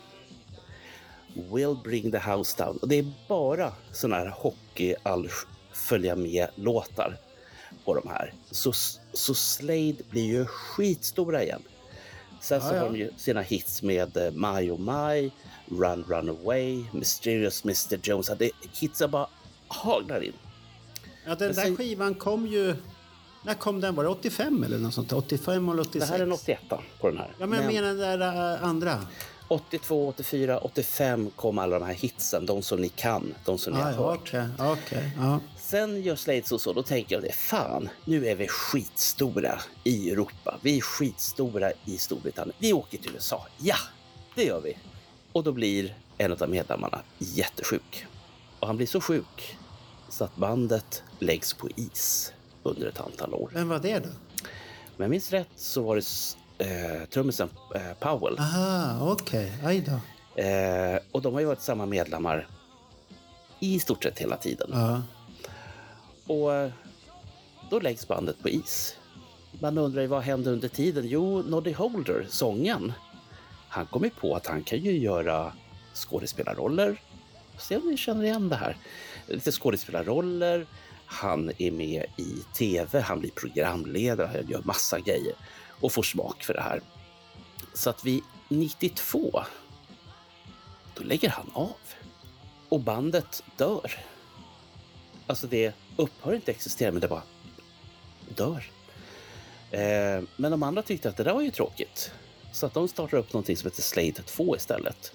Will Bring the House Down. Och det är bara såna här hockey följa med låtar på de här. Så Slade blir ju skitstora igen. Sen så har de ju sina hits med My Oh My, Run Run Away, Mysterious Mr. Jones. Det hitsa bara haglar in. Ja, den där skivan kom ju... När kom den? Var det 85 eller något sånt? 85 eller 86? Det här är en 81 på den här. Ja, men jag menar den där andra. 82, 84, 85 kom alla de här hitsen, de som ni kan, de som ni har hört. Okay. Sen gör Slade så, då tänker jag det, fan, nu är vi skitstora i Europa, vi är skitstora i Storbritannien, vi åker till USA, ja, det gör vi. Och då blir en av medlemmarna jättesjuk. Och han blir så sjuk så att bandet läggs på is under ett antal år. Vem var det då? Men jag minns rätt så var det trummisen Powell. Aha, okej. Aj då. Och de har ju varit samma medlemmar i stort sett hela tiden. Och då läggs bandet på is. Man undrar ju vad hände under tiden? Jo, Noddy Holder, sången, han kom ju på att han kan ju göra skådespelarroller. Se om ni känner igen det här. Lite skådespelarroller. Han är med i tv, han blir programledare, han gör massa grejer och får smak för det här. Så att vid 92 då lägger han av och bandet dör. Alltså det upphör inte existera, men det bara dör. Men de andra tyckte att det där var ju tråkigt. Så att de startar upp någonting som heter Slade 2 istället.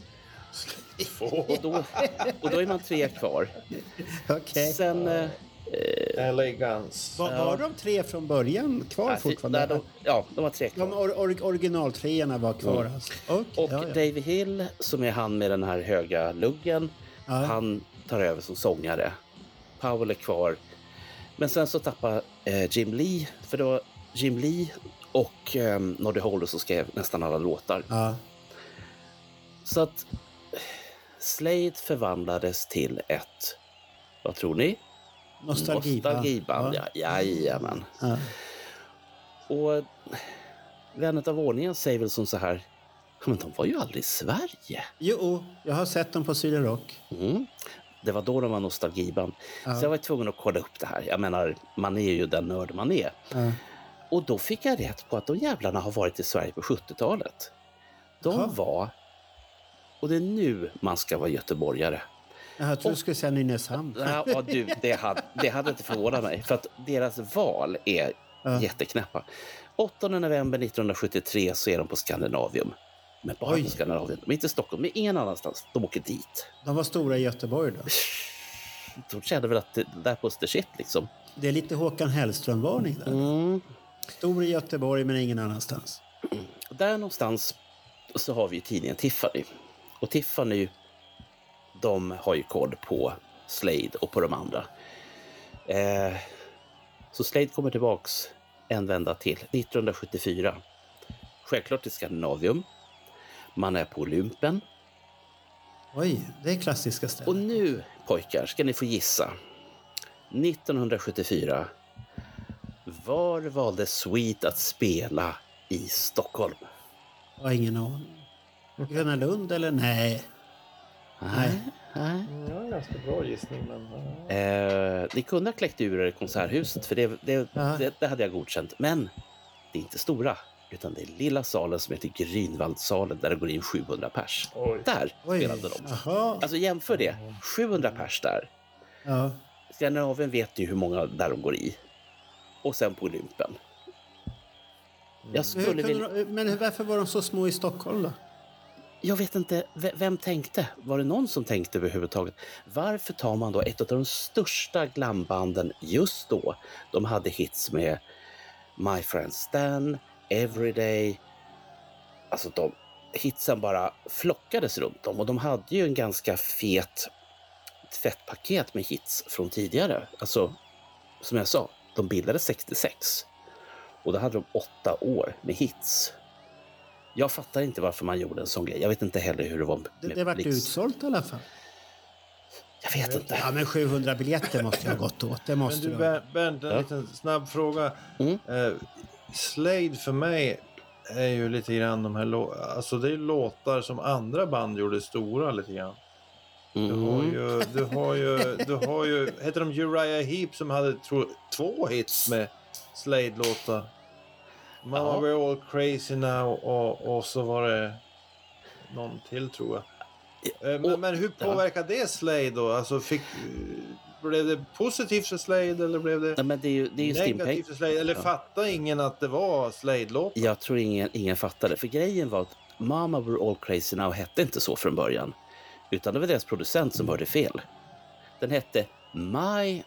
Och då är man 3 kvar. Okej. Sen LA Guns. Var de 3 från början kvar fortfarande? Ja, de var 3 kvar. De originaltreorna var kvar alltså. Och Davey Hill, som är han med den här höga luggen, han tar över som sångare. Powell är kvar. Men sen så tappar Jim Lee, för det var Jim Lee och Noddy Holder som skrev nästan alla låtar. Så att Slade förvandlades till ett, vad tror ni? Nostalgiband. Jajamän. Och vännet av ordningen säger väl som så här, men de var ju aldrig i Sverige. Jo, jag har sett dem på Sweden Rock. Det var då de var nostalgiband. Så jag var tvungen att kolla upp det här. Jag menar, man är ju den nörd man är. Och då fick jag rätt på att de jävlarna har varit i Sverige på 70-talet. De var, och det är nu man ska vara göteborgare. Jag tror du skulle säga Nynäshamn. Ja, du, det hade inte förvånat mig. För att deras val är jätteknäppa. 8 november 1973 så är de på Skandinavium. Men bara på Skandinavium. De är inte i Stockholm, men ingen annanstans. De åker dit. De var stora i Göteborg då? De kände väl att det där på Östersitt liksom. Det är lite Håkan Hellström-varning där. Stor i Göteborg men ingen annanstans. Där någonstans så har vi ju tidningen Tiffany. Och Tiffany, de har ju koll på Slade och på de andra. Så Slade kommer tillbaks en vända till. 1974. Självklart till Skandinavium. Man är på Olympen. Oj, det är klassiska ställen. Och nu, pojkar, ska ni få gissa. 1974. Var valde Sweet att spela i Stockholm? Jag har ingen aning. Gröna Lund eller nej? Nej. Ja, ganska bra gissning. Men... Ni kunde ha kläckt ur er konserthuset, för det hade jag godkänt. Men det är inte stora, utan det är lilla salen som heter Grünwaldsalen där det går in 700 pers. Där spelade de. Alltså jämför det. 700 pers där. Skandinavien vet ju hur många där de går i. Och sen på Olympen. Men varför var de så små i Stockholm då? Jag vet inte, vem tänkte? Var det någon som tänkte överhuvudtaget? Varför tar man då ett av de största glambanden just då? De hade hits med My Friend Stan, Everyday. Alltså hitsen bara flockades runt dem. Och de hade ju en ganska fett paket med hits från tidigare. Alltså, som jag sa, de bildades 66. Och då hade de 8 år med hits. Jag fattar inte varför man gjorde en sån grej. Jag vet inte heller hur det var. Det var utsålt i alla fall. Jag vet inte. Ja, men 700 biljetter måste jag ha gått åt. Det måste men du, Bernt, en liten snabb fråga. Slade för mig är ju lite grann de här alltså det är låtar som andra band gjorde stora lite grann. Du har ju heter de Uriah Heep som hade 2 hits med Slade-låtar. Mama We're All Crazy Now och så var det någon till tror jag. Men hur påverkar det Slade då? Alltså blev det positivt för Slade eller blev det, men det är ju negativt för Slade? Eller fattade ingen att det var Slade-låtar? Jag tror ingen fattade. För grejen var att Mama We're All Crazy Now hette inte så från början. Utan det var deras producent som hörde fel. Den hette My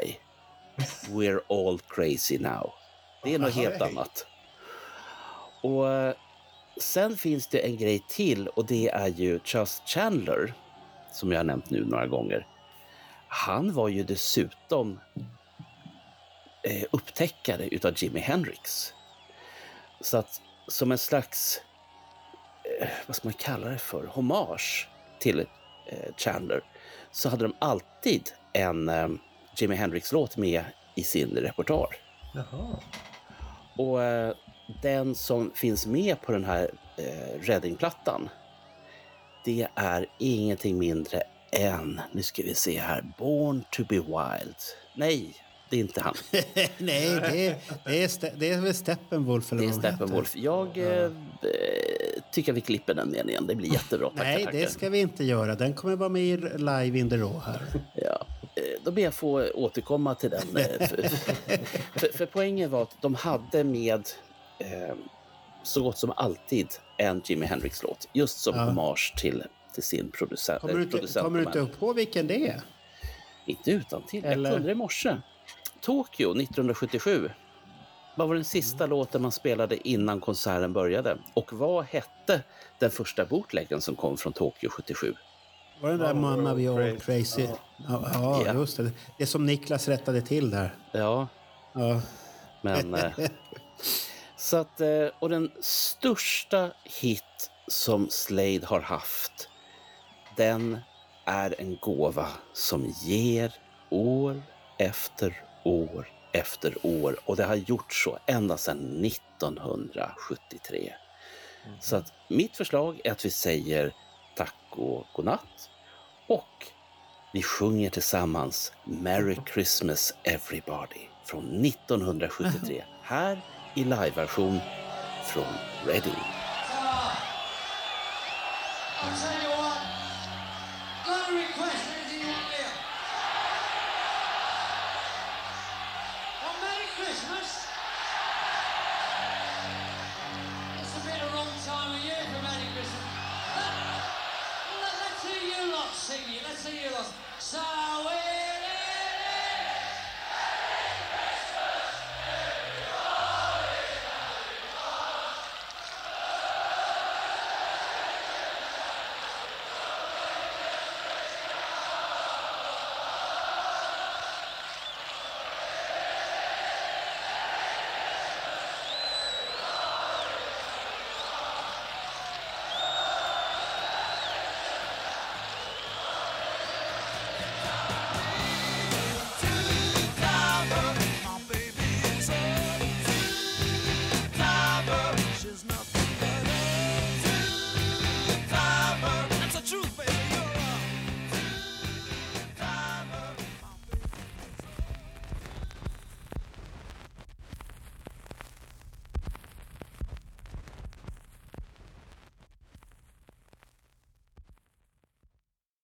We're All Crazy Now. Det är något helt annat. Och sen finns det en grej till, och det är ju Charles Chandler, som jag har nämnt nu några gånger. Han var ju dessutom upptäckare utav Jimi Hendrix. Så att som en slags, vad ska man kalla det för, hommage till Chandler, så hade de alltid en Jimi Hendrix-låt med i sin repertoar. Jaha. Och den som finns med på den här Reading-plattan, det är ingenting mindre än, nu ska vi se här, Born to be Wild. Nej, det är inte han. Nej, det är väl Steppenwolf. Eller det är Steppenwolf. Jag tycker vi klipper den meningen. Det blir jättebra. Nej, det ska vi inte göra. Den kommer vara med i Live in the Raw här. Ja, då ber jag få återkomma till den. för poängen var att de hade med så gott som alltid en Jimi Hendrix-låt. Just som hommage till sin producent. Kommer du inte upp på vilken det är? Inte utan till. Jag kunde i morse. Tokyo 1977. Vad var den sista låten man spelade innan konserten började? Och vad hette den första bootleggen som kom från Tokyo 77? Var det där Mama We All Crazy? Ja, just det. Det som Niklas rättade till där. Ja. Men så att, och den största hit som Slade har haft, den är en gåva som ger år efter år efter år. Och det har gjort så ända sedan 1973. Så att mitt förslag är att vi säger tack och godnatt. Och vi sjunger tillsammans Merry Christmas Everybody från 1973. Här i liveversion från Reading. Merry Christmas.